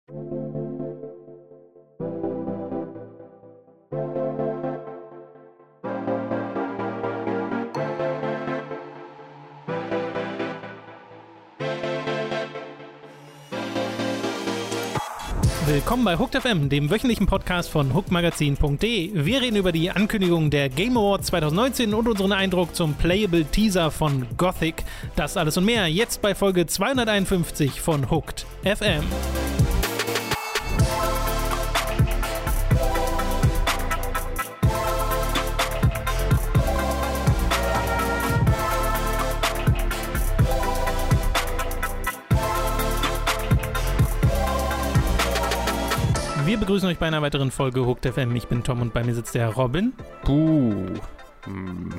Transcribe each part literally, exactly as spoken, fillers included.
Willkommen bei Hooked F M, dem wöchentlichen Podcast von hooked magazin punkt de. Wir reden über die Ankündigung der Game Awards zwanzig neunzehn und unseren Eindruck zum Playable Teaser von Gothic. Das alles und mehr jetzt bei Folge zweihunderteinundfünfzig von Hooked F M. Wir begrüßen euch bei einer weiteren Folge Hooked F M. Ich bin Tom und bei mir sitzt der Robin. Buh. Hm.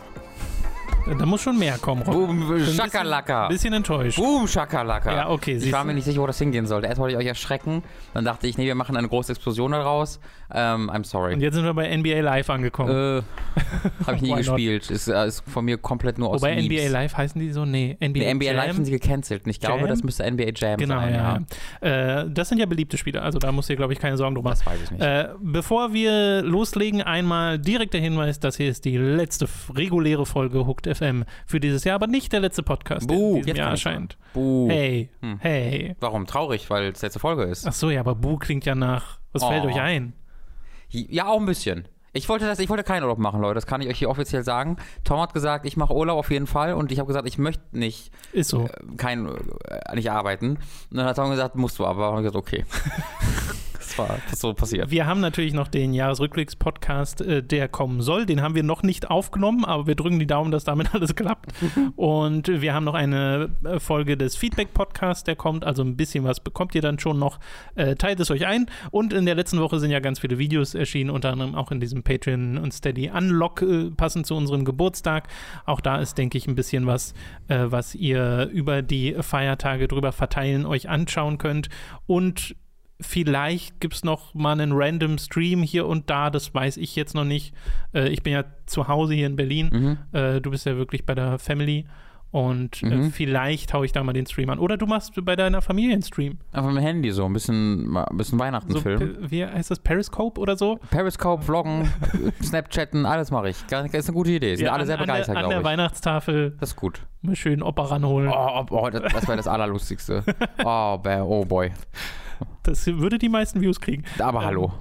Da muss schon mehr kommen, Robin. Boom, Schakalaka. Ein bisschen, bisschen enttäuscht. Boom, Schakalaka. Ja, okay. Ich war mir nicht sicher, wo das hingehen sollte. Erst wollte ich euch erschrecken. Dann dachte ich, nee, wir machen eine große Explosion daraus. Um, I'm sorry. Und jetzt sind wir bei N B A Live angekommen. Äh, Habe ich nie gespielt. Ist, ist von mir komplett nur aus Wobei Memes. N B A Live heißen die so? Nee, N B A, nee, N B A Jam. Live sind sie gecancelt. Und ich glaube, Jam? das müsste N B A Jam genau, sein. Ja. Ja. Äh, das sind ja beliebte Spiele. Also da musst du dir, glaube ich, keine Sorgen drum machen. Das weiß ich nicht. Äh, bevor wir loslegen, einmal direkt der Hinweis, das hier ist die letzte reguläre Folge Hooked F M für dieses Jahr, aber nicht der letzte Podcast, Buh, der in diesem jetzt Jahr erscheint. Buh. Hey, Hm. hey. Warum? Traurig, weil es letzte Folge ist. Ach so, ja, aber Buh klingt ja nach, was Oh. fällt euch ein? Ja, auch ein bisschen. Ich wollte das, ich wollte keinen Urlaub machen, Leute. Das kann ich euch hier offiziell sagen. Tom hat gesagt, ich mache Urlaub auf jeden Fall. Und ich habe gesagt, ich möchte nicht, Ist so. äh, kein, äh, nicht arbeiten. Und dann hat Tom gesagt, musst du aber. Und ich habe gesagt, okay. Das war so passiert. Wir haben natürlich noch den Jahresrückblicks-Podcast, äh, der kommen soll. Den haben wir noch nicht aufgenommen, aber wir drücken die Daumen, dass damit alles klappt. Und wir haben noch eine Folge des Feedback-Podcasts, der kommt. Also ein bisschen was bekommt ihr dann schon noch. Äh, teilt es euch ein. Und in der letzten Woche sind ja ganz viele Videos erschienen, unter anderem auch in diesem Patreon und Steady Unlock, äh, passend zu unserem Geburtstag. Auch da ist, denke ich, ein bisschen was, äh, was ihr über die Feiertage drüber verteilen euch anschauen könnt. Und vielleicht gibt es noch mal einen random Stream hier und da, das weiß ich jetzt noch nicht. Äh, ich bin ja zu Hause hier in Berlin. Mhm. Äh, du bist ja wirklich bei der Family. Und Mhm. äh, vielleicht haue ich da mal den Stream an. Oder du machst bei deiner Familie einen Stream. Einfach mit dem Handy so, ein bisschen, ein bisschen Weihnachten So, filmen. Pe- wie heißt das? Periscope oder so? Periscope, Vloggen, Snapchatten, alles mache ich. Das ist eine gute Idee. Sind Ja, alle an, sehr begeistert, an der, an glaube der ich. Weihnachtstafel Das ist gut. mal schön Opa ranholen. Oh, oh, oh das, das wäre das Allerlustigste. Oh, bäh, oh boy. Das würde die meisten Views kriegen. Aber hallo.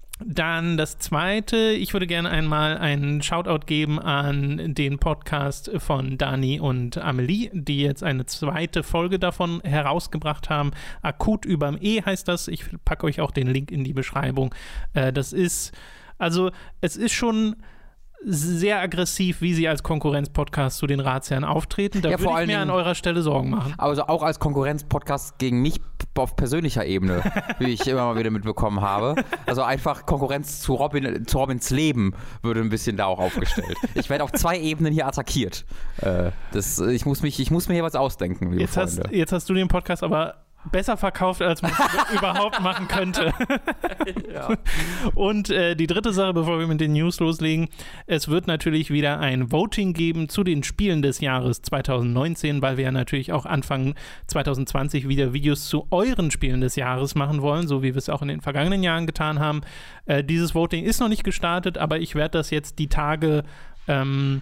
Dann das Zweite, ich würde gerne einmal einen Shoutout geben an den Podcast von Dani und Amelie, die jetzt eine zweite Folge davon herausgebracht haben. Akut überm E heißt das. Ich packe euch auch den Link in die Beschreibung. Äh, das ist, also es ist schon sehr aggressiv, wie sie als Konkurrenz-Podcast zu den Ratsherren auftreten. Da Ja, würde vor ich allen mir an Dingen- eurer Stelle Sorgen machen. Also auch als Konkurrenz-Podcast gegen mich auf persönlicher Ebene, wie ich immer mal wieder mitbekommen habe. Also einfach Konkurrenz zu, Robin, zu Robins Leben würde ein bisschen da auch aufgestellt. Ich werde auf zwei Ebenen hier attackiert. Äh, das, ich, muss mich, ich muss mir hier was ausdenken, liebe Jetzt Freunde. hast, jetzt hast du den Podcast aber besser verkauft, als man es überhaupt machen könnte. Ja. Und äh, die dritte Sache, bevor wir mit den News loslegen, es wird natürlich wieder ein Voting geben zu den Spielen des Jahres zwanzig neunzehn, weil wir ja natürlich auch Anfang zwanzig zwanzig wieder Videos zu euren Spielen des Jahres machen wollen, so wie wir es auch in den vergangenen Jahren getan haben. Äh, dieses Voting ist noch nicht gestartet, aber ich werde das jetzt die Tage ähm,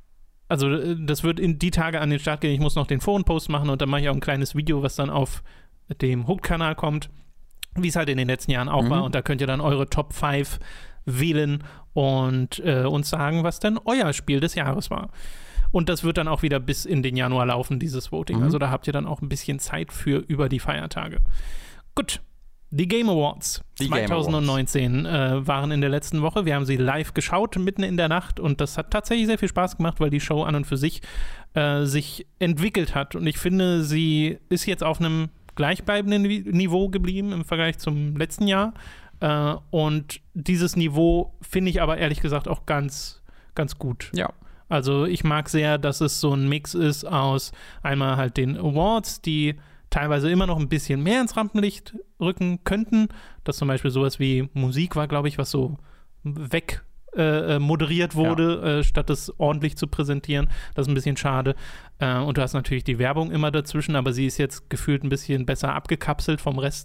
also das wird in die Tage an den Start gehen. Ich muss noch den Forenpost machen und dann mache ich auch ein kleines Video, was dann auf dem Hooked-Kanal kommt, wie es halt in den letzten Jahren auch Mhm. war. Und da könnt ihr dann eure Top fünf wählen und äh, uns sagen, was denn euer Spiel des Jahres war. Und das wird dann auch wieder bis in den Januar laufen, dieses Voting. Mhm. Also da habt ihr dann auch ein bisschen Zeit für über die Feiertage. Gut. Die Game Awards Die Game zwanzig neunzehn äh, waren in der letzten Woche. Wir haben sie live geschaut, mitten in der Nacht. Und das hat tatsächlich sehr viel Spaß gemacht, weil die Show an und für sich äh, sich entwickelt hat. Und ich finde, sie ist jetzt auf einem gleichbleibenden Niveau geblieben im Vergleich zum letzten Jahr. Äh, und dieses Niveau finde ich aber ehrlich gesagt auch ganz, ganz gut. Ja. Also ich mag sehr, dass es so ein Mix ist aus einmal halt den Awards, die teilweise immer noch ein bisschen mehr ins Rampenlicht rücken könnten. Dass zum Beispiel sowas wie Musik war, glaube ich, was so weg äh, moderiert wurde, ja. äh, statt es ordentlich zu präsentieren. Das ist ein bisschen schade. Äh, und du hast natürlich die Werbung immer dazwischen, aber sie ist jetzt gefühlt ein bisschen besser abgekapselt vom Rest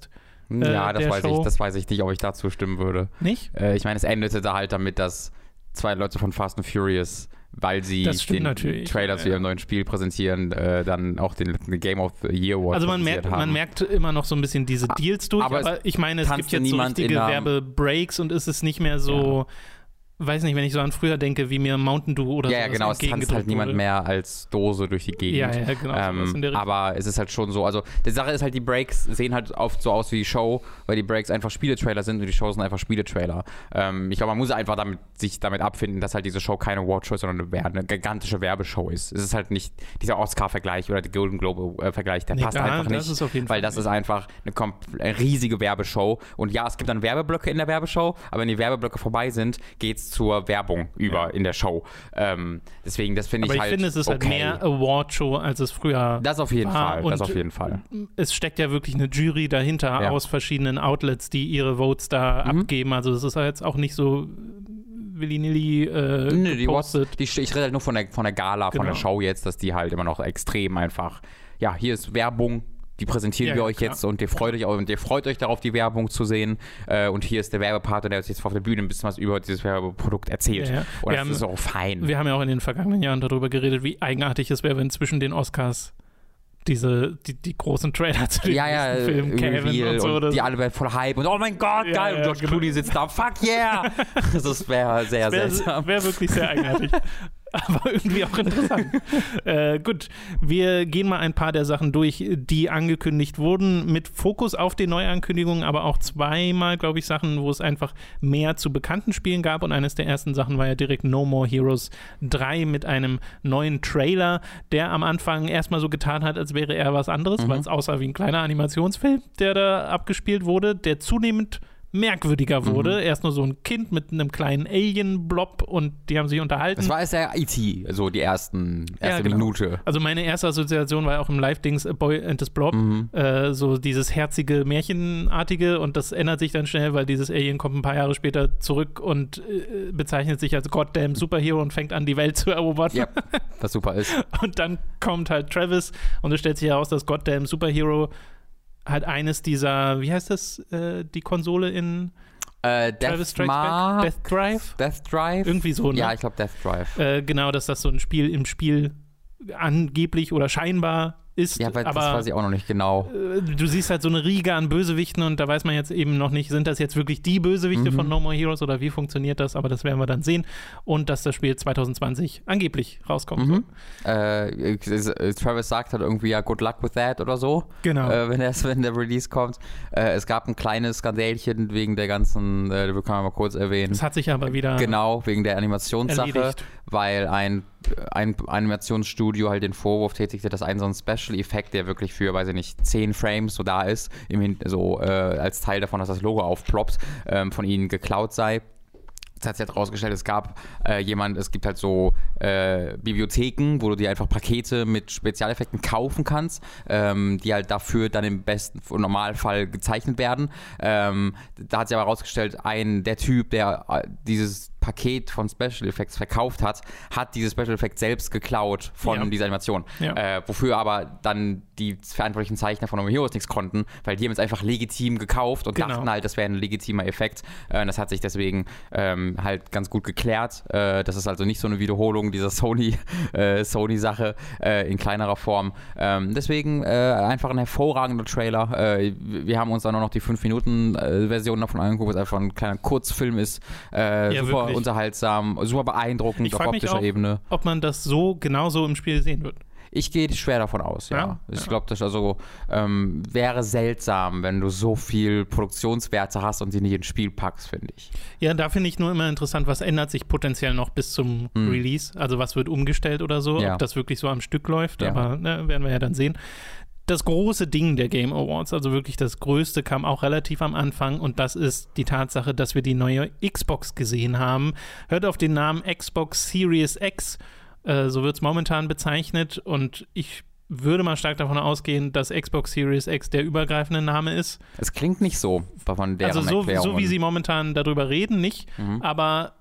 Äh, ja, das weiß, Show. ich, das weiß ich nicht, ob ich dazu stimmen würde. Nicht? Äh, ich meine, es endete da halt damit, dass zwei Leute von Fast and Furious, weil sie den natürlich. Trailer zu ihrem neuen Spiel präsentieren, äh, dann auch den, den Game of the Year Award Also man merkt, haben. man merkt immer noch so ein bisschen diese Deals durch, aber, aber ich meine, es gibt jetzt so richtige Werbebreaks und es ist nicht mehr so... Ja. Weiß nicht, wenn ich so an früher denke, wie mir Mountain Dew oder so. Ja, ja, genau, es tanzt halt niemand wurde. mehr als Dose durch die Gegend. Ja, ja, genau. Ähm, aber es ist halt schon so, also die Sache ist halt, die Breaks sehen halt oft so aus wie die Show, weil die Breaks einfach Spieletrailer sind und die Shows sind einfach Spieletrailer. Ähm, ich glaube, man muss einfach damit, sich damit abfinden, dass halt diese Show keine Awardshow ist, sondern eine, eine gigantische Werbeshow ist. Es ist halt nicht dieser Oscar-Vergleich oder der Golden Globe-Vergleich, der nee, passt da, einfach das nicht, ist auf jeden weil Fall das nicht. ist einfach eine, eine riesige Werbeshow und ja, es gibt dann Werbeblöcke in der Werbeshow, aber wenn die Werbeblöcke vorbei sind, geht's zur Werbung über ja. in der Show. Ähm, deswegen, das finde ich, ich halt. Aber ich finde, es ist okay. halt mehr Award-Show, als es früher Das auf jeden war. Fall. Und das auf jeden Fall. Es steckt ja wirklich eine Jury dahinter ja. aus verschiedenen Outlets, die ihre Votes da mhm. abgeben. Also es ist jetzt auch nicht so willy-nilly äh, nee, die Watts, die, Ich rede halt nur von der, von der Gala, genau. von der Show jetzt, dass die halt immer noch extrem einfach, ja, hier ist Werbung, die präsentieren ja, wir ja, euch klar. jetzt und ihr freut euch auch, und ihr freut euch darauf, die Werbung zu sehen. Äh, und hier ist der Werbepartner, der uns jetzt auf der Bühne ein bisschen was über dieses Werbeprodukt erzählt. Ja, ja. Und wir das haben, ist auch fein. Wir haben ja auch in den vergangenen Jahren darüber geredet, wie eigenartig es wäre, wenn zwischen den Oscars diese, die, die großen Trailer zu den ja, ja, Filmen kämen und so. Und die alle werden voll Hype und oh mein Gott, ja, geil. Ja, und George genau. Clooney sitzt da, fuck yeah. Das wäre sehr wär, seltsam. Wäre wirklich sehr eigenartig. Aber irgendwie auch interessant. äh, gut, wir gehen mal ein paar der Sachen durch, die angekündigt wurden, mit Fokus auf die Neuankündigungen, aber auch zweimal, glaube ich, Sachen, wo es einfach mehr zu bekannten Spielen gab. Und eines der ersten Sachen war ja direkt No More Heroes drei mit einem neuen Trailer, der am Anfang erstmal so getan hat, als wäre er was anderes, mhm. weil es aussah wie ein kleiner Animationsfilm, der da abgespielt wurde, der zunehmend merkwürdiger wurde. Mhm. Erst nur so ein Kind mit einem kleinen Alien-Blob und die haben sich unterhalten. Das war erst der E T, so die ersten, erste ja, genau. Minute. Also meine erste Assoziation war ja auch im Live-Dings A Boy and His Blob, mhm. äh, so dieses herzige, märchenartige, und das ändert sich dann schnell, weil dieses Alien kommt ein paar Jahre später zurück und äh, bezeichnet sich als Goddamn Superhero und fängt an, die Welt zu erobern. Ja, was super ist. Und dann kommt halt Travis und es stellt sich heraus, dass Goddamn Superhero halt eines dieser, wie heißt das, äh, die Konsole in äh, Death, Mark, Death Drive? Death Drive? Irgendwie so, ne? Ja, ich glaube Death Drive. Äh, genau, dass das so ein Spiel im Spiel angeblich oder scheinbar ist. Ja, aber, aber das weiß ich auch noch nicht genau. Äh, du siehst halt so eine Riege an Bösewichten und da weiß man jetzt eben noch nicht, sind das jetzt wirklich die Bösewichte mhm. von No More Heroes oder wie funktioniert das, aber das werden wir dann sehen. Und dass das Spiel zwanzig zwanzig angeblich rauskommen mhm. soll. Äh, Travis sagt halt irgendwie ja good luck with that oder so. Genau. Äh, wenn, der, wenn der Release kommt. Äh, es gab ein kleines Skandälchen wegen der ganzen, äh, das kann man mal kurz erwähnen. Das hat sich aber wieder Genau, wegen der Animationssache, erledigt. Weil ein, ein Animationsstudio halt den Vorwurf tätigte, dass ein so ein Special-Effekt, der wirklich für, weiß ich nicht, zehn Frames so da ist, im, so äh, als Teil davon, dass das Logo aufploppt, ähm, von ihnen geklaut sei. Das hat sich halt rausgestellt, es gab äh, jemand, es gibt halt so äh, Bibliotheken, wo du dir einfach Pakete mit Spezialeffekten kaufen kannst, ähm, die halt dafür dann im besten im Normalfall gezeichnet werden. Ähm, da hat sich aber rausgestellt, ein, der Typ, der äh, dieses Paket von Special Effects verkauft hat, hat dieses Special Effect selbst geklaut von ja. dieser Animation. Ja. Äh, wofür aber dann die verantwortlichen Zeichner von No More Heroes nichts konnten, weil die haben es einfach legitim gekauft und genau. dachten halt, das wäre ein legitimer Effekt. Äh, das hat sich deswegen ähm, halt ganz gut geklärt. Äh, das ist also nicht so eine Wiederholung dieser Sony, äh, Sony-Sache äh, in kleinerer Form. Ähm, deswegen äh, einfach ein hervorragender Trailer. Äh, wir haben uns dann nur noch die fünf Minuten Version davon angeguckt, was einfach ein kleiner Kurzfilm ist. Äh, ja, super wirklich. Unterhaltsam, super beeindruckend ich auf optischer auch, Ebene. Ob man das so genauso im Spiel sehen wird. Ich gehe schwer davon aus, ja. ja ich ja. glaube, das also ähm, wäre seltsam, wenn du so viel Produktionswerte hast und sie nicht ins Spiel packst, finde ich. Ja, da finde ich nur immer interessant, was ändert sich potenziell noch bis zum hm. Release? Also was wird umgestellt oder so, ja. ob das wirklich so am Stück läuft, ja. aber ne, werden wir ja dann sehen. Das große Ding der Game Awards, also wirklich das Größte, kam auch relativ am Anfang und das ist die Tatsache, dass wir die neue Xbox gesehen haben. Hört auf den Namen Xbox Series X, äh, so wird es momentan bezeichnet und ich würde mal stark davon ausgehen, dass Xbox Series X der übergreifende Name ist. Es klingt nicht so von deren Also so, so wie sie momentan darüber reden, nicht, mhm. aber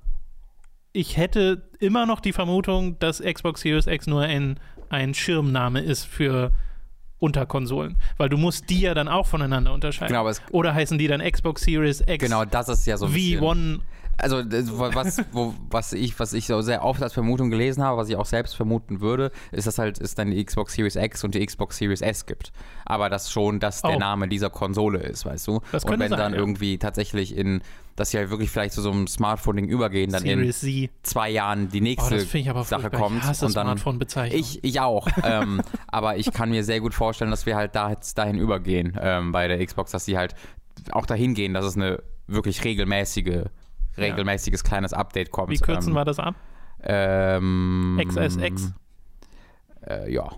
ich hätte immer noch die Vermutung, dass Xbox Series X nur ein, ein Schirmname ist für Unterkonsolen, weil du musst die ja dann auch voneinander unterscheiden. Genau, aber es, Oder heißen die dann Xbox Series X? Genau, das ist ja so ein bisschen. V eins. Also was, wo, was ich, was ich so sehr oft als Vermutung gelesen habe, was ich auch selbst vermuten würde, ist, dass halt es dann die Xbox Series X und die Xbox Series S gibt. Aber dass schon das der oh. Name dieser Konsole ist, weißt du? Das und wenn sein, dann ja. irgendwie tatsächlich in, dass sie halt wirklich vielleicht zu so einem Smartphone-Ding übergehen, dann Series in Z. zwei Jahren die nächste oh, das ich aber Sache furchtbar. kommt. Ich hasse und dann Smartphone-Bezeichnung. Ich, ich auch. ähm, aber ich kann mir sehr gut vorstellen, dass wir halt da jetzt dahin übergehen ähm, bei der Xbox, dass sie halt auch dahin gehen, dass es eine wirklich regelmäßige regelmäßiges ja. kleines Update kommt. Wie kürzen ähm, wir das ab? Ähm, X S X? Äh, ja.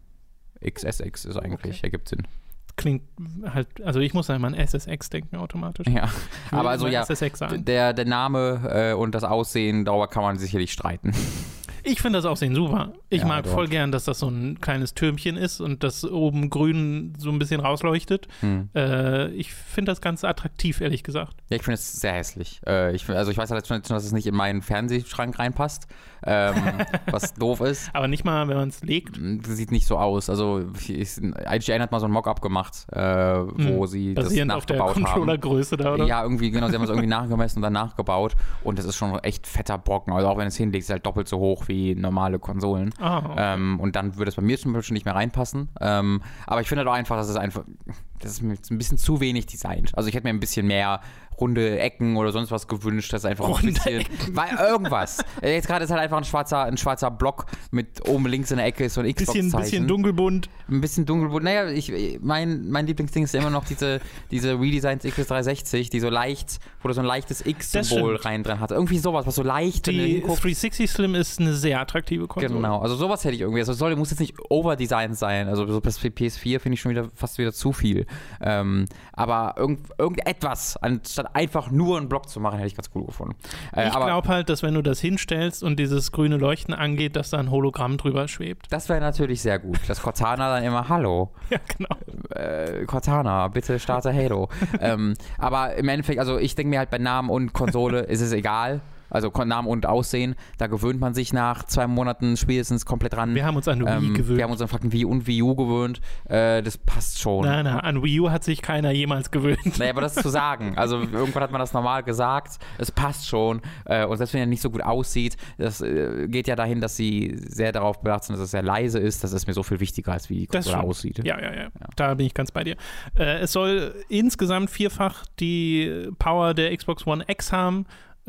X S X ist eigentlich, okay. ergibt Sinn. Klingt halt, also ich muss einmal an S S X denken automatisch. Ja, aber also ja, S S X der, der Name äh, und das Aussehen, darüber kann man sicherlich streiten. Ich finde das Aussehen super. Ich ja, mag dort. voll gern, dass das so ein kleines Türmchen ist und das oben grün so ein bisschen rausleuchtet. Hm. Äh, ich finde das ganz attraktiv, ehrlich gesagt. Ja, ich finde es sehr hässlich. Äh, ich, also ich weiß halt schon, dass es nicht in meinen Fernsehschrank reinpasst, ähm, was doof ist. Aber nicht mal, wenn man es legt. Das sieht nicht so aus. Also ich, I G N hat mal so ein Mock-up gemacht, äh, wo hm. sie Basierend das nachgebaut auf der Controller-Größe da, oder? Ja, irgendwie, genau. Sie haben es irgendwie nachgemessen und dann nachgebaut. Und das ist schon echt fetter Brocken. Also auch wenn es hinlegst, ist es halt doppelt so hoch wie normale Konsolen. Ah, okay. ähm, und dann würde es bei mir zum Beispiel nicht mehr reinpassen. Ähm, aber ich finde halt auch einfach, dass es einfach, das ist mir ein bisschen zu wenig designt. Also ich hätte mir ein bisschen mehr runde Ecken oder sonst was gewünscht, dass einfach runde ein bisschen, Ecken. weil irgendwas. Jetzt gerade ist halt einfach ein schwarzer, ein schwarzer Block mit oben links in der Ecke ist so ein Xbox-Zeichen. Bisschen, bisschen dunkelbunt. Ein bisschen dunkelbunt. Naja, ich, mein, mein Lieblingsding ist ja immer noch diese, diese redesigned X S dreihundertsechzig, die so leicht, wo du so ein leichtes X-Symbol rein drin hat. Irgendwie sowas, was so leicht. Die dreihundertsechzig Slim ist eine sehr attraktive Konsole. Genau, also sowas hätte ich irgendwie. Also es soll, muss jetzt nicht overdesigned sein. Also so das P S vier finde ich schon wieder fast wieder zu viel. Ähm, aber irgend, irgendetwas, anstatt einfach nur einen Block zu machen, hätte ich ganz cool gefunden. Äh, ich glaube halt, dass wenn du das hinstellst und dieses grüne Leuchten angeht, dass da ein Hologramm drüber schwebt. Das wäre natürlich sehr gut. Dass Cortana dann immer, hallo. Ja, genau. Äh, Cortana, bitte starte Halo. ähm, aber im Endeffekt, also ich denke mir halt bei Namen und Konsole ist es egal. Also Namen und Aussehen, da gewöhnt man sich nach zwei Monaten spätestens komplett dran. Wir haben uns an Wii ähm, gewöhnt. Wir haben uns an fucking Wii und Wii U gewöhnt. Äh, das passt schon. Nein, nein, an Wii U hat sich keiner jemals gewöhnt. Naja, aber das ist zu sagen. Also irgendwann hat man das normal gesagt. Es passt schon. Äh, und selbst wenn er nicht so gut aussieht, das äh, geht ja dahin, dass sie sehr darauf bedacht sind, dass es sehr leise ist. Das ist mir so viel wichtiger, als wie die Konsole aussieht. Ja, ja, ja, ja. Da bin ich ganz bei dir. Äh, es soll insgesamt vierfach die Power der Xbox One X haben.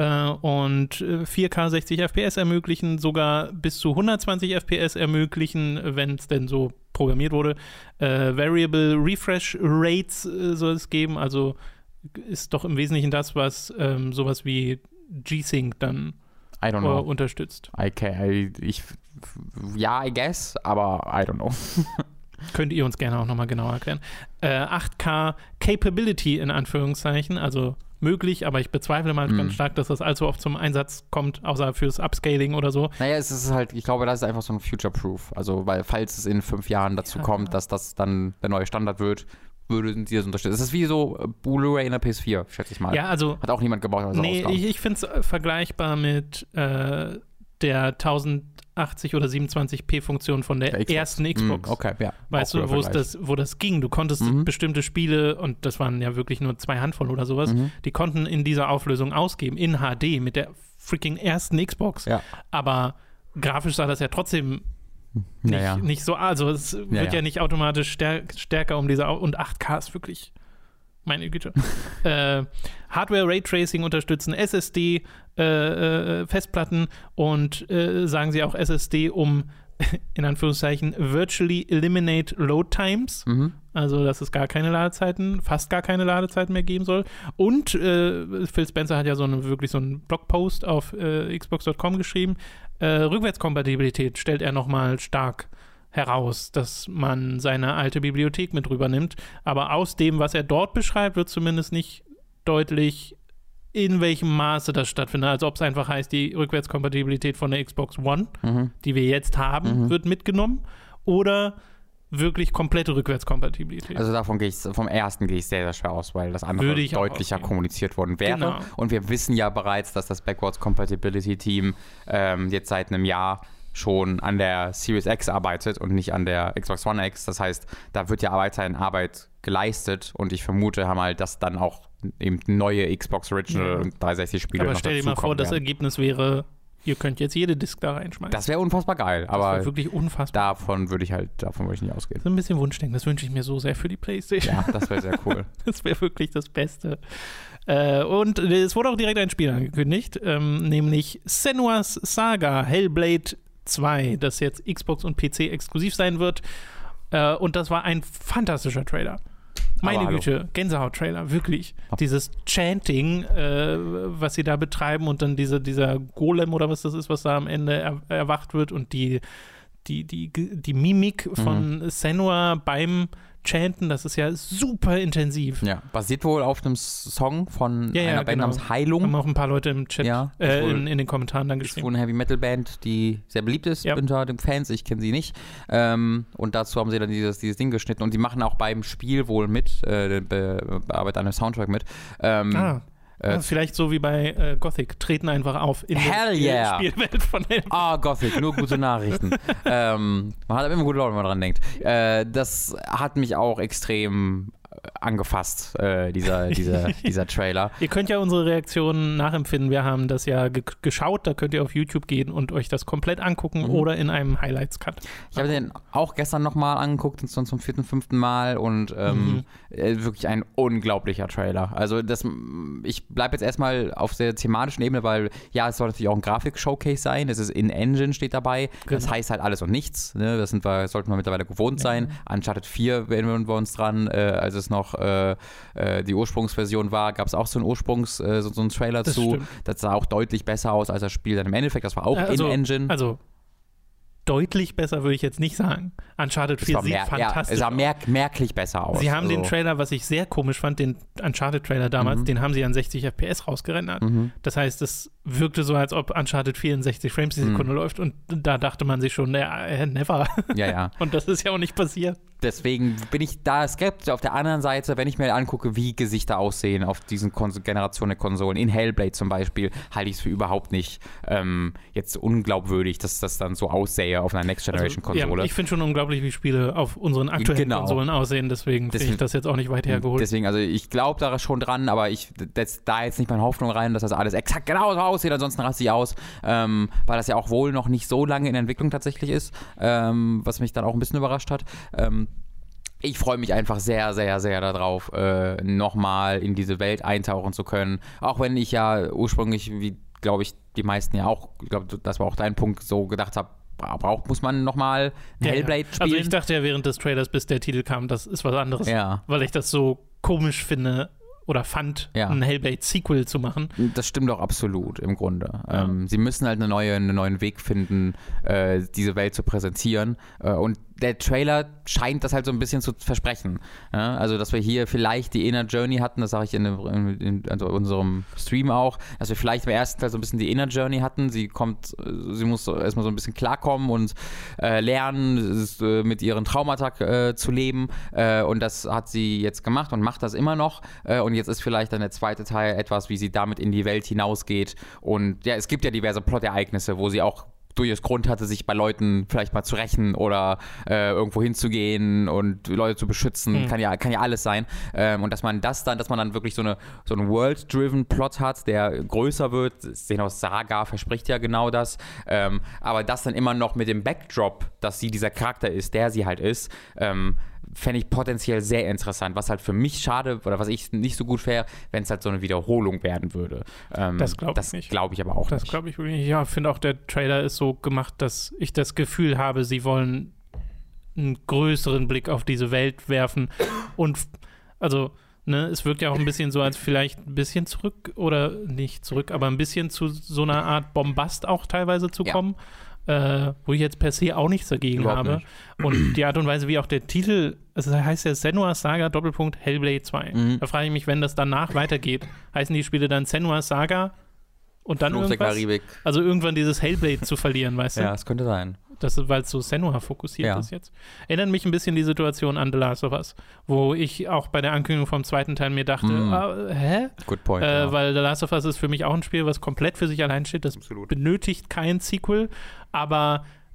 Und vier K sechzig F P S ermöglichen, sogar bis zu hundertzwanzig F P S ermöglichen, wenn es denn so programmiert wurde. Äh, Variable Refresh Rates äh, soll es geben, also ist doch im Wesentlichen das, was ähm, sowas wie G-Sync dann I don't know. Äh, unterstützt. I can, I, ich, ja, I guess, aber I don't know. Könnt ihr uns gerne auch nochmal genauer erklären. Äh, acht K Capability in Anführungszeichen, also möglich, aber ich bezweifle mal mm. ganz stark, dass das allzu oft zum Einsatz kommt, außer fürs Upscaling oder so. Naja, es ist halt, ich glaube, das ist einfach so ein Future-Proof. Also, weil falls es in fünf Jahren dazu ja. kommt, dass das dann der neue Standard wird, würden sie das unterstützen. Es ist wie so Blu-ray in der P S vier, schätze ich mal. Ja, also. Hat auch niemand gebaut, als Nee, ich, ich finde es vergleichbar mit äh, der tausendachtzig oder siebenundzwanzig p Funktion von der, der Xbox. ersten Xbox. Mm, okay, ja. Weißt du, wo das, wo das ging? Du konntest mhm. bestimmte Spiele, und das waren ja wirklich nur zwei Handvoll oder sowas, mhm. die konnten in dieser Auflösung ausgeben, in H D, mit der freaking ersten Xbox. Ja. Aber grafisch sah das ja trotzdem nicht, ja, ja. nicht so, also es wird ja, ja. ja nicht automatisch stärk, stärker um diese, und acht K ist wirklich, meine Güte. äh, Hardware Raytracing unterstützen, S S D, äh, äh, Festplatten und äh, sagen sie auch S S D, um in Anführungszeichen virtually eliminate Load Times. Mhm. Also, dass es gar keine Ladezeiten, fast gar keine Ladezeiten mehr geben soll. Und äh, Phil Spencer hat ja so eine, wirklich so einen Blogpost auf äh, xbox Punkt com geschrieben. Äh, Rückwärtskompatibilität stellt er nochmal stark heraus, dass man seine alte Bibliothek mit rübernimmt. Aber aus dem, was er dort beschreibt, wird zumindest nicht deutlich, in welchem Maße das stattfindet. Also ob es einfach heißt, die Rückwärtskompatibilität von der Xbox One, mhm. die wir jetzt haben, mhm. wird mitgenommen, oder wirklich komplette Rückwärtskompatibilität. Also davon gehe ich, vom ersten gehe ich sehr, sehr schwer aus, weil das andere deutlicher kommuniziert worden wäre. Genau. Und wir wissen ja bereits, dass das Backwards Compatibility Team ähm, jetzt seit einem Jahr schon an der Series X arbeitet und nicht an der Xbox One X. Das heißt, da wird ja weiterhin Arbeit geleistet und ich vermute haben halt, dass dann auch eben neue Xbox Original Ja. und dreihundertsechzig Spiele Aber noch stell dir mal vor, dazukommen das werden. Ergebnis wäre, ihr könnt jetzt jede Disk da reinschmeißen. Das wäre unfassbar geil, Das aber wäre wirklich unfassbar. davon würde ich halt, davon würde ich nicht ausgehen. So ein bisschen Wunschdenken, das wünsche ich mir so sehr für die PlayStation. Ja, das wäre sehr cool. Das wäre wirklich das Beste. Äh, und es wurde auch direkt ein Spiel angekündigt, ähm, nämlich Senua's Saga Hellblade zwei, das jetzt Xbox und P C exklusiv sein wird. Äh, und das war ein fantastischer Trailer. Meine Aber hallo. Güte, Gänsehaut-Trailer, wirklich. Dieses Chanting, äh, was sie da betreiben und dann diese, dieser Golem oder was das ist, was da am Ende er, erwacht wird und die, die, die, die Mimik von mhm. Senua beim Chanten, das ist ja super intensiv. Ja, basiert wohl auf einem Song von Ja, ja, einer Band genau. namens Heilung. Haben auch ein paar Leute im Chat, Ja, äh, wohl- in, in den Kommentaren dann Ist geschrieben. wohl eine Heavy-Metal-Band, die sehr beliebt ist Ja. unter den Fans. Ich kenne sie nicht. Ähm, und dazu haben sie dann dieses, dieses Ding geschnitten. Und die machen auch beim Spiel wohl mit, äh, be- bearbeiten an einem Soundtrack mit. Ähm, Ah. äh, Ja, vielleicht so wie bei äh, Gothic, treten einfach auf in Hell der yeah. Spielwelt von Hell. Ah, Gothic, nur gute Nachrichten. ähm, man hat immer gute Laune, wenn man dran denkt. Äh, das hat mich auch extrem äh, angefasst, äh, dieser, dieser, dieser Trailer. Ihr könnt ja unsere Reaktionen nachempfinden. Wir haben das ja ge geschaut, da könnt ihr auf YouTube gehen und euch das komplett angucken Mhm. oder in einem Highlights-Cut. Ich habe den auch gestern nochmal angeguckt, und zwar zum vierten, fünften Mal und ähm, Mhm. äh, wirklich ein unglaublicher Trailer. Also das, ich bleibe jetzt erstmal auf der thematischen Ebene, weil ja, es soll natürlich auch ein Grafik-Showcase sein. Es ist in-Engine steht dabei. Das Genau. heißt halt alles und nichts. Ne? Das sind wir, sollten wir mittlerweile gewohnt sein. Uncharted vier erinnern wir uns dran, äh, als es noch äh, äh, die Ursprungsversion war, gab es auch so einen Ursprungs, äh, so, so einen Trailer Das zu. stimmt. Das sah auch deutlich besser aus als das Spiel dann im Endeffekt. Das war auch also, in-Engine. Also deutlich besser würde ich jetzt nicht sagen. Uncharted Es vier war sieht mer- ja, fantastisch es sah aus. merk merklich besser aus. Sie haben also, den Trailer, was ich sehr komisch fand, den Uncharted-Trailer damals, Mhm. den haben sie an sechzig F P S rausgerendert. Mhm. Das heißt, es wirkte so, als ob Uncharted vierundsechzig Frames die Mhm. Sekunde läuft und da dachte man sich schon, naja, äh, never. Ja, ja. Und das ist ja auch nicht passiert. Deswegen bin ich da skeptisch. Auf der anderen Seite, wenn ich mir angucke, wie Gesichter aussehen auf diesen Kons Generationen der Konsolen, in Hellblade zum Beispiel, halte ich es für überhaupt nicht ähm, jetzt unglaubwürdig, dass das dann so aussähe auf einer Next-Generation-Konsole. Also, ja, ich finde schon unglaublich, wie Spiele auf unseren aktuellen Genau. Konsolen aussehen, deswegen finde ich Deswegen- das jetzt auch nicht weit hergeholt. Deswegen, also ich glaube da schon dran, aber ich setze da jetzt nicht meine Hoffnung rein, dass das alles exakt genauso aussieht, ansonsten raste ich aus, ähm, weil das ja auch wohl noch nicht so lange in Entwicklung tatsächlich ist, ähm, was mich dann auch ein bisschen überrascht hat. Ähm, ich freue mich einfach sehr, sehr, sehr darauf, äh, nochmal in diese Welt eintauchen zu können. Auch wenn ich ja ursprünglich, wie glaube ich, die meisten ja auch, ich glaube, das war auch dein Punkt, so gedacht habe, braucht, muss man nochmal ein Ja, Hellblade ja. spielen? Also ich dachte ja während des Trailers, bis der Titel kam, das ist was anderes, Ja. weil ich das so komisch finde oder fand, Ja. ein Hellblade-Sequel zu machen. Das stimmt doch absolut im Grunde. Ja. Ähm, sie müssen halt eine neue, einen neuen Weg finden, äh, diese Welt zu präsentieren. Äh, und der Trailer scheint das halt so ein bisschen zu versprechen. Ja? Also, dass wir hier vielleicht die Inner Journey hatten, das sage ich in, in, in also unserem Stream auch, dass wir vielleicht im ersten Teil so ein bisschen die Inner Journey hatten. Sie kommt, äh, sie muss so erstmal so ein bisschen klarkommen und äh, lernen, es, äh, mit ihren Traumata äh, zu leben. Äh, und das hat sie jetzt gemacht und macht das immer noch. Äh, und jetzt ist vielleicht dann der zweite Teil etwas, wie sie damit in die Welt hinausgeht. Und ja, es gibt ja diverse Plot-Ereignisse, wo sie auch durchaus Grund hatte, sich bei Leuten vielleicht mal zu rächen oder äh, irgendwo hinzugehen und Leute zu beschützen, Mhm. kann ja, kann ja alles sein. Ähm, und dass man das dann, dass man dann wirklich so eine so einen World-driven Plot hat, der größer wird. Xenos Saga verspricht ja genau das. Ähm, aber das dann immer noch mit dem Backdrop, dass sie dieser Charakter ist, der sie halt ist, ähm, fände ich potenziell sehr interessant. Was halt für mich schade oder was ich nicht so gut wäre, wenn es halt so eine Wiederholung werden würde. Ähm, Das glaub ich das nicht. glaube ich aber auch Das nicht. glaube ich wirklich nicht. Ja, ich finde auch, der Trailer ist so gemacht, dass ich das Gefühl habe, sie wollen einen größeren Blick auf diese Welt werfen. Und f- also, ne, es wirkt ja auch ein bisschen so, als vielleicht ein bisschen zurück oder nicht zurück, aber ein bisschen zu so einer Art Bombast auch teilweise zu Ja. kommen. Äh, wo ich jetzt per se auch nichts dagegen Überhaupt habe. nicht. Und die Art und Weise, wie auch der Titel, also das heißt ja Senua's Saga Doppelpunkt Hellblade zwei. Mhm. Da frage ich mich, wenn das danach weitergeht, heißen die Spiele dann Senua's Saga und dann Fluch der irgendwas? Karibik. Also irgendwann dieses Hellblade zu verlieren, weißt du? Ja, es könnte sein. Das ist, weil es so Senua fokussiert Ja. ist jetzt. Erinnert mich ein bisschen die Situation an The Last of Us, wo ich auch bei der Ankündigung vom zweiten Teil mir dachte, Mhm. ah, hä? Good point. Äh, ja. Weil The Last of Us ist für mich auch ein Spiel, was komplett für sich allein steht. Das Absolut. benötigt kein Sequel, aber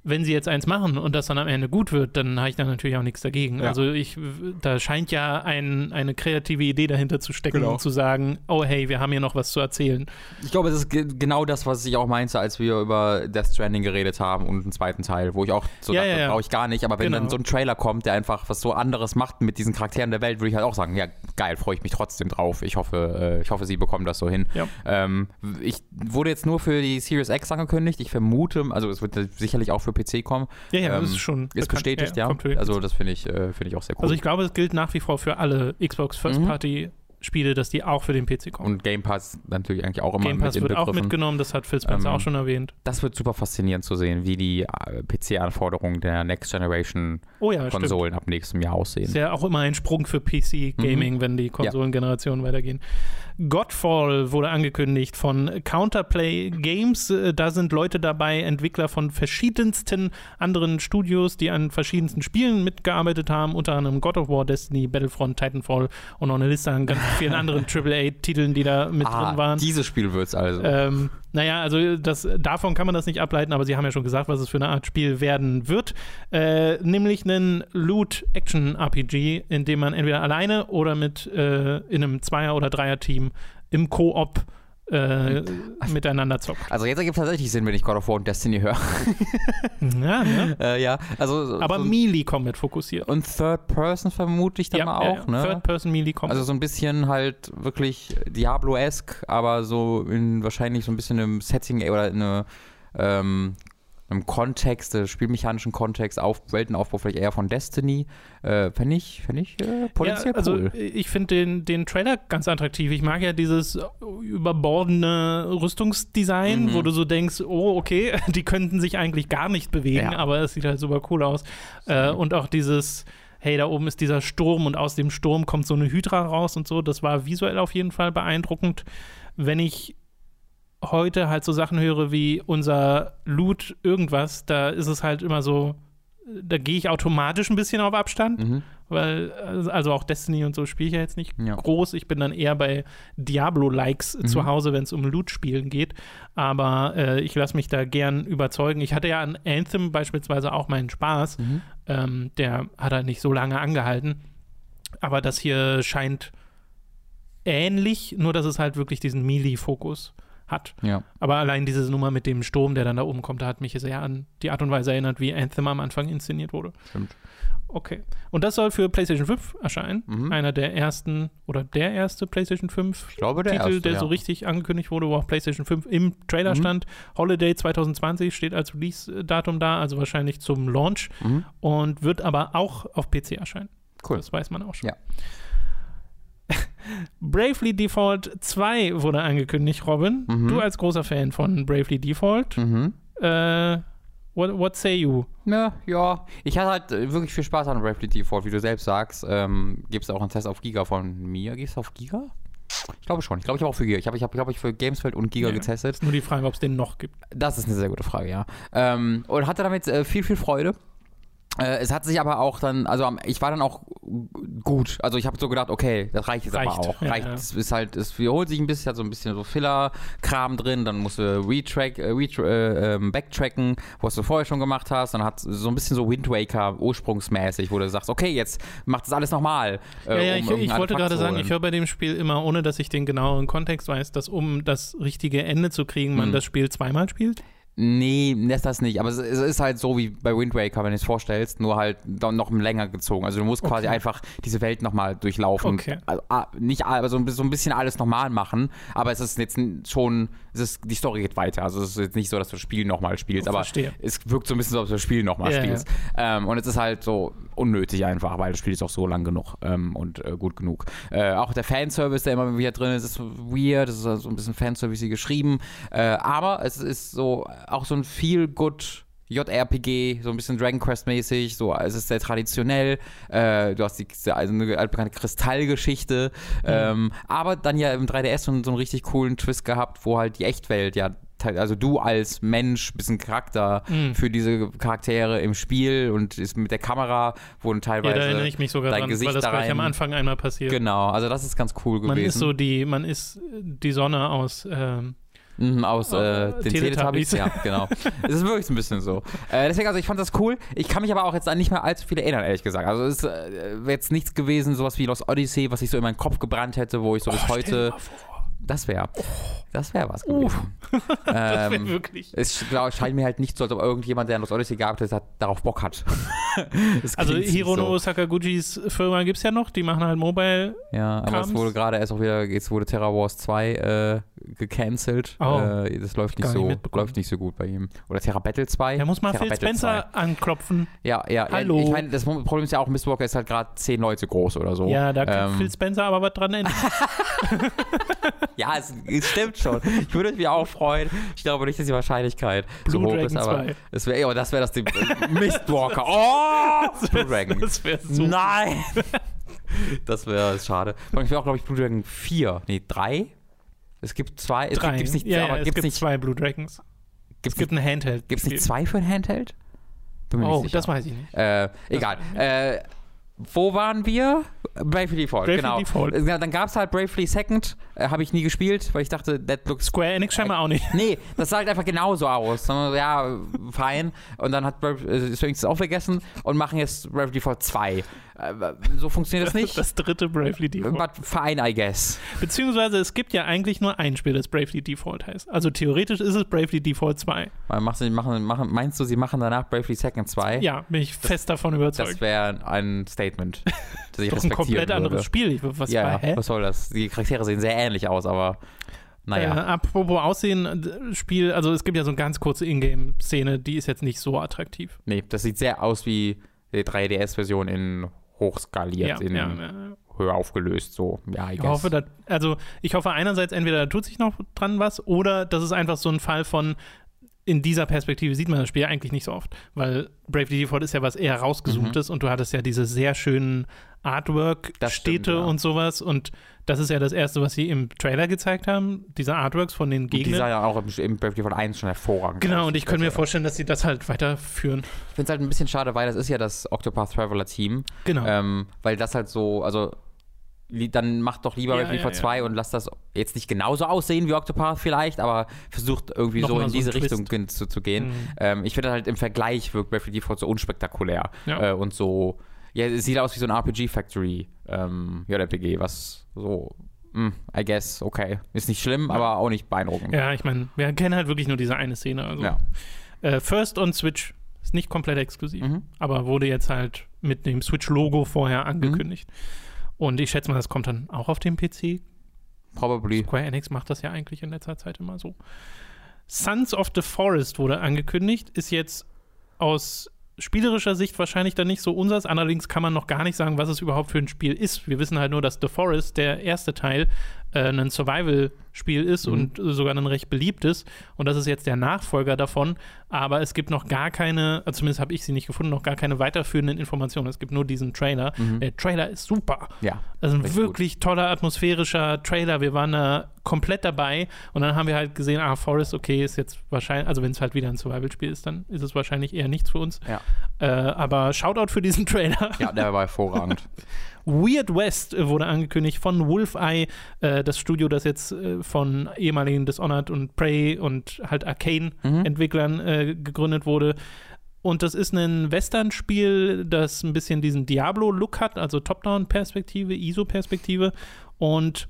wenn sie jetzt eins machen und das dann am Ende gut wird, dann habe ich da natürlich auch nichts dagegen. Ja. Also ich, da scheint ja ein, eine kreative Idee dahinter zu stecken Genau. und zu sagen, oh hey, wir haben hier noch was zu erzählen. Ich glaube, es ist ge- genau das, was ich auch meinte, als wir über Death Stranding geredet haben und einen zweiten Teil, wo ich auch so Ja, dachte, ja, ja. brauche ich gar nicht. Aber wenn Genau. dann so ein Trailer kommt, der einfach was so anderes macht mit diesen Charakteren der Welt, würde ich halt auch sagen, ja geil, freue ich mich trotzdem drauf. Ich hoffe, äh, ich hoffe, sie bekommen das so hin. Ja. Ähm, ich wurde jetzt nur für die Series X angekündigt. Ich vermute, also es wird sicherlich auch für P C kommen. Ja, ja, Ähm, das ist schon Ist bekannt. bestätigt, ja. kommt für den Also P C. das finde ich, äh, finde ich auch sehr cool. Also ich glaube, es gilt nach wie vor für alle Xbox First Party Spiele, dass die auch für den P C kommen. und Game Pass natürlich eigentlich auch immer Game Pass mit wird auch inbegriffen. mitgenommen, das hat Phil Spencer Ähm, auch schon erwähnt. Das wird super faszinierend zu sehen, wie die äh, P C-Anforderungen der Next Generation Oh ja, stimmt. Konsolen ab nächstem Jahr aussehen. Ist ja auch immer ein Sprung für P C-Gaming, Mhm. wenn die Konsolengenerationen weitergehen. Godfall wurde angekündigt von Counterplay Games. Äh, Da sind Leute dabei, Entwickler von verschiedensten anderen Studios, die an verschiedensten Spielen mitgearbeitet haben, unter anderem God of War, Destiny, Battlefront, Titanfall und noch eine Liste an ganz vielen anderen Triple A-Titeln, die da mit ah, drin waren. dieses Spiel wird's also. Ähm, naja, also das, davon kann man das nicht ableiten, aber sie haben ja schon gesagt, was es für eine Art Spiel werden wird. Äh, nämlich einen Loot-Action-R P G, in dem man entweder alleine oder mit äh, in einem Zweier- oder Dreier-Team im Koop äh, miteinander zockt. Also jetzt ergibt es tatsächlich Sinn, wenn ich God of War und Destiny höre. Ja, ne? äh, ja, also Aber so Melee Combat fokussiert. und Third Person vermute ich dann ja, mal ja, auch, ne? Third-Person Melee Combat. Also so ein bisschen halt wirklich Diablo-esque, aber so in wahrscheinlich so ein bisschen im Setting oder in eine, ähm, einem Kontext, äh, spielmechanischen Kontext, auf, Weltenaufbau vielleicht eher von Destiny. Äh, Fände ich, fänd ich äh, potenziell ja, also cool. ich finde den, den Trailer ganz attraktiv. Ich mag ja dieses überbordene Rüstungsdesign, Mhm. wo du so denkst, oh, okay, die könnten sich eigentlich gar nicht bewegen, Ja. aber es sieht halt super cool aus. Äh, und auch dieses, hey, da oben ist dieser Sturm und aus dem Sturm kommt so eine Hydra raus und so. Das war visuell auf jeden Fall beeindruckend. Wenn ich heute halt so Sachen höre wie unser Loot irgendwas, da ist es halt immer so, da gehe ich automatisch ein bisschen auf Abstand, Mhm. weil, also auch Destiny und so spiele ich ja jetzt nicht Ja. groß. Ich bin dann eher bei Diablo-Likes Mhm. zu Hause, wenn es um Loot-Spielen geht. Aber äh, ich lasse mich da gern überzeugen. Ich hatte ja an Anthem beispielsweise auch meinen Spaß. Mhm. Ähm, der hat halt nicht so lange angehalten. Aber das hier scheint ähnlich, nur dass es halt wirklich diesen Melee-Fokus hat. Ja. Aber allein diese Nummer mit dem Sturm, der dann da oben kommt, da hat mich sehr an die Art und Weise erinnert, wie Anthem am Anfang inszeniert wurde. Stimmt. Okay. Und das soll für PlayStation fünf erscheinen. Mhm. Einer der ersten oder der erste PlayStation fünf Ich glaube, der Titel, erste, der ja. so richtig angekündigt wurde, wo auch PlayStation fünf im Trailer Mhm. stand. Holiday zwanzig zwanzig steht als Release-Datum da, also wahrscheinlich zum Launch Mhm. und wird aber auch auf P C erscheinen. Cool. Das weiß man auch schon. Ja. Bravely Default zwei wurde angekündigt, Robin. Mhm. Du als großer Fan von Bravely Default. Mhm. Äh, what, what say you? Ja, ja. Ich hatte halt äh, wirklich viel Spaß an Bravely Default, wie du selbst sagst. Ähm, Gibt es auch einen Test auf Giga von mir? Gibt es auf Giga? Ich glaube schon. Ich glaube, ich habe auch für Giga. Ich habe, ich hab, glaube ich, für Gamesfeld und Giga Ja. getestet. Ist nur die Frage, ob es den noch gibt. Das ist eine sehr gute Frage, ja. Ähm, und hatte damit äh, viel, viel Freude. Äh, es hat sich aber auch dann, also am- ich war dann auch gut. Also ich habe so gedacht, okay, das reicht jetzt Reicht, aber auch. ja, reicht. ja. Es ist halt, es wiederholt sich ein bisschen, hat so ein bisschen so Filler-Kram drin, dann musst du Retrack, äh, retra äh, ähm, backtracken, was du vorher schon gemacht hast. Dann hat so ein bisschen so Wind Waker ursprungsmäßig, wo du sagst, okay, jetzt macht das alles nochmal. Äh, Ja, ja, um ich, ich irgendeinen wollte Artefakt gerade zu sagen, holen. ich höre bei dem Spiel immer, ohne dass ich den genauen Kontext weiß, dass um das richtige Ende zu kriegen, man Mhm. das Spiel zweimal spielt. Nee, das das nicht. Aber es, es ist halt so wie bei Wind Waker, wenn du es vorstellst, nur halt dann noch länger gezogen. Also du musst quasi Okay. einfach diese Welt nochmal durchlaufen. Okay. Also, ah, nicht all- also so ein bisschen alles nochmal machen, aber es ist jetzt schon, es ist, die Story geht weiter. Also es ist jetzt nicht so, dass du das Spiel nochmal spielst, aber Verstehe. es wirkt so ein bisschen so, als ob du das Spiel nochmal Ja, spielst. Ähm, und es ist halt so unnötig einfach, weil das Spiel ist auch so lang genug ähm, und äh, gut genug. Äh, auch der Fanservice, der immer wieder drin ist, ist so weird, es ist so ein bisschen Fanservice geschrieben, äh, aber es ist so auch so ein viel good J R P G, so ein bisschen Dragon Quest-mäßig, so, es ist sehr traditionell, äh, du hast die, also eine altbekannte Kristallgeschichte, ähm, aber dann ja im drei D S so, so einen richtig coolen Twist gehabt, wo halt die Echtwelt ja, also du als Mensch bist ein Charakter Mhm. für diese Charaktere im Spiel und ist mit der Kamera wurden Ja, teilweise da erinnere ich mich sogar dein dran, Gesicht weil das da gleich am rein- Anfang einmal passiert. Genau, also das ist ganz cool gewesen. Man ist so die, man ist die Sonne aus ähm, Mhm, aus äh, den Teletubbies. Teletubbies. Ja, genau. Es ist wirklich so ein bisschen so. Äh, deswegen, also ich fand das cool. Ich kann mich aber auch jetzt an nicht mehr allzu viel erinnern, ehrlich gesagt. Also es ist äh, jetzt nichts gewesen, sowas wie Lost Odyssey, was ich so in meinen Kopf gebrannt hätte, wo ich so bis Oh, heute... Das wäre, das wäre was gewesen. Uh, das wäre ähm, wirklich. Es glaub, scheint mir halt nicht so, als ob irgendjemand, der an Lost Odyssey gearbeitet hat, darauf Bock hat. Also Hirono so. Sakaguchis Firma gibt es ja noch, die machen halt Mobile. Ja, aber Krams. es wurde gerade erst auch wieder, jetzt wurde Terra Wars zwei äh, gecancelt. Oh. Äh, das läuft nicht, so, läuft nicht so gut bei ihm. Oder Terra Battle zwei. Da muss mal Terra Phil Battle Spencer zwei. Anklopfen. Ja, ja. Hallo. Ich meine, das Problem ist ja auch, Mistwalker ist halt gerade zehn Leute groß oder so. Ja, da kann ähm, Phil Spencer aber was dran ändern. Ja, es, es stimmt schon. Ich würde mich auch freuen. Ich glaube nicht, dass die Wahrscheinlichkeit Blue so hoch Dragon ist, aber zwei. es wäre, oh, das wäre das, Mistwalker. Oh! Blue Dragon. Das wäre so. Nein! Das wäre schade. Ich wäre auch, glaube ich, Blue Dragon vier. Nee, drei? Es gibt zwei. Es Drei. gibt es nicht, ja, aber ja, es gibt's gibt nicht, zwei Blue Dragons. Gibt's Es gibt ein Handheld. Gibt es nicht zwei für ein Handheld? Bin mir Oh, nicht sicher. das weiß ich nicht. Äh, egal. Äh, wo waren wir? Bravely Default, Bravely genau. Default. Äh, Dann gab es halt Bravely Second. Äh, Habe ich nie gespielt, weil ich dachte, that looks... Square Enix scheinbar auch nicht. Nee, das sah halt einfach genauso aus. Ja, fein. Und dann hat Bravely es auch vergessen und machen jetzt Bravely Default zwei. Äh, so funktioniert das nicht. Das dritte Bravely Default. But fine, I guess. Beziehungsweise es gibt ja eigentlich nur ein Spiel, das Bravely Default heißt. Also theoretisch ist es Bravely Default zwei. Machen, machen, machen, meinst du, sie machen danach Bravely Second zwei? Ja, bin ich fest davon überzeugt. Das wäre ein Statement, das ich Das ist doch ein komplett würde. anderes Spiel. Ich, was ja, war, ja, hä? was soll das? Die Charaktere sehen sehr ähnlich aus, aber naja. Äh, apropos Aussehen, Spiel, also es gibt ja so eine ganz kurze Ingame-Szene, die ist jetzt nicht so attraktiv. Nee, das sieht sehr aus wie die drei D S-Version in hochskaliert, Ja, in ja, ja. höher aufgelöst, so. Ja, I Ich guess. hoffe, dass, also ich hoffe einerseits entweder da tut sich noch dran was oder das ist einfach so ein Fall von in dieser Perspektive sieht man das Spiel eigentlich nicht so oft, weil Bravely Default ist ja was eher rausgezoomtes Mhm. und du hattest ja diese sehr schönen Artwork-Städte ja. und sowas und das ist ja das Erste, was sie im Trailer gezeigt haben, diese Artworks von den Und die Gegnern. sah ja auch im, im Bravely Default eins schon hervorragend Genau, aus. und ich könnte mir Also, vorstellen, dass sie das halt weiterführen. Ich finde es halt ein bisschen schade, weil das ist ja das Octopath Traveler Team. Genau. Ähm, weil das halt so, also li- dann macht doch lieber Ja, Bravely ja, Default ja. zwei und lasst das jetzt nicht genauso aussehen wie Octopath vielleicht, aber versucht irgendwie Noch so mal in so diese einen Twist. Richtung zu, zu gehen. Mhm. Ähm, ich finde halt im Vergleich wirkt Bravely Default so unspektakulär Ja. äh, und so, ja, es sieht aus wie so ein R P G Factory ähm, J R P G, was so, mh, I guess, okay. Ist nicht schlimm, Ja. aber auch nicht beeindruckend. Ja, ich meine, wir kennen halt wirklich nur diese eine Szene. Also. Ja. Äh, First on Switch ist nicht komplett exklusiv, Mhm. aber wurde jetzt halt mit dem Switch-Logo vorher angekündigt. Und ich schätze mal, das kommt dann auch auf dem P C. Probably. Square Enix macht das ja eigentlich in letzter Zeit immer so. Sons of the Forest wurde angekündigt, ist jetzt aus spielerischer Sicht wahrscheinlich dann nicht so unseres. Allerdings kann man noch gar nicht sagen, was es überhaupt für ein Spiel ist. Wir wissen halt nur, dass The Forest, der erste Teil, äh, ein Survival-Spiel ist Mhm. und äh, sogar ein recht beliebtes. Und das ist jetzt der Nachfolger davon. Aber es gibt noch gar keine, also zumindest habe ich sie nicht gefunden, noch gar keine weiterführenden Informationen. Es gibt nur diesen Trailer. Mhm. Der Trailer ist super. Ja. Also ein Richtig wirklich toller, atmosphärischer Trailer. Wir waren da komplett dabei und dann haben wir halt gesehen, ah, Forest, okay, ist jetzt wahrscheinlich, also wenn es halt wieder ein Survival-Spiel ist, dann ist es wahrscheinlich eher nichts für uns. Ja. Äh, aber Shoutout für diesen Trailer. Ja, der war hervorragend. Weird West äh, wurde angekündigt von Wolfeye, äh, das Studio, das jetzt äh, von ehemaligen Dishonored und Prey und halt Arcane-Entwicklern äh, gegründet wurde. Und das ist ein Western-Spiel, das ein bisschen diesen Diablo-Look hat, also Top-Down-Perspektive, I S O-Perspektive. Und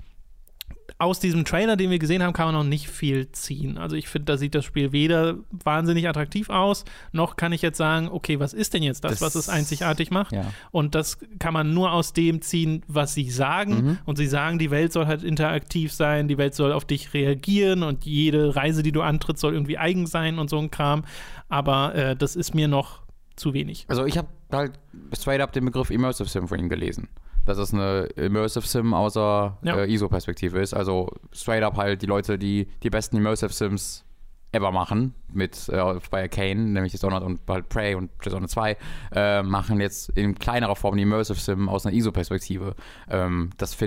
aus diesem Trailer, den wir gesehen haben, kann man noch nicht viel ziehen. Also ich finde, da sieht das Spiel weder wahnsinnig attraktiv aus, noch kann ich jetzt sagen, okay, was ist denn jetzt das, Das- was es einzigartig macht? Ja. Und das kann man nur aus dem ziehen, was sie sagen. Mhm. Und sie sagen, die Welt soll halt interaktiv sein, die Welt soll auf dich reagieren und jede Reise, die du antrittst, soll irgendwie eigen sein und so ein Kram. Aber äh, das ist mir noch zu wenig. Also ich habe halt straight up den Begriff Immersive Sim von ihm gelesen. Dass es eine Immersive Sim außer Ja. äh, I S O-Perspektive ist. Also straight up halt die Leute, die die besten Immersive Sims ever machen, mit äh, bei Arcane, nämlich Dishonored und halt Prey und Dishonored zwei, äh, machen jetzt in kleinerer Form die Immersive Sim aus einer I S O-Perspektive. Ähm, das finde ich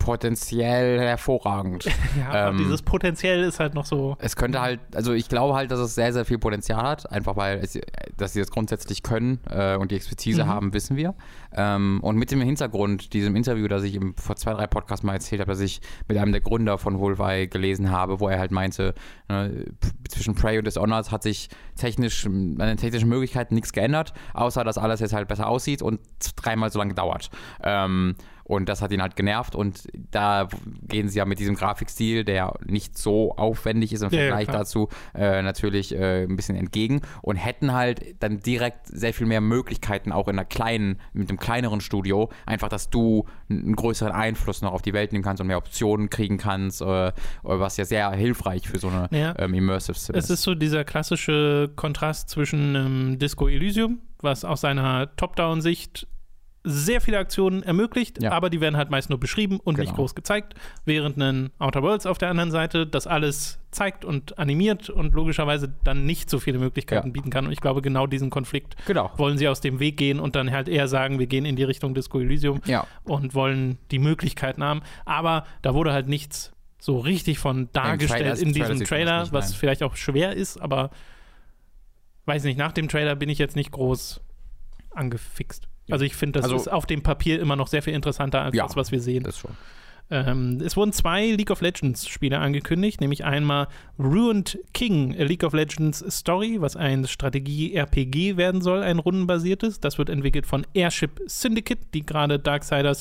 potenziell hervorragend. Ja, ähm, dieses Potenziell ist halt noch so. Es könnte halt, also ich glaube halt, dass es sehr, sehr viel Potenzial hat, einfach weil, es, dass sie das grundsätzlich können äh, und die Expertise Mhm. haben, wissen wir. Ähm, und mit dem Hintergrund, diesem Interview, das ich im, vor zwei, drei Podcasts mal erzählt habe, dass ich mit einem der Gründer von Wolfeye gelesen habe, wo er halt meinte, ne, zwischen Prey und Dishonored hat sich technisch, an den technischen Möglichkeiten nichts geändert, außer dass alles jetzt halt besser aussieht und dreimal so lange dauert. Ähm, Und das hat ihn halt genervt und da gehen sie ja mit diesem Grafikstil, der nicht so aufwendig ist im Ja, ja, Vergleich klar. dazu, äh, natürlich äh, ein bisschen entgegen und hätten halt dann direkt sehr viel mehr Möglichkeiten, auch in einer kleinen, mit einem kleineren Studio, einfach, dass du einen größeren Einfluss noch auf die Welt nehmen kannst und mehr Optionen kriegen kannst, äh, was ja sehr hilfreich für so eine Ja. ähm, Immersive Sim Es ist so dieser klassische Kontrast zwischen ähm, Disco Elysium, was aus seiner Top-Down-Sicht sehr viele Aktionen ermöglicht, Ja. aber die werden halt meist nur beschrieben und nicht Genau. groß gezeigt, während ein Outer Worlds auf der anderen Seite das alles zeigt und animiert und logischerweise dann nicht so viele Möglichkeiten Ja. bieten kann. Und ich glaube, genau diesen Konflikt Genau. wollen sie aus dem Weg gehen und dann halt eher sagen, wir gehen in die Richtung Disco Elysium Ja. und wollen die Möglichkeiten haben. Aber da wurde halt nichts so richtig von dargestellt Trailer- in Trailer diesem sieht man Trailer, nicht, was nein. vielleicht auch schwer ist, aber weiß nicht, nach dem Trailer bin ich jetzt nicht groß angefixt. Ja. Also ich finde, das Also- ist auf dem Papier immer noch sehr viel interessanter als Ja, das, was wir sehen. Das schon. Ähm, es wurden zwei League of Legends Spiele angekündigt, nämlich einmal Ruined King, a League of Legends Story, was ein Strategie-R P G werden soll, ein rundenbasiertes. Das wird entwickelt von Airship Syndicate, die gerade Darksiders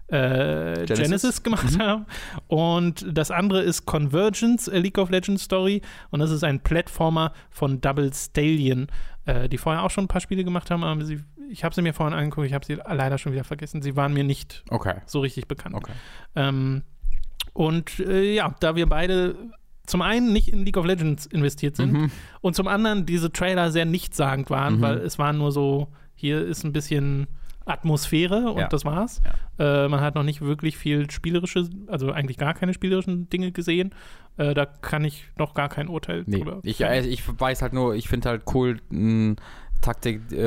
äh, Genesis. Genesis gemacht haben. Und das andere ist Convergence, a League of Legends Story. Und das ist ein Plattformer von Double Stallion, äh, die vorher auch schon ein paar Spiele gemacht haben, aber sie, ich habe sie mir vorhin angeguckt, ich habe sie leider schon wieder vergessen. Sie waren mir nicht Okay. so richtig bekannt. Okay. Ähm, und äh, ja, da wir beide zum einen nicht in League of Legends investiert sind Mhm. und zum anderen diese Trailer sehr nichtssagend waren, Mhm. weil es waren nur so, hier ist ein bisschen Atmosphäre und Ja. das war's. Äh, man hat noch nicht wirklich viel spielerische, also eigentlich gar keine spielerischen Dinge gesehen. Äh, da kann ich noch gar kein Urteil Nee, drüber ich, fällen. äh, ich weiß halt nur, ich finde halt cool, ein Taktik, äh,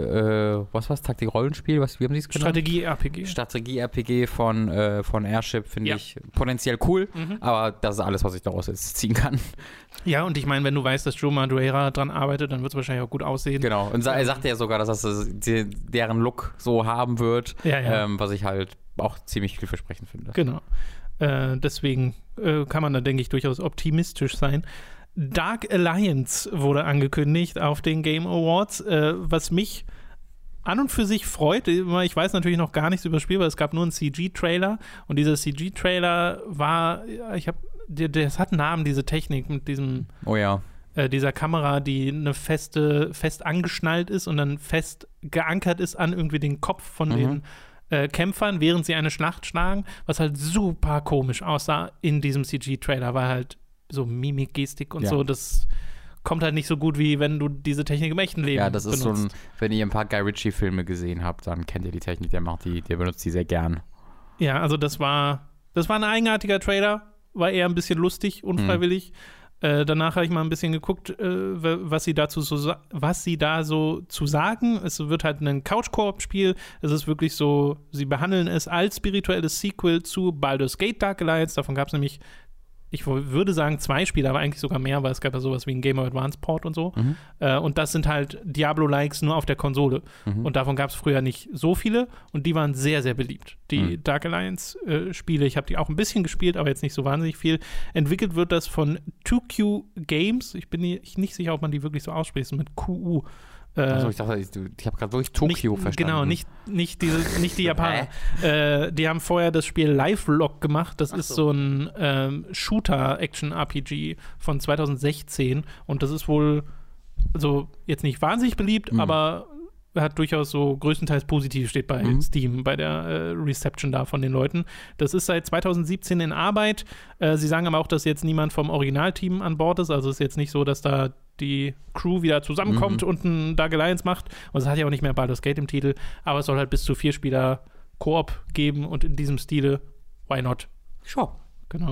äh, was war's? Taktik-Rollenspiel? Was, wie haben sie es genannt? Strategie-R P G. Strategie-R P G von, äh, von Airship finde Ja. ich potenziell cool, Mhm. aber das ist alles, was ich daraus jetzt ziehen kann. Ja, und ich meine, wenn du weißt, dass Joe Madureira dran arbeitet, dann wird es wahrscheinlich auch gut aussehen. Genau. Und sa- er sagte ja sogar, dass das äh, die, deren Look so haben wird, Ja, ja. Ähm, was ich halt auch ziemlich vielversprechend finde. Genau. Äh, deswegen äh, kann man da, denke ich, durchaus optimistisch sein. Dark Alliance wurde angekündigt auf den Game Awards, äh, was mich an und für sich freut. Ich weiß natürlich noch gar nichts über das Spiel, weil es gab nur einen C G-Trailer und dieser C G-Trailer war, ja, ich habe, das hat einen Namen, diese Technik mit diesem Oh ja. äh, dieser Kamera, die eine feste, fest angeschnallt ist und dann fest geankert ist an irgendwie den Kopf von Mhm. den äh, Kämpfern, während sie eine Schlacht schlagen, was halt super komisch aussah in diesem C G-Trailer, weil halt so Mimik, Gestik und Ja. so, das kommt halt nicht so gut, wie wenn du diese Technik im echten Leben Ja, das ist benutzt. so ein, wenn ihr ein paar Guy Ritchie-Filme gesehen habt, dann kennt ihr die Technik, der macht die, der benutzt die sehr gern. Ja, also das war, das war ein eigenartiger Trailer, war eher ein bisschen lustig, unfreiwillig. Äh, danach habe ich mal ein bisschen geguckt, äh, was sie dazu so, sa- was sie da so zu sagen. Es wird halt ein Couch-Koop-Spiel. Es ist wirklich so, sie behandeln es als spirituelles Sequel zu Baldur's Gate Dark Alliance. Davon gab es nämlich, ich w- würde sagen zwei Spiele, aber eigentlich sogar mehr, weil es gab ja sowas wie ein Game Boy Advance Port und so. Mhm. Äh, und das sind halt Diablo-Likes nur auf der Konsole. Mhm. Und davon gab es früher nicht so viele und die waren sehr, sehr beliebt. Die Mhm. Dark Alliance-Spiele, ich habe die auch ein bisschen gespielt, aber jetzt nicht so wahnsinnig viel. Entwickelt wird das von two Q Games. Ich bin nicht nicht sicher, ob man die wirklich so ausspricht, mit Q U. Äh, Also ich dachte, ich, ich habe gerade wirklich Tokio nicht, verstanden. Genau, nicht, nicht, diese, nicht die Japaner. äh, die haben vorher das Spiel Live-Log gemacht. Das Ach ist so. so ein ähm, Shooter-Action-R P G von zwanzig sechzehn. Und das ist wohl, also jetzt nicht wahnsinnig beliebt, Mhm. aber hat durchaus so größtenteils positiv, steht bei Mhm. Steam, bei der äh, Reception da von den Leuten. Das ist seit zwanzig siebzehn in Arbeit. Äh, sie sagen aber auch, dass jetzt niemand vom Originalteam an Bord ist. Also es ist jetzt nicht so, dass da die Crew wieder zusammenkommt Mhm. und ein Dark Alliance macht. Und es hat ja auch nicht mehr Baldur's Gate im Titel. Aber es soll halt bis zu vier Spieler Koop geben und in diesem Stile, why not? Sure. Genau.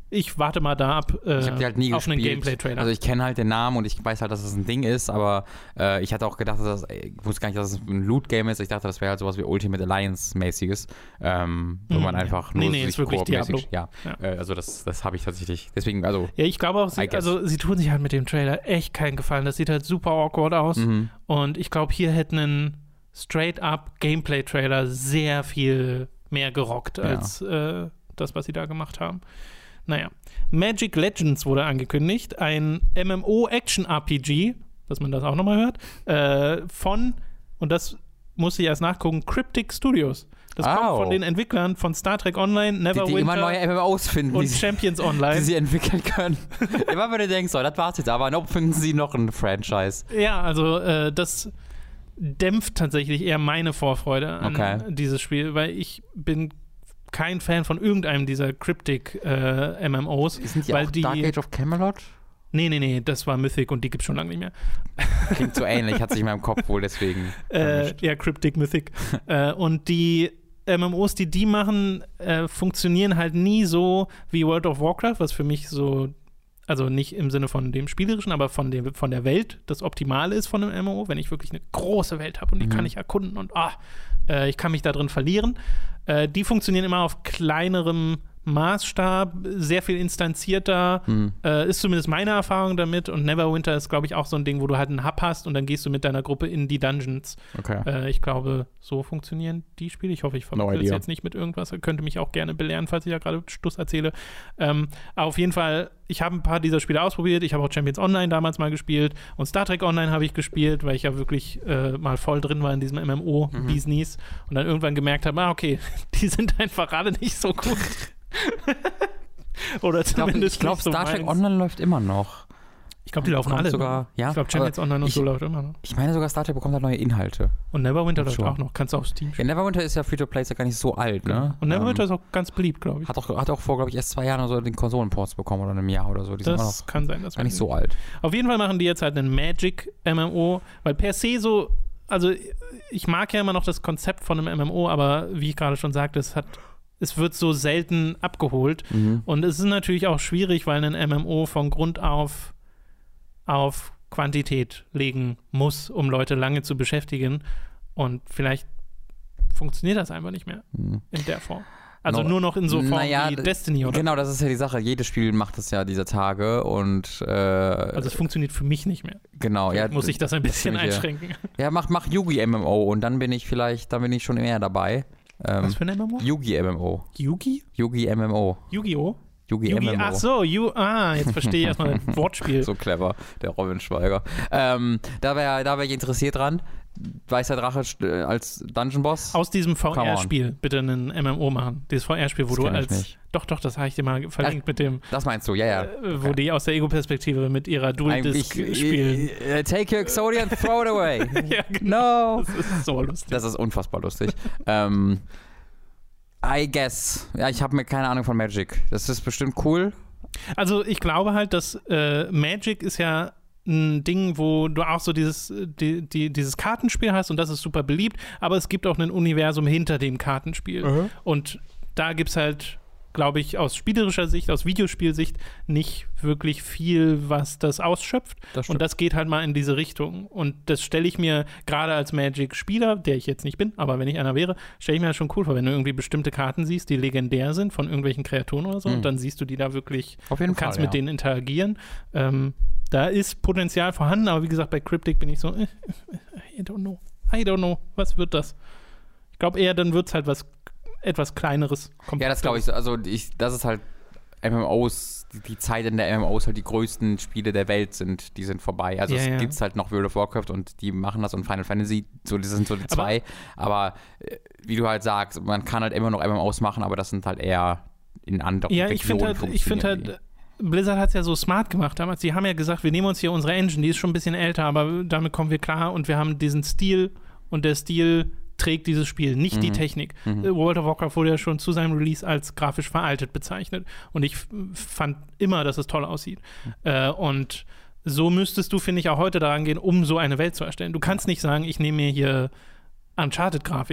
ich warte mal da ab äh, ich hab die halt nie auf einen gespielt. Gameplay-Trailer. Also ich kenne halt den Namen und ich weiß halt, dass es das ein Ding ist, aber äh, ich hatte auch gedacht, dass das, ich wusste gar nicht, dass es ein Loot-Game ist. Ich dachte, das wäre halt sowas wie Ultimate Alliance-mäßiges, ähm, wo Mhm, man einfach ja. nur Nee, nee, sich ist wirklich koop-mäßig- Diablo. Ja, Ja. Äh, also das, das habe ich tatsächlich. Deswegen, also. Ja, ich glaube auch, sie, I guess. also, sie tun sich halt mit dem Trailer echt keinen Gefallen. Das sieht halt super awkward aus. Mhm. Und ich glaube, hier hätten ein straight-up Gameplay-Trailer sehr viel mehr gerockt Ja. als äh, das, was sie da gemacht haben. Naja. Magic Legends wurde angekündigt. Ein M M O-Action-R P G, dass man das auch nochmal hört, äh, von, und das musste ich erst nachgucken, Cryptic Studios. Das Oh. kommt von den Entwicklern von Star Trek Online, Die, die Neverwinter immer neue M M Os finden, und die sie, Champions die Online. sie entwickeln können. Immer wenn du denkst, so, das war's jetzt, aber nope, finden sie noch ein Franchise. Ja, also äh, das dämpft tatsächlich eher meine Vorfreude an Okay. dieses Spiel, weil ich bin kein Fan von irgendeinem dieser Cryptic äh, M M Os. Sind die weil auch die, Dark Age of Camelot? Nee, nee, nee, das war Mythic und die gibt's schon lange nicht mehr. Klingt so ähnlich, hat sich in meinem Kopf wohl deswegen Äh, vermischt. ja, Cryptic Mythic. äh, und die M M Os, die die machen, äh, funktionieren halt nie so wie World of Warcraft, was für mich so, also nicht im Sinne von dem Spielerischen, aber von, dem, von der Welt das Optimale ist von einem M M O, wenn ich wirklich eine große Welt habe und die Mhm. kann ich erkunden und ah, äh, ich kann mich da drin verlieren. Äh, die funktionieren immer auf kleinerem Maßstab, sehr viel instanzierter, Hm. äh, ist zumindest meine Erfahrung damit. Und Neverwinter ist, glaube ich, auch so ein Ding, wo du halt einen Hub hast und dann gehst du mit deiner Gruppe in die Dungeons. Okay. Äh, ich glaube, so funktionieren die Spiele. Ich hoffe, ich No verwechsel es idea. jetzt nicht mit irgendwas. Ihr könnt mich auch gerne belehren, falls ich ja gerade Stuss erzähle. Ähm, aber auf jeden Fall, ich habe ein paar dieser Spiele ausprobiert. Ich habe auch Champions Online damals mal gespielt und Star Trek Online habe ich gespielt, weil ich ja wirklich äh, mal voll drin war in diesem M M O-Business und dann irgendwann gemerkt habe, ah, okay, die sind einfach alle nicht so gut. Oder Ich glaube, zumindest glaub, nicht so Star Trek meins. Online läuft immer noch. Ich glaube, die laufen Kommt alle. sogar, ja, ich glaube, Champions Online und ich- so läuft immer noch. Ich meine sogar, Star Trek bekommt halt neue Inhalte. Und Neverwinter läuft Sure. auch noch. Kannst du auf Steam Ja, spielen. Neverwinter ist ja Free-to-Play, ist ja gar nicht so alt, ne? Und Neverwinter Ähm, ist auch ganz beliebt, glaube ich. hat, auch, hat auch vor, glaube ich, erst zwei Jahren oder so den Konsolenports bekommen oder einem Jahr oder so. Die sind auch Das noch kann sein. Das gar nicht weiß ich so alt. Auf jeden Fall machen die jetzt halt einen Magic-M M O, weil per se so, also ich mag ja immer noch das Konzept von einem M M O, aber wie ich gerade schon sagte, es hat, es wird so selten abgeholt. Mhm. Und es ist natürlich auch schwierig, weil ein M M O von Grund auf auf Quantität legen muss, um Leute lange zu beschäftigen. Und vielleicht funktioniert das einfach nicht mehr Mhm. in der Form. Also No- nur noch in so Form Naja, wie d- Destiny oder Genau, das ist ja die Sache. Jedes Spiel macht das ja dieser Tage und äh, Also es funktioniert für mich nicht mehr. genau, ja. Muss ich das ein bisschen finde ich, ja. einschränken. Ja, mach, mach Yugi M M O und dann bin ich vielleicht, dann bin ich schon eher dabei. Ähm, Was für ein M M O? Yugi M M O. Yugi? Yugi M M O. Yu-Gi-Oh? Yugi, Yugi, M M O. ach so, Yu, ah, jetzt verstehe ich erstmal ein Wortspiel. So clever, der Robin Schweiger. Ähm, da wäre da wär ich interessiert dran. Weißer Drache äh, als Dungeon Boss. Aus diesem Come on. V R-Spiel bitte einen M M O machen. Dieses V R-Spiel, wo Das du kenn ich als. nicht. Doch, doch, das habe ich dir mal verlinkt mit dem, Das meinst du, ja, ja. äh, wo die aus der Ego-Perspektive mit ihrer Dual-Disc Eigentlich, spielen. äh, äh, take your Exodia and throw it away. Ja, genau. No. Das ist so lustig. Das ist unfassbar lustig. ähm, I guess. Ja, ich habe mir keine Ahnung von Magic. Das ist bestimmt cool. Also ich glaube halt, dass äh, Magic ist ja ein Ding, wo du auch so dieses, die, die, dieses Kartenspiel hast und das ist super beliebt, aber es gibt auch ein Universum hinter dem Kartenspiel. Und da gibt es halt, glaube ich, aus spielerischer Sicht, aus Videospielsicht nicht wirklich viel, was das ausschöpft. Das Und das geht halt mal in diese Richtung. Und das stelle ich mir gerade als Magic-Spieler, der ich jetzt nicht bin, aber wenn ich einer wäre, stelle ich mir das schon cool vor, wenn du irgendwie bestimmte Karten siehst, die legendär sind von irgendwelchen Kreaturen oder so, Mhm. und dann siehst du die da wirklich, Auf jeden du kannst Fall, mit ja. denen interagieren. Ähm, da ist Potenzial vorhanden, aber wie gesagt, bei Cryptic bin ich so, äh, I don't know, I don't know, was wird das? Ich glaube eher, dann wird es halt was etwas Kleineres. Ja, das glaube ich so. Also ich, das ist halt M M Os, die, die Zeit, in der M M Os halt die größten Spiele der Welt sind, die sind vorbei. Also Ja, es ja. gibt halt noch World of Warcraft und die machen das und Final Fantasy, so, das sind so die zwei. Aber, äh, wie du halt sagst, man kann halt immer noch M M Os machen, aber das sind halt eher in anderen Ja, ich finde halt, ich finde halt, Blizzard hat es ja so smart gemacht damals. Die haben ja gesagt, wir nehmen uns hier unsere Engine, die ist schon ein bisschen älter, aber damit kommen wir klar und wir haben diesen Stil und der Stil trägt dieses Spiel, nicht Mhm. die Technik. Mhm. Äh, World of Warcraft wurde ja schon zu seinem Release als grafisch veraltet bezeichnet und ich f- fand immer, dass es toll aussieht. Mhm. Äh, und so müsstest du, finde ich, auch heute daran gehen, um so eine Welt zu erstellen. Du kannst nicht sagen, ich nehme mir hier Uncharted-Grafik,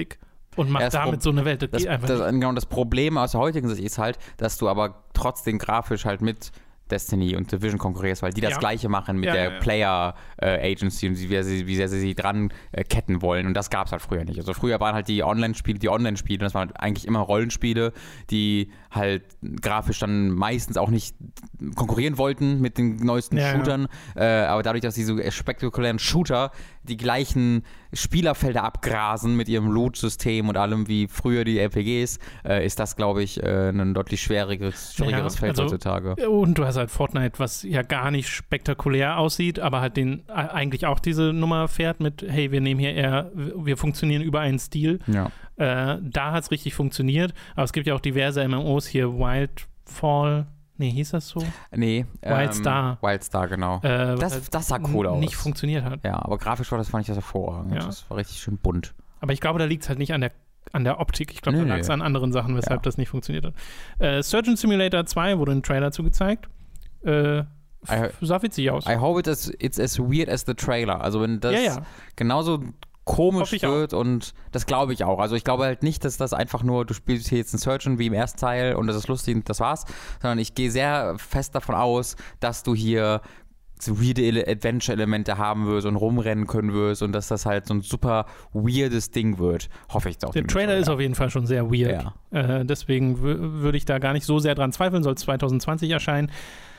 und macht Ja, das damit Pro- so eine Welt. Das, Das, geht einfach das, nicht. genau, das Problem aus der heutigen Sicht ist halt, dass du aber trotzdem grafisch halt mit Destiny und Division konkurrierst, weil die das Ja. Gleiche machen mit Ja, der ja, ja. Player äh, Agency und wie sehr sie, wie sehr sie sie dran äh, ketten wollen. Und das gab es halt früher nicht. Also früher waren halt die Online-Spiele, die Online-Spiele, das waren halt eigentlich immer Rollenspiele, die halt grafisch dann meistens auch nicht konkurrieren wollten mit den neuesten Ja, ja. Shootern. Äh, aber dadurch, dass diese spektakulären Shooter die gleichen Spielerfelder abgrasen mit ihrem Loot-System und allem wie früher die R P Gs, äh, ist das, glaube ich, äh, ein deutlich schwierigeres, schwierigeres Ja, Feld also- heutzutage. Und du hast halt Fortnite, was ja gar nicht spektakulär aussieht, aber halt den äh, eigentlich auch diese Nummer fährt mit, hey, wir nehmen hier eher, wir funktionieren über einen Stil. Ja. Äh, da hat es richtig funktioniert, aber es gibt ja auch diverse M M Os hier, Wildfall, nee, hieß das so? Nee. Wildstar. Ähm, Wildstar, genau. Äh, was das, halt das sah cool n- aus. nicht funktioniert hat. Ja, aber grafisch war das, fand ich das hervorragend. Ja. Das war richtig schön bunt. Aber ich glaube, da liegt es halt nicht an der, an der Optik. Ich glaube, Nee, da lag es nee. an anderen Sachen, weshalb Ja. das nicht funktioniert hat. Äh, Surgeon Simulator zwei wurde ein Trailer zugezeigt. Äh, f- I- sah witzig aus. I hope it is, it's as weird as the trailer. Also wenn das ja, ja. genauso komisch Hoffe ich wird und das glaube ich auch. Also ich glaube halt nicht, dass das einfach nur, du spielst hier jetzt einen Surgeon wie im ersten Teil und das ist lustig und das war's, sondern ich gehe sehr fest davon aus, dass du hier so weirde Ele- Adventure-Elemente haben wirst und rumrennen können wirst und dass das halt so ein super weirdes Ding wird. Hoffe ich doch. Der Trailer ist auf jeden Fall schon sehr weird. Ja. Äh, deswegen w- würde ich da gar nicht so sehr dran zweifeln, soll zwanzig zwanzig erscheinen.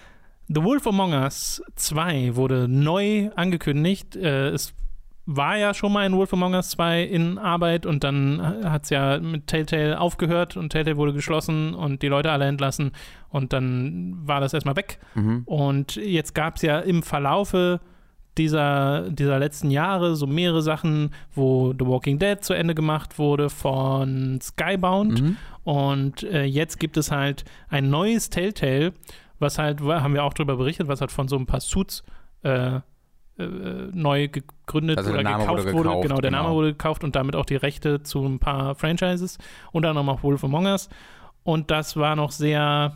The Wolf Among Us zwei wurde neu angekündigt. Äh, es war ja schon mal ein Wolf Among Us zwei in Arbeit und dann hat es ja mit Telltale aufgehört und Telltale wurde geschlossen und die Leute alle entlassen und dann war das erstmal weg. Mhm. Und jetzt gab es ja im Verlaufe dieser, dieser letzten Jahre so mehrere Sachen, wo The Walking Dead zu Ende gemacht wurde von Skybound. Mhm. Und äh, jetzt gibt es halt ein neues Telltale, was halt, haben wir auch darüber berichtet, was halt von so ein paar Suits äh, äh, neu gegründet Also der oder Name gekauft wurde wurde. gekauft, Genau, der Name genau. wurde gekauft und damit auch die Rechte zu ein paar Franchises, unter anderem auch Wolf Among Us. Und das war noch sehr,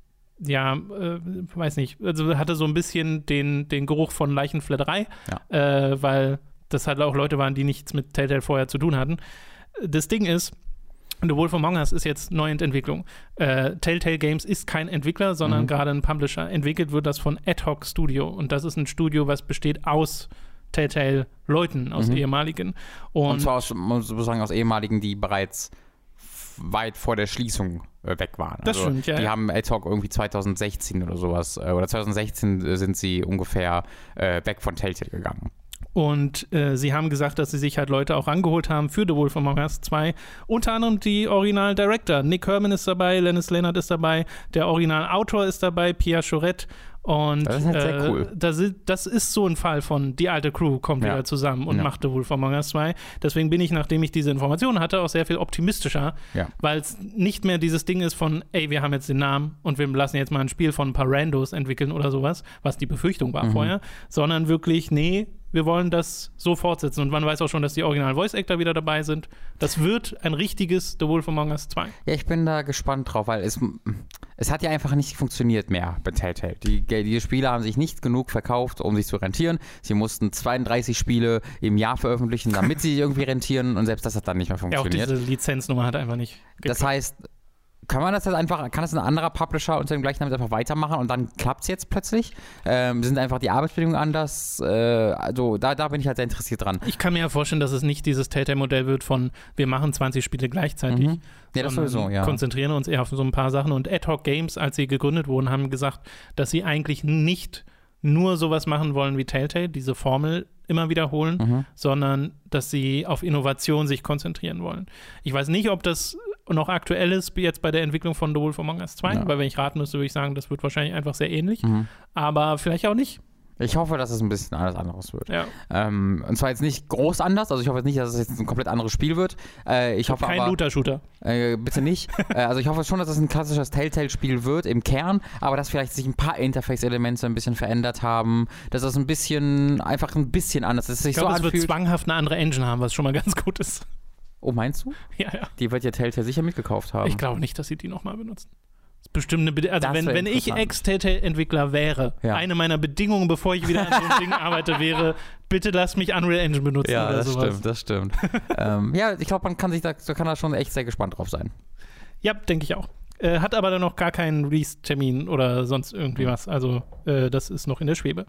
ja, äh, weiß nicht, also hatte so ein bisschen den, den Geruch von Leichenfledderei, äh, weil das halt auch Leute waren, die nichts mit Telltale vorher zu tun hatten. Das Ding ist, The Wolf Among Us ist jetzt neu in Entwicklung. Äh, Telltale Games ist kein Entwickler, sondern Mhm. gerade ein Publisher. Entwickelt wird das von Ad Hoc Studio und das ist ein Studio, was besteht aus Telltale-Leuten, aus Mhm. ehemaligen. Und, Und, zwar aus, man muss sagen, aus ehemaligen, die bereits f- weit vor der Schließung äh, weg waren. Das also, stimmt, ja, Die ja. haben Ad Hoc irgendwie zwanzig sechzehn oder sowas, äh, oder zwanzig sechzehn äh, sind sie ungefähr äh, weg von Telltale gegangen. Und äh, sie haben gesagt, dass sie sich halt Leute auch rangeholt haben für The Wolf Among Us zwei. Unter anderem die Original-Director. Nick Herman ist dabei, Lennis Leonard ist dabei, der Original-Autor ist dabei, Pia Choret. Und Das ist halt sehr äh, cool. Das, ist, das ist so ein Fall von die alte Crew kommt Ja. wieder zusammen und Ja. macht The Wolf Among Us zwei. Deswegen bin ich, nachdem ich diese Informationen hatte, auch sehr viel optimistischer, Ja. weil es nicht mehr dieses Ding ist von, ey, wir haben jetzt den Namen und wir lassen jetzt mal ein Spiel von ein paar Randos entwickeln oder sowas, was die Befürchtung war Mhm. vorher, sondern wirklich, nee, wir wollen das so fortsetzen. Und man weiß auch schon, dass die Original-Voice-Actor wieder dabei sind. Das wird ein richtiges The Wolf Among Us zwei. Ja, ich bin da gespannt drauf, weil es, es hat ja einfach nicht funktioniert mehr bei Telltale. Die, die Spiele haben sich nicht genug verkauft, um sich zu rentieren. Sie mussten zweiunddreißig Spiele im Jahr veröffentlichen, damit sie irgendwie rentieren und selbst das hat dann nicht mehr Ja, auch funktioniert. diese Lizenznummer hat einfach nicht Das heißt, kann man das jetzt einfach, kann das ein anderer Publisher unter dem gleichen Namen einfach weitermachen und dann klappt es jetzt plötzlich? Ähm, sind einfach die Arbeitsbedingungen anders? Äh, also da, da bin ich halt sehr interessiert dran. Ich kann mir ja vorstellen, dass es nicht dieses Telltale-Modell wird von, wir machen zwanzig Spiele gleichzeitig. Mhm. Ja, das sondern sowieso, ja. konzentrieren uns eher auf so ein paar Sachen. Und Ad Hoc Games, als sie gegründet wurden, haben gesagt, dass sie eigentlich nicht nur sowas machen wollen wie Telltale, diese Formel immer wiederholen, Mhm. sondern dass sie auf Innovation sich konzentrieren wollen. Ich weiß nicht, ob das noch aktuell ist jetzt bei der Entwicklung von The Wolf Among Us zwei, Ja. weil wenn ich raten müsste, würde ich sagen, das wird wahrscheinlich einfach sehr ähnlich, Mhm. aber vielleicht auch nicht. Ich hoffe, dass es ein bisschen alles anderes wird. Ja. Ähm, und zwar jetzt nicht groß anders, also ich hoffe jetzt nicht, dass es jetzt ein komplett anderes Spiel wird. Äh, ich hoffe Kein aber, Looter-Shooter. Äh, bitte nicht. äh, also ich hoffe schon, dass es ein klassisches Telltale-Spiel wird im Kern, aber dass vielleicht sich ein paar Interface-Elemente ein bisschen verändert haben, dass es ein bisschen, einfach ein bisschen anders ist. Es sich Ich glaube, so es wird anfühlt. zwanghaft eine andere Engine haben, was schon mal ganz gut ist. Oh, meinst du? Ja, ja. Die wird ja Telltale sicher mitgekauft haben. Ich glaube nicht, dass sie die nochmal benutzen. Bestimmt eine Bedi- also Das wenn, wär wenn ich interessant. Ex-Telltale-Entwickler wäre, Ja. eine meiner Bedingungen, bevor ich wieder an so einem Ding arbeite, wäre, bitte lass mich Unreal Engine benutzen Ja, oder das sowas. stimmt, das stimmt. ähm, ja, ich glaube, man kann sich da, da kann da schon echt sehr gespannt drauf sein. Ja, denke ich auch. Äh, hat aber dann noch gar keinen Release-Termin oder sonst irgendwie was. Also äh, das ist noch in der Schwebe.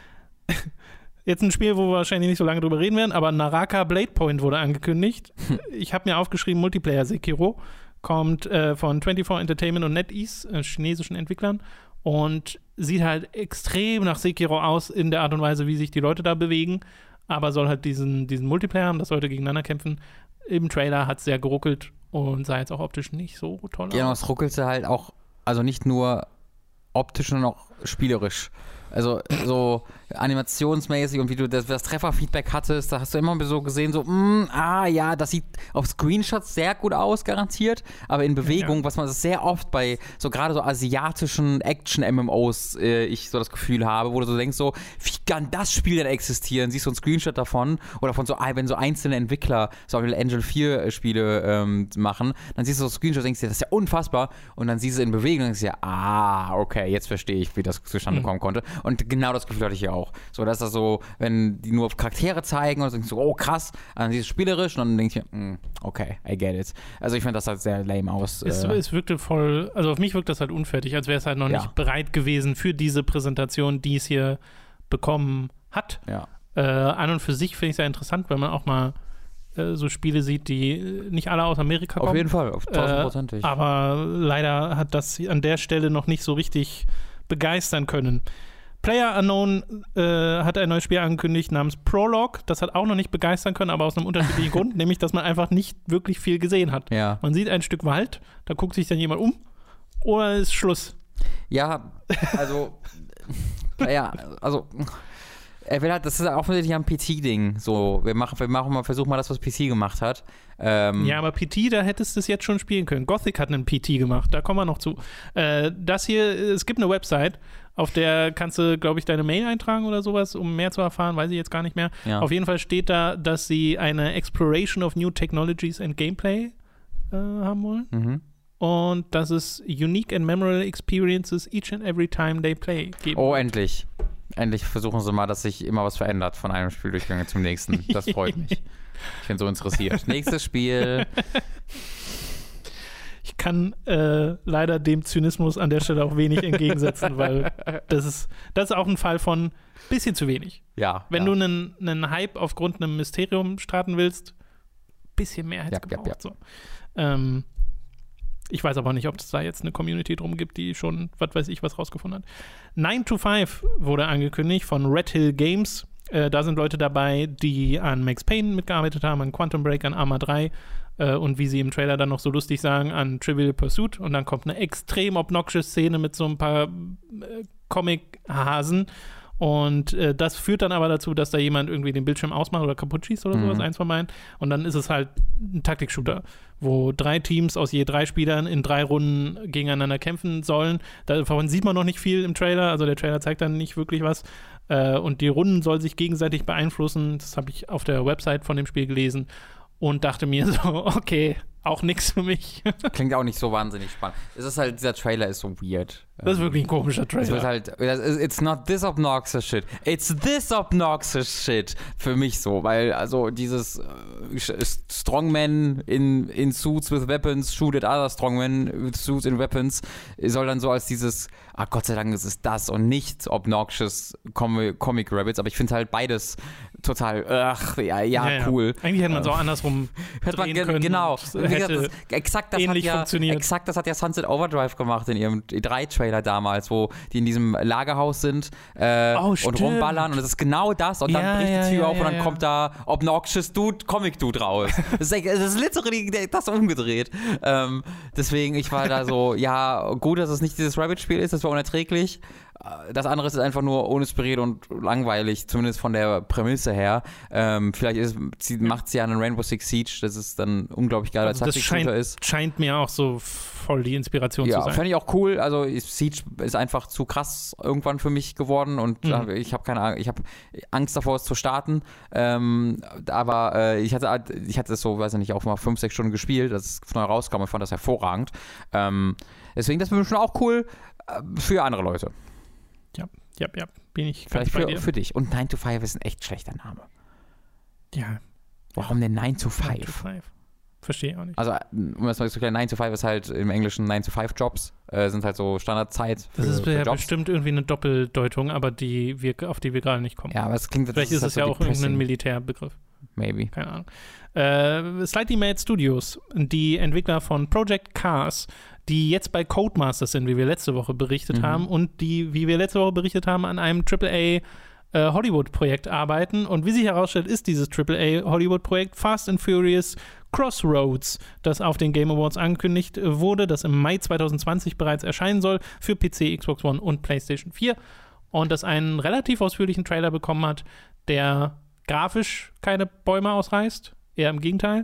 Jetzt ein Spiel, wo wir wahrscheinlich nicht so lange drüber reden werden, aber Naraka Blade Point wurde angekündigt. Ich habe mir aufgeschrieben, Multiplayer Sekiro kommt äh, von vierundzwanzig Entertainment und NetEase, äh, chinesischen Entwicklern, und sieht halt extrem nach Sekiro aus in der Art und Weise, wie sich die Leute da bewegen, aber soll halt diesen, diesen Multiplayer haben, dass Leute gegeneinander kämpfen. Im Trailer hat es sehr geruckelt und sah jetzt auch optisch nicht so toll Ja, aus. es ruckelte halt auch, also nicht nur optisch, sondern auch spielerisch. Also so animationsmäßig und wie du das, das Trefferfeedback hattest, da hast du immer so gesehen, so, mm, ah ja, das sieht auf Screenshots sehr gut aus, garantiert, aber in Bewegung, Ja. was man sehr oft bei so gerade so asiatischen Action-M M Os äh, ich so das Gefühl habe, wo du so denkst, so, wie kann das Spiel denn existieren? Siehst du einen Screenshot davon oder von so, wenn so einzelne Entwickler so Engine vier Spiele ähm, machen, dann siehst du so Screenshots und denkst dir, das ist ja unfassbar, und dann siehst du in Bewegung und denkst dir, ah, okay, jetzt verstehe ich, wie das zustande Mhm. kommen konnte. Und genau das Gefühl hatte ich hier auch. So, dass das so, wenn die nur Charaktere zeigen und so, denkst du, oh krass, dann siehst du spielerisch und dann denkst du, mm, okay, I get it. Also ich finde, das halt sehr lame aus. Es, äh, es wirkte voll, also auf mich wirkt das halt unfertig, als wäre es halt noch Ja. nicht bereit gewesen für diese Präsentation, die es hier bekommen hat. ja. Äh, an und für sich finde ich sehr interessant, wenn man auch mal äh, so Spiele sieht, die äh, nicht alle aus Amerika kommen. Auf jeden Fall, auf tausendprozentig. Äh, aber leider hat das an der Stelle noch nicht so richtig begeistern können. Player Unknown äh, hat ein neues Spiel angekündigt namens Prologue. Das hat auch noch nicht begeistern können, aber aus einem unterschiedlichen Grund, nämlich, dass man einfach nicht wirklich viel gesehen hat. ja. Man sieht ein Stück Wald, da guckt sich dann jemand um oder ist Schluss. Ja, also, ja, also, er will halt, das ist offensichtlich ein P T-Ding. So, wir machen, wir machen mal, versuchen mal das, was P C gemacht hat. Ähm, Ja, aber P T, da hättest du es jetzt schon spielen können. Gothic hat einen P T gemacht, da kommen wir noch zu. Äh, das hier, es gibt eine Website, auf der kannst du, glaube ich, deine Mail eintragen oder sowas, um mehr zu erfahren, weiß ich jetzt gar nicht mehr. Ja. Auf jeden Fall steht da, dass sie eine Exploration of New Technologies and Gameplay äh, haben wollen. Mhm. Und dass es unique and memorable experiences each and every time they play geben. Oh, endlich. Endlich versuchen sie mal, dass sich immer was verändert von einem Spieldurchgang zum nächsten. Das freut mich. Ich bin so interessiert. Nächstes Spiel. Ich kann äh, leider dem Zynismus an der Stelle auch wenig entgegensetzen, weil das ist, das ist auch ein Fall von bisschen zu wenig. Ja. Wenn ja. du einen, einen Hype aufgrund einem Mysterium starten willst, bisschen mehr hätte Ja, es ja, gebraucht. So. Ähm, ich weiß aber nicht, ob es da jetzt eine Community drum gibt, die schon, was weiß ich, was rausgefunden hat. nine to five wurde angekündigt von Red Hill Games. Äh, da sind Leute dabei, die an Max Payne mitgearbeitet haben, an Quantum Break, an Arma drei äh, und wie sie im Trailer dann noch so lustig sagen, an Trivial Pursuit. Und dann kommt eine extrem obnoxious Szene mit so ein paar äh, Comic-Hasen. Und äh, das führt dann aber dazu, dass da jemand irgendwie den Bildschirm ausmacht oder kaputt schießt oder Mhm. sowas, eins von beiden. Und dann ist es halt ein Taktik-Shooter, wo drei Teams aus je drei Spielern in drei Runden gegeneinander kämpfen sollen. Davon sieht man noch nicht viel im Trailer, also der Trailer zeigt dann nicht wirklich was. Äh, und die Runden sollen sich gegenseitig beeinflussen. Das habe ich auf der Website von dem Spiel gelesen und dachte mir so, okay, auch nichts für mich. Klingt auch nicht so wahnsinnig spannend. Es ist halt, dieser Trailer ist so weird. Das ist wirklich ein komischer Es wird Trailer. halt, it's not this obnoxious shit. It's this obnoxious shit. Für mich so, weil, also, dieses äh, Strongman in, in Suits with Weapons, shoot at other Strongmen with Suits and Weapons, soll dann so als dieses, ah, Gott sei Dank ist es das und nicht obnoxious Com- Comic Rabbits, aber ich finde halt beides total, ach, ja, ja, cool. Eigentlich hätte man es auch andersrum Hätte man drehen ge- können. genau. und Wie gesagt, hätte das, exakt, das hat ähnlich ja, funktioniert. exakt das hat ja Sunset Overdrive gemacht in ihrem E drei Trailer damals, wo die in diesem Lagerhaus sind äh, Oh, und stimmt. rumballern und es ist genau das und Ja, dann bricht ja, die Tür ja, auf ja, und dann ja. kommt da Obnoxious Dude, Comic Dude raus. Das ist, echt- das ist literally das umgedreht. Ähm, deswegen, ich war da so, ja, gut, dass es nicht dieses Rabbit-Spiel ist, das war unerträglich. Das andere ist einfach nur uninspiriert und langweilig, zumindest von der Prämisse her. Ähm, vielleicht ist, sie, macht sie ja einen Rainbow Six Siege, das ist dann unglaublich geiler Also das Taktik-Shooter scheint, ist. scheint mir auch so voll die Inspiration Ja, zu sein. fände ich auch cool. Also Siege ist einfach zu krass irgendwann für mich geworden und Mhm. ich habe keine Ahnung, ich habe Angst davor, es zu starten. Ähm, aber äh, ich hatte ich hatte es so, weiß ich nicht, auch mal fünf, sechs Stunden gespielt, als es neu rauskam und fand das hervorragend. Ähm, Deswegen, das wäre schon auch cool äh, für andere Leute. Ja, ja, ja, bin ich Vielleicht ganz bei für, dir. für dich. Und nine to five ist ein echt schlechter Name. Ja. Warum denn nine to five? nine to five. Verstehe ich auch nicht. Also, um das mal zu klären, nine to five ist halt im Englischen nine to five Jobs, äh, sind halt so Standardzeit für, Das ist für ja Jobs. bestimmt irgendwie eine Doppeldeutung, aber die wir, auf die wir gerade nicht kommen. Ja, aber es klingt... Vielleicht ist halt es ja so auch irgendein depressing. Militärbegriff. Maybe. Keine Ahnung. Äh, Slightly Mad Studios, die Entwickler von Project Cars, die jetzt bei Codemasters sind, wie wir letzte Woche berichtet Mhm. haben, und die, wie wir letzte Woche berichtet haben, an einem Triple A äh, Hollywood-Projekt arbeiten. Und wie sich herausstellt, ist dieses Triple A Hollywood-Projekt Fast and Furious Crossroads, das auf den Game Awards angekündigt wurde, das im Mai zwanzig zwanzig bereits erscheinen soll für P C, Xbox One und PlayStation vier. Und das einen relativ ausführlichen Trailer bekommen hat, der grafisch keine Bäume ausreißt, eher im Gegenteil.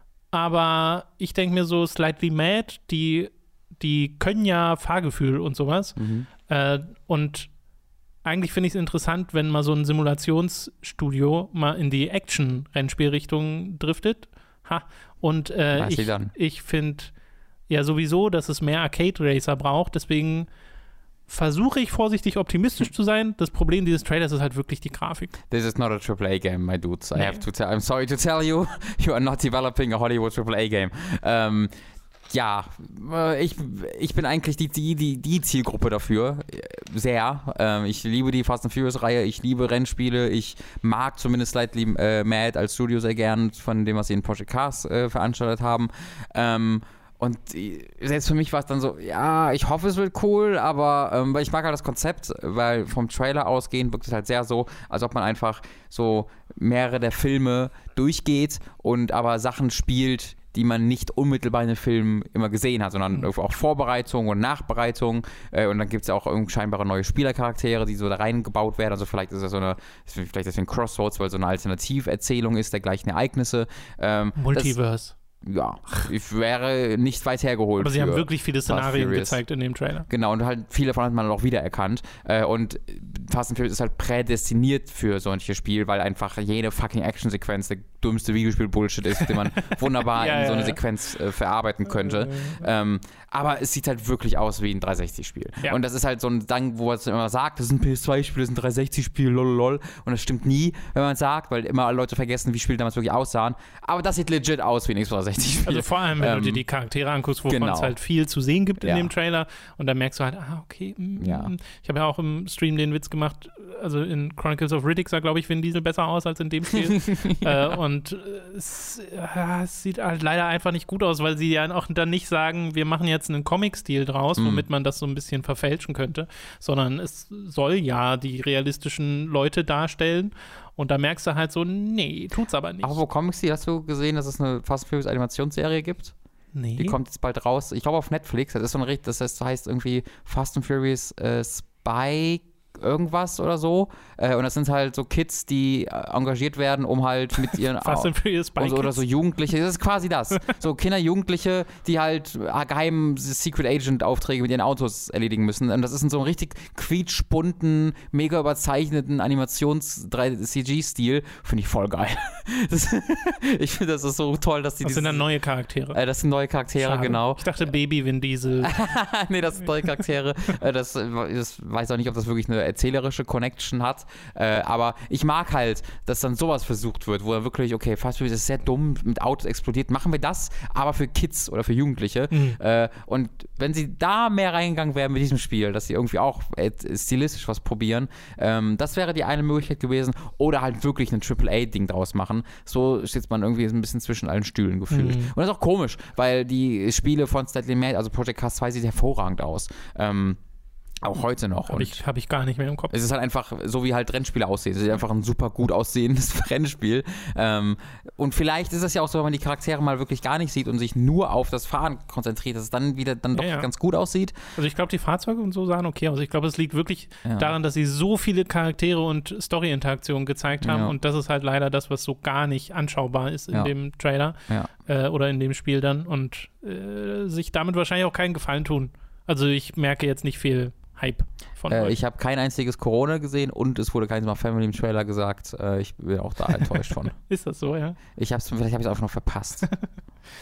Aber ich denke mir so, Slightly Mad, die, die können ja Fahrgefühl und sowas. Mhm. Äh, und eigentlich finde ich es interessant, wenn mal so ein Simulationsstudio mal in die Action-Rennspielrichtung driftet. Ha. Und äh, Was ich, sie dann? ich finde ja sowieso, dass es mehr Arcade-Racer braucht. Deswegen versuche ich vorsichtig optimistisch zu sein. Das Problem dieses Trailers ist halt wirklich die Grafik. This is not a triple A game, my dudes. I Nee. have to tell, I'm sorry to tell you, you are not developing a Hollywood triple A game. Ähm, ja, äh, ich, ich bin eigentlich die, die, die, die Zielgruppe dafür. äh, Sehr. Ähm, ich liebe die Fast and Furious-Reihe, ich liebe Rennspiele, ich mag zumindest Slightly äh, Mad als Studio sehr gern von dem, was sie in Project Cars äh, veranstaltet haben. Ähm, Und selbst für mich war es dann so, ja, ich hoffe, es wird cool, aber ähm, weil ich mag halt das Konzept, weil vom Trailer ausgehend wirkt es halt sehr so, als ob man einfach so mehrere der Filme durchgeht und aber Sachen spielt, die man nicht unmittelbar in den Filmen immer gesehen hat, sondern mhm. auch Vorbereitung und Nachbereitung. Äh, und dann gibt es ja auch scheinbare neue Spielercharaktere, die so da reingebaut werden. Also vielleicht ist das so eine, vielleicht deswegen Crossroads, weil so eine Alternativerzählung ist der gleichen Ereignisse. Ähm, Multiverse. Das, ja, ich wäre nicht weit hergeholt. Aber sie haben wirklich viele Fast and Szenarien Furious. gezeigt in dem Trailer. Genau, und halt viele davon hat man auch wiedererkannt. Äh, und Fast and Furious ist halt prädestiniert für solche Spiele, weil einfach jede fucking Actionsequenz der dümmste Videospiel-Bullshit ist, den man wunderbar ja, in so eine ja, Sequenz äh, verarbeiten könnte. Äh, ähm, aber es sieht halt wirklich aus wie ein dreihundertsechzig-Spiel. Ja. Und das ist halt so ein Ding, wo man immer sagt, das ist ein P S zwei Spiel, das ist ein dreihundertsechzig-Spiel, lololol. Und das stimmt nie, wenn man es sagt, weil immer Leute vergessen, wie Spiele damals wirklich aussahen. Aber das sieht legit aus wie ein Xbox dreihundertsechzig-Spiel. Also vor allem, wenn Ähm, du dir die Charaktere anguckst, wovon genau. es halt viel zu sehen gibt in Ja. dem Trailer. Und dann merkst du halt, ah, okay. Mm, Ja. Ich habe ja auch im Stream den Witz gemacht, also in Chronicles of Riddick sah, glaube ich, Vin Diesel besser aus als in dem Spiel. äh, und äh, es, äh, es sieht halt leider einfach nicht gut aus, weil sie ja auch dann nicht sagen, wir machen jetzt einen Comic-Stil draus, Mhm. womit man das so ein bisschen verfälschen könnte, sondern es soll ja die realistischen Leute darstellen. Und da merkst du halt so, nee, tut's aber nicht. Apropos Comics, hast du gesehen, dass es eine Fast and Furious Animationsserie gibt? nee. Die kommt jetzt bald raus. Ich glaube auf Netflix. Das ist so ein richtig, das heißt, heißt irgendwie Fast and Furious äh, Spy irgendwas oder so. Äh, und das sind halt so Kids, die äh, engagiert werden, um halt mit ihren Fast and Furious Spy oder, so- oder Kids. so Jugendliche. Das ist quasi das. So Kinder, Jugendliche, die halt äh, geheim Secret Agent Aufträge mit ihren Autos erledigen müssen. Und das ist in so einem richtig quietschbunten, mega überzeichneten Animations-C G-Stil. Finde ich voll geil. Das, ich finde, das ist so toll, dass die Das sind dann neue Charaktere. äh, das sind neue Charaktere, Schade. genau. Ich dachte Baby Vin Diesel. Nee, das sind neue Charaktere. Äh, das, das weiß auch nicht, ob das wirklich eine erzählerische Connection hat. Äh, aber ich mag halt, dass dann sowas versucht wird, wo er wirklich, okay, Fast Furious ist sehr dumm, mit Autos explodiert, machen wir das, aber für Kids oder für Jugendliche. Mhm. Äh, und wenn sie da mehr reingegangen wären mit diesem Spiel, dass sie irgendwie auch äh, stilistisch was probieren, ähm, das wäre die eine Möglichkeit gewesen. Oder halt wirklich ein Triple A-Ding draus machen. So steht man irgendwie ein bisschen zwischen allen Stühlen gefühlt. Mhm. Und das ist auch komisch, weil die Spiele von Slightly Mad, also Project Cars zwei, sieht hervorragend aus. Ähm, auch heute noch. Habe Und ich, hab ich gar nicht mehr im Kopf. es ist halt einfach so, wie halt Rennspiele aussehen. Es ist einfach ein super gut aussehendes Rennspiel. Ähm, und vielleicht ist es ja auch so, wenn man die Charaktere mal wirklich gar nicht sieht und sich nur auf das Fahren konzentriert, dass es dann wieder dann doch Ja, ja. ganz gut aussieht. Also ich glaube, die Fahrzeuge und so sahen okay aus. Ich glaube, es liegt wirklich Ja. daran, dass sie so viele Charaktere und Story-Interaktionen gezeigt haben. Ja. Und das ist halt leider das, was so gar nicht anschaubar ist in Ja. dem Trailer Ja. äh, oder in dem Spiel dann. Und äh, sich damit wahrscheinlich auch keinen Gefallen tun. Also ich merke jetzt nicht viel Hype von Äh, euch. ich habe kein einziges Corona gesehen und es wurde keins Mal Family im Trailer gesagt. Äh, ich bin auch da enttäuscht von. Ist das so, ja? Ich hab's, vielleicht habe ich es einfach noch verpasst.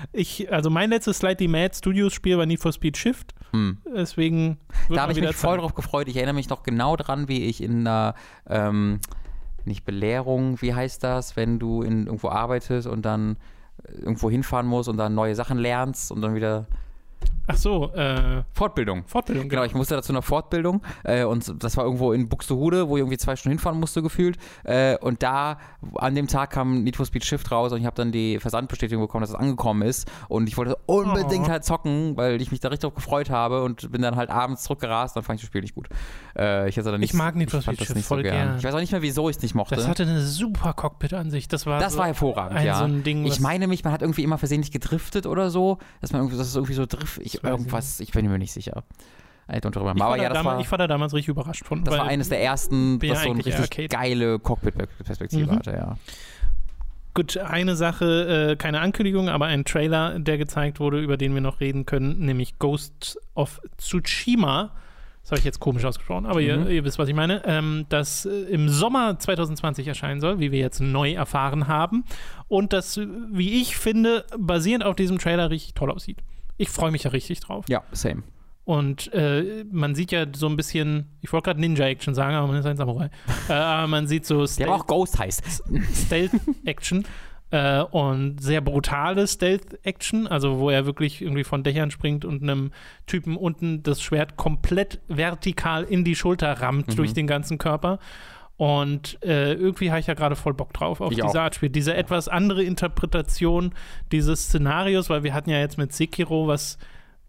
Ich, also mein letztes Slightly Mad Studios Spiel war Need for Speed Shift. Hm. Deswegen da habe ich mich voll drauf gefreut. Ich erinnere mich noch genau dran, wie ich in einer ähm, nicht Belehrung, wie heißt das, wenn du in, irgendwo arbeitest und dann irgendwo hinfahren musst und dann neue Sachen lernst und dann wieder Ach so, äh, Fortbildung. Fortbildung, genau. Ich musste dazu eine Fortbildung äh, und das war irgendwo in Buxtehude, wo ich irgendwie zwei Stunden hinfahren musste gefühlt äh, und da an dem Tag kam Need for Speed Shift raus und ich habe dann die Versandbestätigung bekommen, dass es angekommen ist und ich wollte unbedingt oh. halt zocken, weil ich mich da richtig drauf gefreut habe und bin dann halt abends zurückgerast, dann fand ich das Spiel nicht gut. Äh, ich, dann nicht, ich mag Need for Speed Shift voll so gern. gern. Ich weiß auch nicht mehr, wieso ich es nicht mochte. Das hatte eine super Cockpit-Ansicht. Das war, das so war hervorragend, ein, ja. So ein Ding, ich meine mich, man hat irgendwie immer versehentlich gedriftet oder so, dass man irgendwie, das ist irgendwie so Drift, ich, irgendwas, ich bin mir nicht sicher. I don't remember. Ich, Aber war ja, das damals, war, ich war da damals richtig überrascht von. Das war eines der ersten, das so eine richtig Arcade. geile Cockpit-Perspektive mhm. hatte, ja. Gut, eine Sache, äh, keine Ankündigung, aber ein Trailer, der gezeigt wurde, über den wir noch reden können, nämlich Ghost of Tsushima. Das habe ich jetzt komisch ausgesprochen, aber mhm. ihr, ihr wisst, was ich meine. Ähm, das äh, im Sommer zwanzig zwanzig erscheinen soll, wie wir jetzt neu erfahren haben. Und das, wie ich finde, basierend auf diesem Trailer richtig toll aussieht. Ich freue mich ja richtig drauf. Ja, same. Und äh, man sieht ja so ein bisschen, ich wollte gerade Ninja-Action sagen, aber man ist ein Samurai. äh, aber man sieht so Stealth, der auch Ghost heißt. Stealth-Action äh, und sehr brutale Stealth-Action, also wo er wirklich irgendwie von Dächern springt und einem Typen unten das Schwert komplett vertikal in die Schulter rammt mhm. durch den ganzen Körper. Und äh, irgendwie habe ich ja gerade voll Bock drauf auf ich diese auch. Art Spiel. Diese etwas andere Interpretation dieses Szenarios, weil wir hatten ja jetzt mit Sekiro was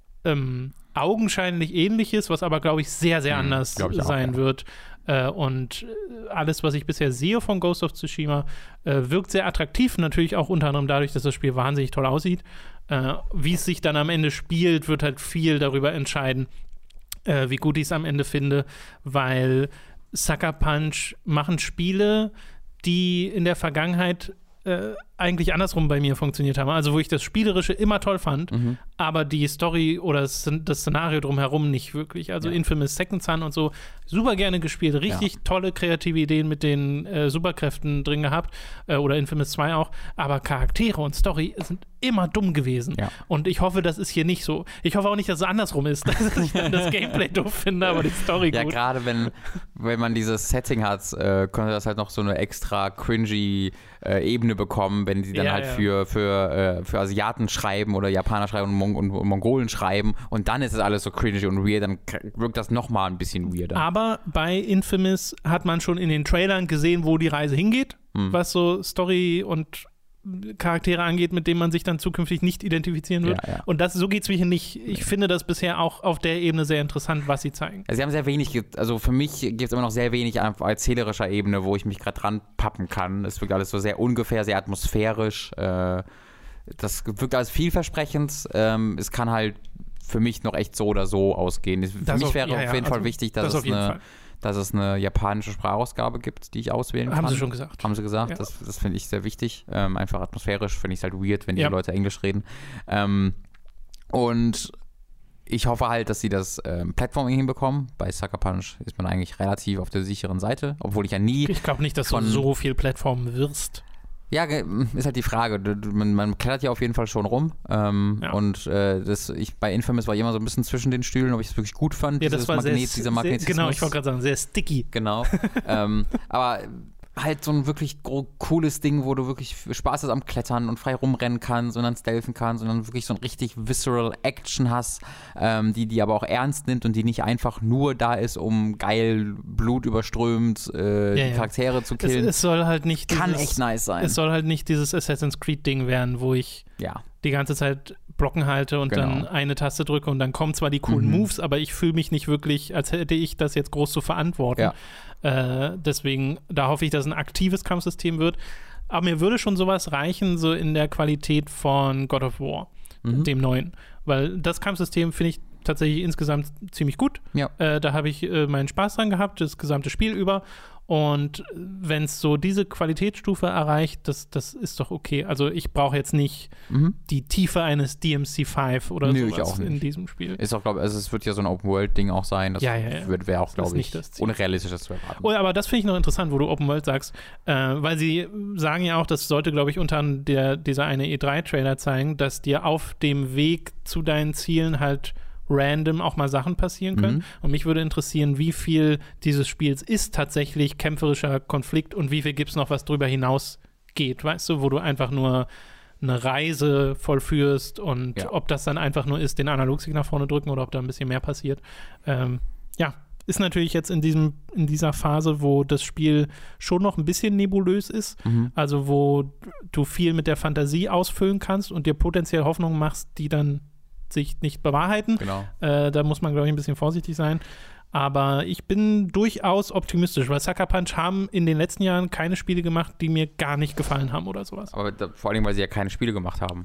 ähm, augenscheinlich Ähnliches, was aber, glaube ich, sehr, sehr hm, anders auch, sein ja. wird. Äh, und alles, was ich bisher sehe von Ghost of Tsushima, äh, wirkt sehr attraktiv. Natürlich auch unter anderem dadurch, dass das Spiel wahnsinnig toll aussieht. Äh, wie es sich dann am Ende spielt, wird halt viel darüber entscheiden, äh, wie gut ich es am Ende finde, weil Sucker Punch machen Spiele, die in der Vergangenheit äh, eigentlich andersrum bei mir funktioniert haben. Also wo ich das Spielerische immer toll fand, mhm. aber die Story oder das, das Szenario drumherum nicht wirklich. Also ja. Infamous Second Son und so, super gerne gespielt. Richtig ja. tolle kreative Ideen mit den äh, Superkräften drin gehabt. Äh, oder Infamous zwei auch. Aber Charaktere und Story sind immer dumm gewesen. Ja. Und ich hoffe, das ist hier nicht so. Ich hoffe auch nicht, dass es andersrum ist, dass ich dann das Gameplay doof finde, aber die Story ja, gut. Ja, gerade wenn, wenn man dieses Setting hat, äh, könnte das halt noch so eine extra cringy äh, Ebene bekommen, wenn die dann ja, halt ja. für, für, äh, für Asiaten schreiben oder Japaner schreiben und, Mon und, und Mongolen schreiben und dann ist es alles so cringy und weird, dann wirkt das nochmal ein bisschen weirder. Aber bei Infamous hat man schon in den Trailern gesehen, wo die Reise hingeht, hm. was so Story und Charaktere angeht, mit denen man sich dann zukünftig nicht identifizieren wird. Ja, ja. Und das, so geht es mir hier nicht. Ich finde das bisher auch auf der Ebene sehr interessant, was sie zeigen. Also sie haben sehr wenig, also für mich gibt es immer noch sehr wenig auf erzählerischer Ebene, wo ich mich gerade dran pappen kann. Es wirkt alles so sehr ungefähr, sehr atmosphärisch. Äh, das wirkt alles vielversprechend. Ähm, es kann halt für mich noch echt so oder so ausgehen. Für das mich auf, wäre ja, auf jeden ja, Fall also, wichtig, dass das es auf jeden eine Fall. dass es eine japanische Sprachausgabe gibt, die ich auswählen kann. Haben sie schon gesagt. Haben sie gesagt, ja. das, das finde ich sehr wichtig. Ähm, einfach atmosphärisch finde ich es halt weird, wenn die ja. Leute Englisch reden. Ähm, und ich hoffe halt, dass sie das ähm, Plattforming hinbekommen. Bei Sucker Punch ist man eigentlich relativ auf der sicheren Seite, obwohl ich ja nie... Ich glaube nicht, dass von, du so viel Plattformen wirst. Ja, ist halt die Frage. Man, man klettert ja auf jeden Fall schon rum. Ähm, ja. Und äh, das, ich, bei Infamous war ich immer so ein bisschen zwischen den Stühlen, ob ich es wirklich gut fand. Ja, das war Magnet, sehr, dieser Magnetismus. Sehr, genau, ich wollte gerade sagen, sehr sticky. Genau. ähm, aber halt so ein wirklich cooles Ding, wo du wirklich Spaß hast am Klettern und frei rumrennen kannst und dann stealthen kannst und dann wirklich so ein richtig visceral Action hast, ähm, die die aber auch ernst nimmt und die nicht einfach nur da ist, um geil blutüberströmt äh, ja, die ja. Charaktere zu killen. Es, es soll halt nicht Kann dieses, echt nice sein. Es soll halt nicht dieses Assassin's Creed-Ding werden, wo ich ja. die ganze Zeit Blocken halte und genau. dann eine Taste drücke und dann kommen zwar die coolen mhm. Moves, aber ich fühle mich nicht wirklich, als hätte ich das jetzt groß zu verantworten. Ja. Äh, deswegen, da hoffe ich, dass es ein aktives Kampfsystem wird. Aber mir würde schon sowas reichen, so in der Qualität von God of War, mhm. dem neuen. Weil das Kampfsystem finde ich tatsächlich insgesamt ziemlich gut. Ja. Äh, da habe ich äh, meinen Spaß dran gehabt, das gesamte Spiel über. Und wenn es so diese Qualitätsstufe erreicht, das, das ist doch okay. Also ich brauche jetzt nicht Mhm. die Tiefe eines D M C fünf oder Nö, ich sowas auch nicht. in diesem Spiel. Ist auch, glaube ich, also es wird ja so ein Open-World-Ding auch sein. Das Ja, ja, ja. wird- wäre auch, Das ist glaube nicht ich, das Ziel. unrealistisch, das zu erwarten. Oh, aber das finde ich noch interessant, wo du Open World sagst, äh, weil sie sagen ja auch, das sollte, glaube ich, unter anderem der, dieser eine E drei Trailer zeigen, dass dir auf dem Weg zu deinen Zielen halt random auch mal Sachen passieren können. Mhm. Und mich würde interessieren, wie viel dieses Spiels ist tatsächlich kämpferischer Konflikt und wie viel gibt es noch, was drüber hinaus geht, weißt du, wo du einfach nur eine Reise vollführst und Ja. ob das dann einfach nur ist, den Analogstick nach vorne drücken oder ob da ein bisschen mehr passiert. Ähm, ja, ist natürlich jetzt in diesem, in dieser Phase, wo das Spiel schon noch ein bisschen nebulös ist, Mhm. also wo du viel mit der Fantasie ausfüllen kannst und dir potenziell Hoffnungen machst, die dann sich nicht bewahrheiten. Genau. Äh, da muss man, glaube ich, ein bisschen vorsichtig sein. Aber ich bin durchaus optimistisch, weil Sucker Punch haben in den letzten Jahren keine Spiele gemacht, die mir gar nicht gefallen haben oder sowas. Aber da, vor allem, weil sie ja keine Spiele gemacht haben.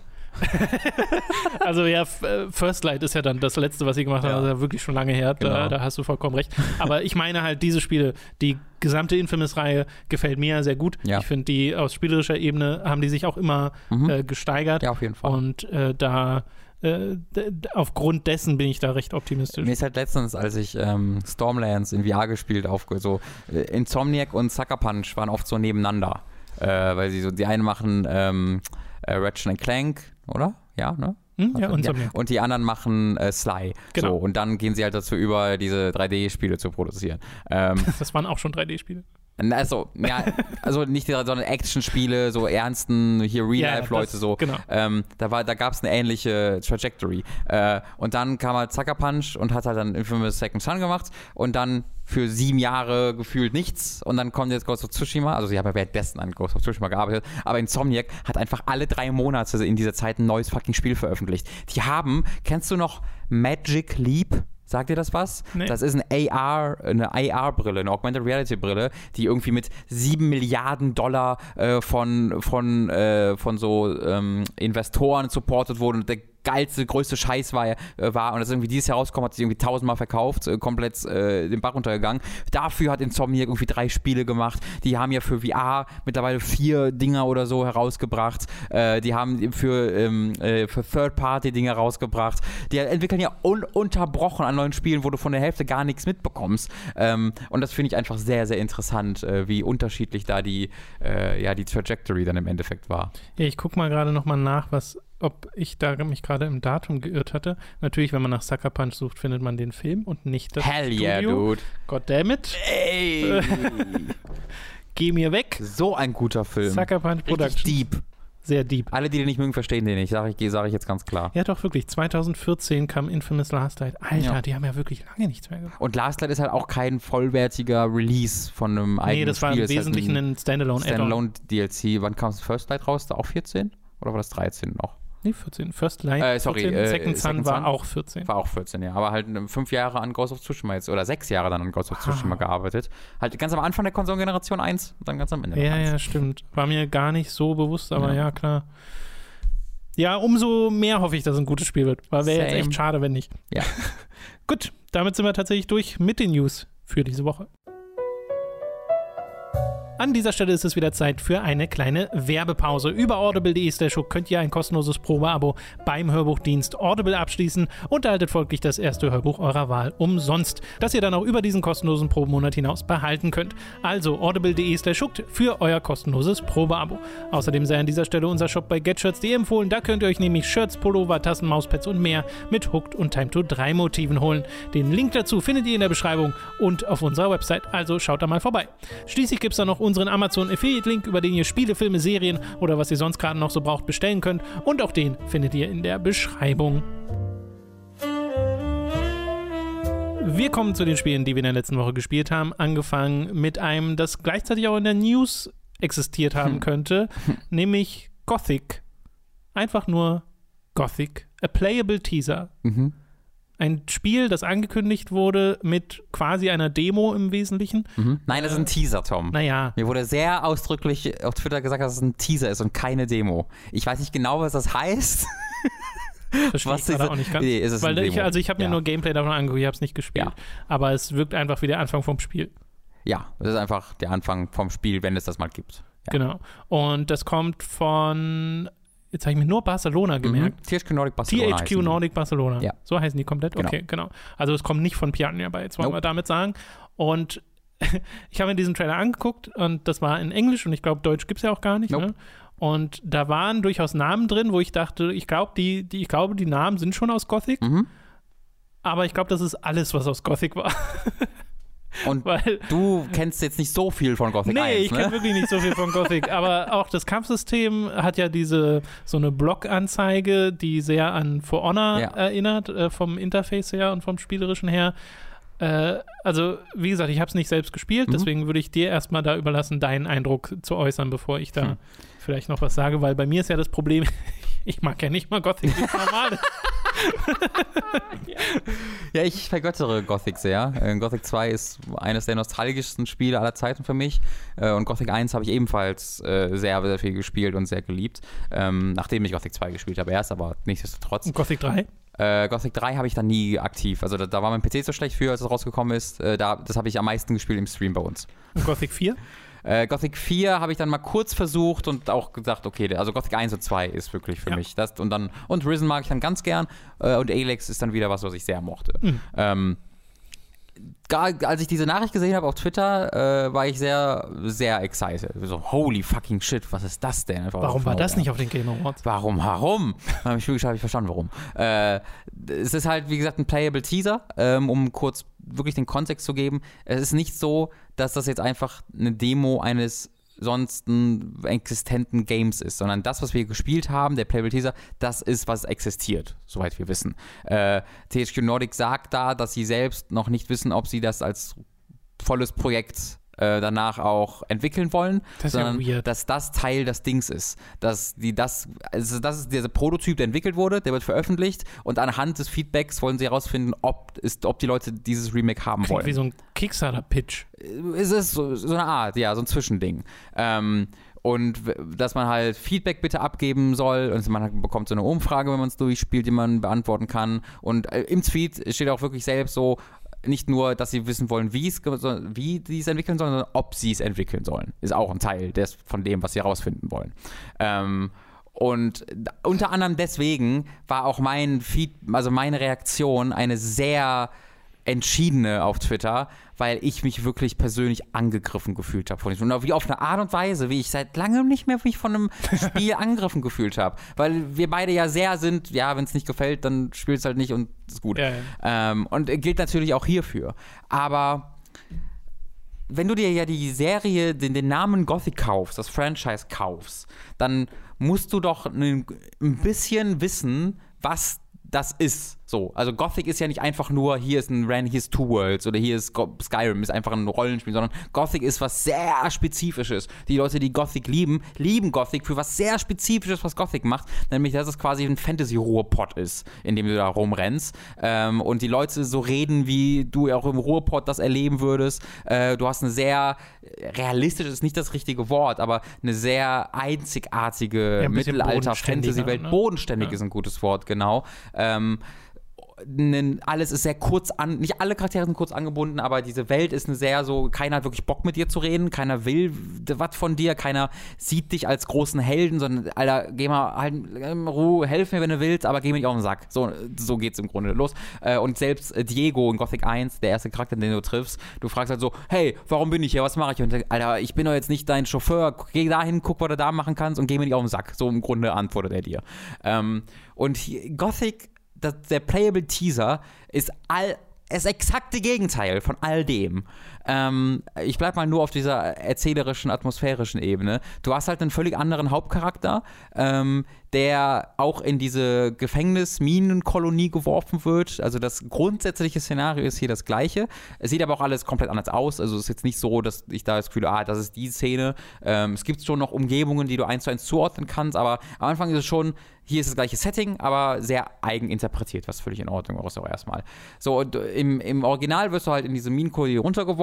Also ja, F- äh, First Light ist ja dann das Letzte, was sie gemacht haben, Ja. also ja wirklich schon lange her, da, Genau. da hast du vollkommen recht. Aber ich meine halt diese Spiele, die gesamte Infamous-Reihe gefällt mir sehr gut. Ja. Ich finde, die aus spielerischer Ebene haben die sich auch immer Mhm. äh, gesteigert. Ja, auf jeden Fall. Und äh, da äh, d- d- aufgrund dessen bin ich da recht optimistisch. Mir ist halt letztens, als ich ähm, Stormlands in V R gespielt auf so äh, Insomniac und Sucker Punch waren oft so nebeneinander. Äh, weil sie so, die einen machen ähm, äh, Ratchet and Clank, oder? Ja, ne? Hm? Ja, Also, und so mehr. Und die anderen machen äh, Sly. Genau. So, und dann gehen sie halt dazu über, diese drei D-Spiele zu produzieren. Ähm, Das waren auch schon drei D-Spiele. Also, ja, also nicht die- sondern Action-Spiele, so ernsten, hier Real-Life-Leute, das- so. Genau. Ähm, da war, da gab es eine ähnliche Trajectory. Äh, und dann kam halt Sucker Punch und hat halt dann Infamous Second Son gemacht und dann für sieben Jahre gefühlt nichts und dann kommt jetzt Ghost of Tsushima, also sie haben ja währenddessen an Ghost of Tsushima gearbeitet, aber Insomniac hat einfach alle drei Monate in dieser Zeit ein neues fucking Spiel veröffentlicht. Die haben, kennst du noch Magic Leap? Sagt dir das was? Nee. Das ist eine A R, eine A R-Brille, eine Augmented Reality-Brille, die irgendwie mit sieben Milliarden Dollar äh, von, von, äh, von so ähm, Investoren supportet wurde und der geilste, größte Scheiß war, äh, war und das irgendwie dieses Jahr rauskommt, hat sich irgendwie tausendmal verkauft, äh, komplett äh, den Bach runtergegangen. Dafür hat Insomniac irgendwie drei Spiele gemacht. Die haben ja für V R mittlerweile vier Dinger oder so herausgebracht. Äh, die haben für, ähm, äh, für Third-Party-Dinge rausgebracht. Die entwickeln ja ununterbrochen an neuen Spielen, wo du von der Hälfte gar nichts mitbekommst. Ähm, und das finde ich einfach sehr, sehr interessant, äh, wie unterschiedlich da die, äh, ja, die Trajectory dann im Endeffekt war. Ja, ich gucke mal gerade nochmal nach, was, ob ich da mich gerade im Datum geirrt hatte. Natürlich, wenn man nach Sucker Punch sucht, findet man den Film und nicht das Hell Studio. yeah, dude. Goddammit. Ey! Geh mir weg. So ein guter Film. Sucker Punch Richtig Productions. deep. Sehr deep. Alle, die den nicht mögen, verstehen den nicht. Sage ich, sag ich jetzt ganz klar. Ja, doch, wirklich. zwanzig vierzehn kam Infamous Last Light. Alter, Ja. die haben ja wirklich lange nichts mehr gemacht. Und Last Light ist halt auch kein vollwertiger Release von einem eigenen Nee, das war Spiel. im Wesentlichen ein Standalone-Add-on. Standalone-D L C. Wann kam das First Light raus? Da auch vierzehn? Oder war das dreizehn noch? Nee, vierzehn. First Light Äh, sorry, vierzehn. äh, Second Son Second war Son? auch vierzehn. War auch vierzehn, ja. Aber halt äh, fünf Jahre an Ghost of Tsushima jetzt, oder sechs Jahre dann an Ghost of Tsushima Wow. gearbeitet. Halt ganz am Anfang der Konsolengeneration eins und dann ganz am Ende noch Ja, eins. ja, stimmt. War mir gar nicht so bewusst, aber ja, Ja. klar. Ja, umso mehr hoffe ich, dass es ein gutes Spiel wird. Weil wäre jetzt Same. echt schade, wenn nicht. Ja. Gut, damit sind wir tatsächlich durch mit den News für diese Woche. An dieser Stelle ist es wieder Zeit für eine kleine Werbepause. Über audible punkt de slash hook könnt ihr ein kostenloses Probeabo beim Hörbuchdienst Audible abschließen und erhaltet folglich das erste Hörbuch eurer Wahl umsonst, das ihr dann auch über diesen kostenlosen Probemonat hinaus behalten könnt. Also audible punkt de slash hook für euer kostenloses Probeabo. Außerdem sei an dieser Stelle unser Shop bei getshirts punkt de empfohlen. Da könnt ihr euch nämlich Shirts, Pullover, Tassen, Mauspads und mehr mit Hooked und Time to drei Motiven holen. Den Link dazu findet ihr in der Beschreibung und auf unserer Website, also schaut da mal vorbei. Schließlich gibt es da noch unseren Amazon Affiliate-Link, über den ihr Spiele, Filme, Serien oder was ihr sonst gerade noch so braucht bestellen könnt und auch den findet ihr in der Beschreibung. Wir kommen zu den Spielen, die wir in der letzten Woche gespielt haben, angefangen mit einem, das gleichzeitig auch in der News existiert haben könnte, nämlich Gothic. Einfach nur Gothic. A Playable Teaser. Mhm. Ein Spiel, das angekündigt wurde mit quasi einer Demo im Wesentlichen. Mhm. Nein, das ist ein Teaser, Tom. Naja, Mir wurde sehr ausdrücklich auf Twitter gesagt, dass es ein Teaser ist und keine Demo. Ich weiß nicht genau, was das heißt. Verstehe ich gerade auch nicht ganz. Nee, ist es Weil ein ich, Demo. also ich habe mir ja. nur Gameplay davon angeguckt, ich habe es nicht gespielt. Ja. Aber es wirkt einfach wie der Anfang vom Spiel. Ja, das ist einfach der Anfang vom Spiel, wenn es das mal gibt. Ja. Genau. Und das kommt von, jetzt habe ich mir nur Barcelona gemerkt. Mhm. T H Q Nordic Barcelona. T H Q Nordic Barcelona. Ja. So heißen die komplett? Genau. Okay, genau. Also es kommt nicht von Piranha Bytes, wollen Nope. wir damit sagen. Und ich habe mir diesen Trailer angeguckt und das war in Englisch und ich glaube, Deutsch gibt es ja auch gar nicht. Nope. Ne? Und da waren durchaus Namen drin, wo ich dachte, ich glaube, die, die, ich glaube, die Namen sind schon aus Gothic, Mhm. aber ich glaube, das ist alles, was aus Gothic war. Und Weil, du kennst jetzt nicht so viel von Gothic nee, eins, ich ne? kenne wirklich nicht so viel von Gothic, aber auch das Kampfsystem hat ja diese so eine Blockanzeige, die sehr an For Honor Ja. erinnert, äh, vom Interface her und vom Spielerischen her. Äh, also, wie gesagt, ich habe es nicht selbst gespielt, Mhm. deswegen würde ich dir erstmal da überlassen, deinen Eindruck zu äußern, bevor ich da Hm. vielleicht noch was sage, weil bei mir ist ja das Problem, ich mag ja nicht mal Gothic, wie es normal ist. Ja, ich vergöttere Gothic sehr. Äh, Gothic zwei ist eines der nostalgischsten Spiele aller Zeiten für mich. Äh, und Gothic eins habe ich ebenfalls äh, sehr, sehr viel gespielt und sehr geliebt. Ähm, nachdem ich Gothic zwei gespielt habe erst, aber nichtsdestotrotz. Und Gothic drei? Äh, Gothic drei habe ich dann nie aktiv. Also da, da war mein P C so schlecht für, als es rausgekommen ist. Äh, da, das habe ich am meisten gespielt im Stream bei uns. Und Gothic vier? Äh, Gothic vier habe ich dann mal kurz versucht und auch gesagt, okay, also Gothic eins und zwei ist wirklich für Ja. mich das. Und dann und Risen mag ich dann ganz gern äh, und Alex ist dann wieder was, was ich sehr mochte. Mhm. Ähm, gar, als ich diese Nachricht gesehen habe auf Twitter, äh, war ich sehr, sehr excited. So, holy fucking shit, was ist das denn? Einfach Warum auf war das Nowhere. nicht auf den Game Awards? Warum, warum? Habe ich wirklich hab ich verstanden, warum. Äh, es ist halt, wie gesagt, ein Playable Teaser, ähm, um kurz wirklich den Kontext zu geben. Es ist nicht so, dass das jetzt einfach eine Demo eines sonst existenten Games ist, sondern das, was wir gespielt haben, der Playable Teaser, das ist, was existiert, soweit wir wissen. Äh, T H Q Nordic sagt da, dass sie selbst noch nicht wissen, ob sie das als volles Projekt äh, danach auch entwickeln wollen, Das ist ja sondern weird. dass das Teil des Dings ist. Dass die das, also das ist dieser Prototyp, der entwickelt wurde, der wird veröffentlicht und anhand des Feedbacks wollen sie herausfinden, ob, ist, ob die Leute dieses Remake haben Klingt wollen. wie so ein Kickstarter-Pitch. Es ist so, so eine Art, ja, so ein Zwischending. Ähm, und w- dass man halt Feedback bitte abgeben soll und man bekommt so eine Umfrage, wenn man es durchspielt, die man beantworten kann. Und äh, im Tweet steht auch wirklich selbst so, nicht nur, dass sie wissen wollen, wie es, wie die es entwickeln sollen, sondern ob sie es entwickeln sollen. Ist auch ein Teil des, von dem, was sie herausfinden wollen. Ähm, und unter anderem deswegen war auch mein Feed, also meine Reaktion eine sehr entschiedene auf Twitter, weil ich mich wirklich persönlich angegriffen gefühlt habe von diesem. Und wie auf eine Art und Weise, wie ich seit langem nicht mehr mich von einem Spiel angegriffen gefühlt habe. Weil wir beide ja sehr sind, ja, wenn es nicht gefällt, dann spielt es halt nicht und ist gut. Ja, ja. Ähm, und gilt natürlich auch hierfür. Aber wenn du dir ja die Serie, den, den Namen Gothic kaufst, das Franchise kaufst, dann musst du doch ein, ein bisschen wissen, was das ist. So, also Gothic ist ja nicht einfach nur, hier ist ein Ran, hier ist Two Worlds oder hier ist Go- Skyrim, ist einfach ein Rollenspiel, sondern Gothic ist was sehr Spezifisches. Die Leute, die Gothic lieben, lieben Gothic für was sehr Spezifisches, was Gothic macht, nämlich, dass es quasi ein Fantasy-Ruhrpott ist, in dem du da rumrennst. Ähm, und die Leute so reden, wie du auch im Ruhrpott das erleben würdest. Äh, du hast eine sehr, realistisch ist nicht das richtige Wort, aber eine sehr einzigartige Ja, ein bisschen Mittelalter-Fantasy-Welt. bodenständiger, ne? Bodenständig Ja. ist ein gutes Wort, genau. Ähm, Nen- alles ist sehr kurz an, nicht alle Charaktere sind kurz angebunden, aber diese Welt ist eine sehr so, keiner hat wirklich Bock mit dir zu reden, keiner will was von dir, keiner sieht dich als großen Helden, sondern, Alter, geh mal halt in Ruhe, helf mir, wenn du willst, aber geh mir nicht auf den Sack. So, so geht's im Grunde los. Äh, Und selbst äh, Diego in Gothic eins, der erste Charakter, den du triffst, du fragst halt so, hey, warum bin ich hier, was mache ich? Und der, Alter, ich bin doch jetzt nicht dein Chauffeur, geh dahin, guck, was du da machen kannst und geh mir nicht auf den Sack. So im Grunde antwortet er dir. Ähm, Und hier, Gothic, das, der Playable Teaser ist all, das exakte Gegenteil von all dem. Ähm, ich bleib mal nur auf dieser erzählerischen, atmosphärischen Ebene. Du hast halt einen völlig anderen Hauptcharakter, ähm, der auch in diese Gefängnis-Minenkolonie geworfen wird. Also das grundsätzliche Szenario ist hier das gleiche. Es sieht aber auch alles komplett anders aus. Also es ist jetzt nicht so, dass ich da das Gefühl habe, ah, das ist die Szene. Ähm, es gibt schon noch Umgebungen, die du eins zu eins zuordnen kannst, aber am Anfang ist es schon, hier ist das gleiche Setting, aber sehr eigen interpretiert, was völlig in Ordnung ist auch erstmal. So, und im, im Original wirst du halt in diese Minenkolonie runtergeworfen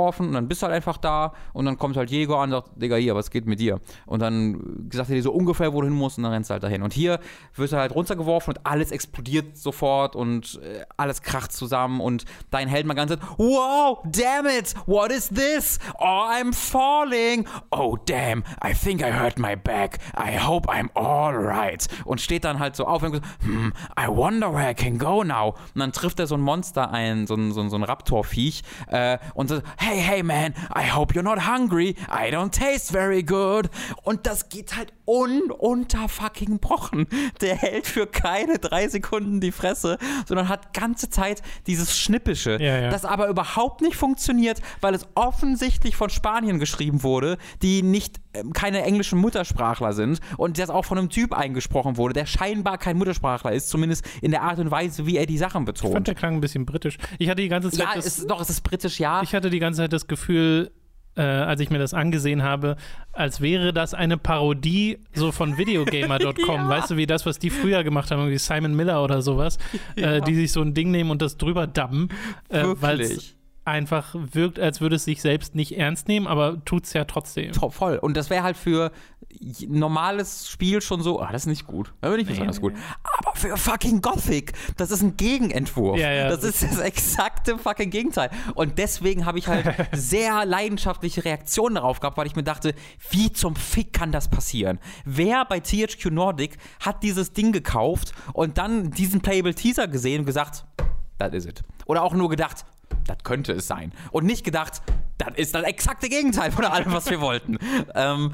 runtergeworfen und dann bist du halt einfach da und dann kommt halt Jäger an und sagt, Digga, hier, was geht mit dir? Und dann sagt er dir so ungefähr, wo du hin musst und dann rennst du halt dahin. Und hier wirst du halt runtergeworfen und alles explodiert sofort und äh, alles kracht zusammen und dein Held mal ganz wow, damn it, what is this? Oh, I'm falling. Oh, damn, I think I hurt my back. I hope I'm all right. Und steht dann halt so auf und sagt, hm, I wonder where I can go now. Und dann trifft er so ein Monster ein, so ein, so ein, so ein Raptor-Viech äh, und so, hey, hey, man, I hope you're not hungry. I don't taste very good. Und das geht halt ununterfucking brochen. Der hält für keine drei Sekunden die Fresse, sondern hat ganze Zeit dieses Schnippische, ja, ja. das aber überhaupt nicht funktioniert, weil es offensichtlich von Spanien geschrieben wurde, die nicht äh, keine englischen Muttersprachler sind und das auch von einem Typ eingesprochen wurde, der scheinbar kein Muttersprachler ist, zumindest in der Art und Weise, wie er die Sachen betont. Ich fand, der klang ein bisschen britisch. Ich hatte die ganze Zeit ja, das, ist, doch, es ist britisch, ja. Ich hatte die ganze Zeit das Gefühl, äh, als ich mir das angesehen habe, als wäre das eine Parodie so von Videogamer Punkt com, ja. Weißt du, wie das, was die früher gemacht haben, wie Simon Miller oder sowas, ja. äh, die sich so ein Ding nehmen und das drüber dabben, äh, weil es einfach wirkt, als würde es sich selbst nicht ernst nehmen, aber tut es ja trotzdem. Top, voll. Und das wäre halt für normales Spiel schon so, ah, das ist nicht gut. Das ist nicht besonders nee, gut. Aber für fucking Gothic, das ist ein Gegenentwurf. Ja, ja, das, das ist das exakte fucking Gegenteil. Und deswegen habe ich halt sehr leidenschaftliche Reaktionen darauf gehabt, weil ich mir dachte, wie zum Fick kann das passieren? Wer bei T H Q Nordic hat dieses Ding gekauft und dann diesen Playable Teaser gesehen und gesagt, that is it. Oder auch nur gedacht, das könnte es sein. Und nicht gedacht, das ist das exakte Gegenteil von allem, was wir wollten. ähm,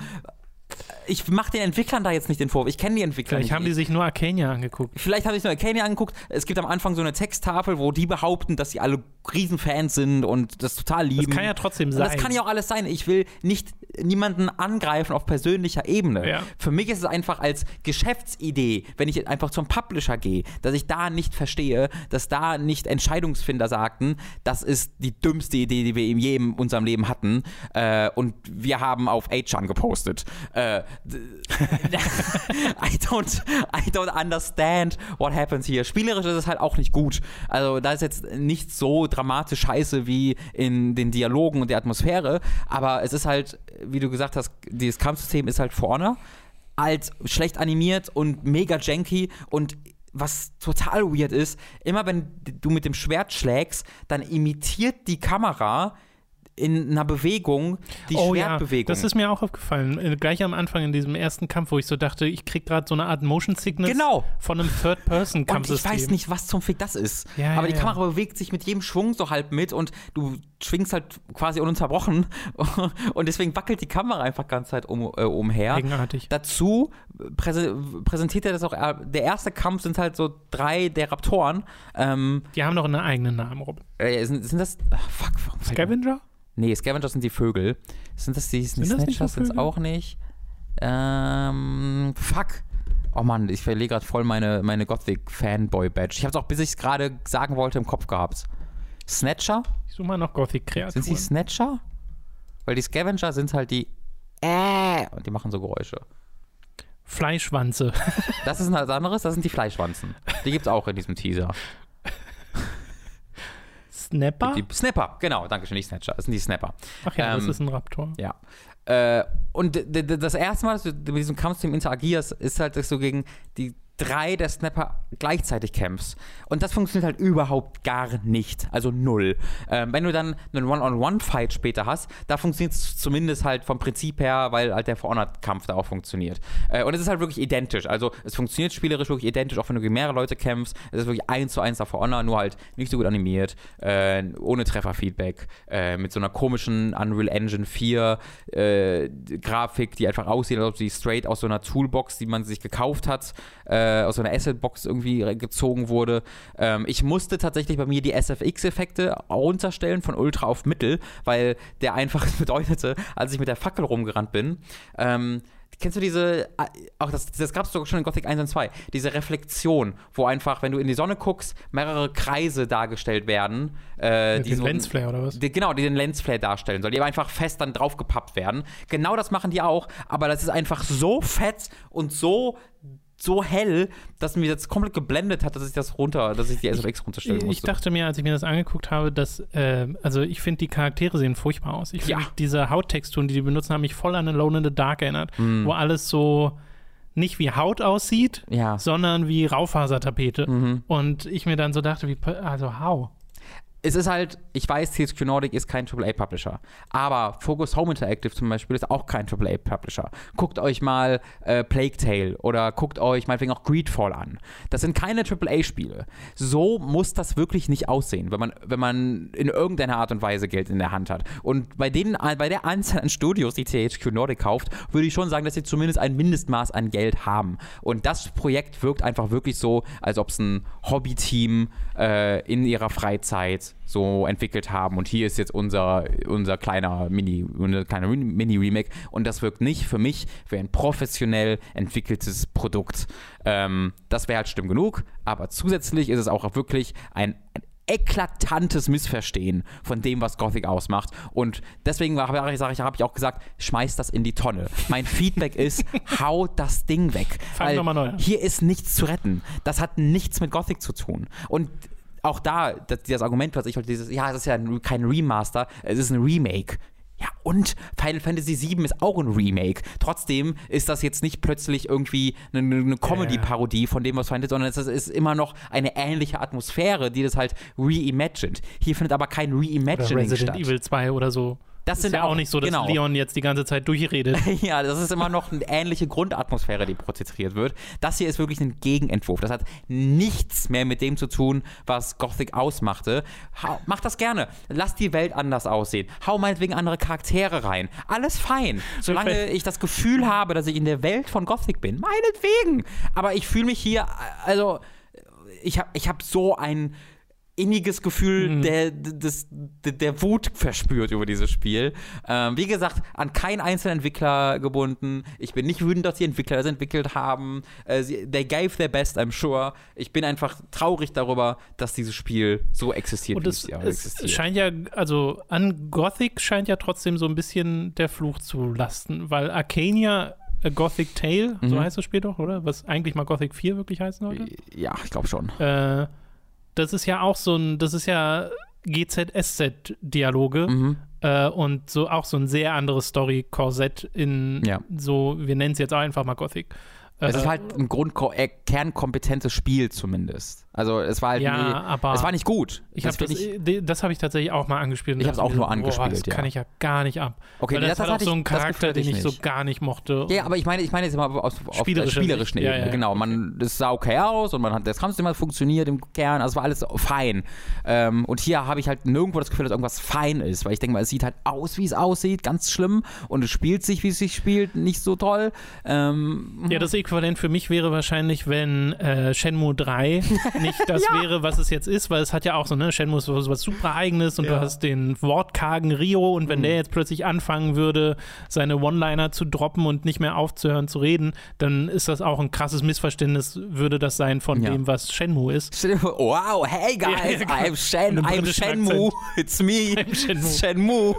ich mache den Entwicklern da jetzt nicht den Vorwurf. Ich kenne die Entwickler Vielleicht nicht. haben die sich nur Arcania angeguckt. Vielleicht habe ich nur Arcania angeguckt. Es gibt am Anfang so eine Texttafel, wo die behaupten, dass sie alle Riesenfans sind und das total lieben. Das kann ja trotzdem sein. Und das kann ja auch alles sein. Ich will nicht niemanden angreifen auf persönlicher Ebene. Ja. Für mich ist es einfach als Geschäftsidee, wenn ich einfach zum Publisher gehe, dass ich da nicht verstehe, dass da nicht Entscheidungsfinder sagten, das ist die dümmste Idee, die wir in jedem unserem Leben hatten. Äh, und wir haben auf acht chan gepostet. Äh, I don't, I don't understand what happens here. Spielerisch ist es halt auch nicht gut. Also da ist jetzt nicht so dramatisch scheiße wie in den Dialogen und der Atmosphäre, aber es ist halt, wie du gesagt hast, dieses Kampfsystem ist halt For Honor, als schlecht animiert und mega janky und was total weird ist, immer wenn du mit dem Schwert schlägst, dann imitiert die Kamera in einer Bewegung die oh, Schwertbewegung. Ja, das ist mir auch aufgefallen. Äh, gleich am Anfang in diesem ersten Kampf, wo ich so dachte, ich krieg gerade so eine Art Motion Sickness genau. von einem Third-Person-Kampfsystem. Und ich weiß nicht, was zum Fick das ist. Ja, aber ja, die Kamera ja. bewegt sich mit jedem Schwung so halb mit und du schwingst halt quasi ununterbrochen und deswegen wackelt die Kamera einfach ganz Zeit um, äh, umher. Eigenartig. Dazu präse- präsentiert er das auch, der erste Kampf sind halt so drei der Raptoren. Ähm, die haben noch einen eigenen Namen, Robin. Äh, sind, sind das, ach, fuck. Scavenger? Nee, Scavengers sind die Vögel. Sind das die sind Snatchers? Sind es auch nicht? Ähm, fuck. Oh Mann, ich verliere gerade voll meine, meine Gothic-Fanboy-Badge. Ich habe es auch, bis ich es gerade sagen wollte, im Kopf gehabt. Snatcher? Ich suche mal noch Gothic-Kreaturen. Sind sie Snatcher? Weil die Scavenger sind halt die äh und die machen so Geräusche. Fleischwanze. Das ist was anderes, das sind die Fleischwanzen. Die gibt es auch in diesem Teaser. Snapper? Die, die Snapper, genau, danke schön, nicht Snatcher, das sind die Snapper. Ach ja, ähm, das ist ein Raptor. Ja. Äh, und d- d- das erste Mal, dass du mit diesem Kampfsystem interagierst, ist halt, dass du gegen die drei der Snapper gleichzeitig kämpfst. Und das funktioniert halt überhaupt gar nicht. Also null. Ähm, wenn du dann einen One-on-One-Fight später hast, da funktioniert es zumindest halt vom Prinzip her, weil halt der For Honor-Kampf da auch funktioniert. Äh, und es ist halt wirklich identisch. Also es funktioniert spielerisch wirklich identisch, auch wenn du gegen mehrere Leute kämpfst. Es ist wirklich eins zu eins der For Honor, nur halt nicht so gut animiert, äh, ohne Trefferfeedback, äh, mit so einer komischen Unreal Engine vier äh, Grafik, die einfach aussieht, als ob sie straight aus so einer Toolbox, die man sich gekauft hat, äh, aus so einer Assetbox irgendwie gezogen wurde. Ähm, ich musste tatsächlich bei mir die S F X-Effekte runterstellen von Ultra auf Mittel, weil der einfach bedeutete, als ich mit der Fackel rumgerannt bin, ähm, kennst du diese, auch das, das gab es sogar schon in Gothic eins und zwei, diese Reflexion, wo einfach, wenn du in die Sonne guckst, mehrere Kreise dargestellt werden. Äh, Mit die den so, Lensflare oder was? Die, genau, die den Lensflare darstellen sollen, die aber einfach fest dann draufgepappt werden. Genau das machen die auch, aber das ist einfach so fett und so so hell, dass mir das komplett geblendet hat, dass ich das runter, dass ich die S F X runterstellen musste. Ich dachte mir, als ich mir das angeguckt habe, dass, äh, also ich finde, die Charaktere sehen furchtbar aus. Ich finde, Ja. diese Hauttexturen, die die benutzen, haben mich voll an Alone in the Dark erinnert, Mhm. wo alles so nicht wie Haut aussieht, Ja. sondern wie Raufasertapete. Mhm. Und ich mir dann so dachte, wie, also how? Es ist halt, ich weiß, T H Q Nordic ist kein Triple A Publisher, aber Focus Home Interactive zum Beispiel ist auch kein Triple A Publisher. Guckt euch mal äh, Plague Tale oder guckt euch meinetwegen auch Greedfall an. Das sind keine Triple A Spiele. So muss das wirklich nicht aussehen, wenn man, wenn man in irgendeiner Art und Weise Geld in der Hand hat. Und bei, denen, bei der Anzahl an Studios, die T H Q Nordic kauft, würde ich schon sagen, dass sie zumindest ein Mindestmaß an Geld haben. Und das Projekt wirkt einfach wirklich so, als ob es ein Hobbyteam äh, in ihrer Freizeit so entwickelt haben und hier ist jetzt unser, unser kleiner Mini, unser kleiner Mini-Remake und das wirkt nicht für mich wie ein professionell entwickeltes Produkt. Ähm, das wäre halt schlimm genug, aber zusätzlich ist es auch wirklich ein, ein eklatantes Missverstehen von dem, was Gothic ausmacht. Und deswegen habe ich, hab ich auch gesagt, schmeiß das in die Tonne. Mein Feedback ist, hau das Ding weg. Fang nochmal neu an. Hier ist nichts zu retten. Das hat nichts mit Gothic zu tun. Und auch da, das, das Argument, was ich heute dieses, ja, es ist ja kein Remaster, es ist ein Remake. Ja, und Final Fantasy sieben ist auch ein Remake. Trotzdem ist das jetzt nicht plötzlich irgendwie eine, eine Comedy-Parodie von dem, was Final Fantasy, sondern es ist immer noch eine ähnliche Atmosphäre, die das halt reimagined. Hier findet aber kein Reimagining Resident statt. Evil zwei oder so. Das sind ist ja auch nicht so, dass genau. Leon jetzt die ganze Zeit durchredet. Ja, das ist immer noch eine ähnliche Grundatmosphäre, die porträtiert wird. Das hier ist wirklich ein Gegenentwurf. Das hat nichts mehr mit dem zu tun, was Gothic ausmachte. Hau, mach das gerne. Lass die Welt anders aussehen. Hau meinetwegen andere Charaktere rein. Alles fein. Solange ich das Gefühl habe, dass ich in der Welt von Gothic bin. Meinetwegen. Aber ich fühle mich hier, also ich habe ich hab so ein inniges Gefühl mhm. der, des, der, der Wut verspürt über dieses Spiel. Ähm, wie gesagt, an keinen einzelnen Entwickler gebunden. Ich bin nicht wütend, dass die Entwickler das entwickelt haben. Äh, sie, they gave their best, I'm sure. Ich bin einfach traurig darüber, dass dieses Spiel so existiert, und wie es, es ja es existiert. scheint ja, also an Gothic scheint ja trotzdem so ein bisschen der Fluch zu lasten, weil Arcania A Gothic Tale, mhm. so heißt das Spiel doch, oder? Was eigentlich mal Gothic vier wirklich heißen sollte? Ja, ich glaube schon. Äh, das ist ja auch so ein, das ist ja G Z S Z-Dialoge Mhm. äh, und so auch so ein sehr anderes Story-Korsett in Ja. so, wir nennen es jetzt auch einfach mal Gothic. Es äh, ist halt ein Grund äh, kernkompetentes Spiel zumindest. Also es war halt Ja, nie, aber es war nicht gut. Ich habe das, find ich, das habe ich tatsächlich auch mal angespielt. und Ich hab's dachte auch mir nur so, angespielt, boah, das ja. kann ich ja gar nicht ab. Okay, Weil nee, das, das hat auch hatte so ich- einen das Charakter, Gefühl hatte den ich ich so nicht. gar nicht mochte. ja, aber ich meine, ich meine jetzt immer auf, auf, auf Spielerische spielerischen Sicht. Ja, Ebene. ja, Genau, man, das sah okay aus und man hat das Kampfsystem hat funktioniert im Kern, also es war alles fein. Ähm, und hier habe ich halt nirgendwo das Gefühl, dass irgendwas fein ist, weil ich denke mal, es sieht halt aus, wie es aussieht, ganz schlimm und es spielt sich, wie es sich spielt, nicht so toll. Ähm, Ja, das Äquivalent für mich wäre wahrscheinlich, wenn äh, Shenmue drei nicht das Ja. wäre, was es jetzt ist, weil es hat ja auch so, ne, Shenmue ist so was super Eigenes und Ja. du hast den wortkargen Rio und wenn Mhm. der jetzt plötzlich anfangen würde, seine One-Liner zu droppen und nicht mehr aufzuhören zu reden, dann ist das auch ein krasses Missverständnis, würde das sein von Ja. dem, was Shenmue ist. Stell dir vor, wow, hey guys, Ja, ja, I'm Shen, mit einem I'm britischen Shenmue, it's me, I'm Shenmue. it's Shenmue.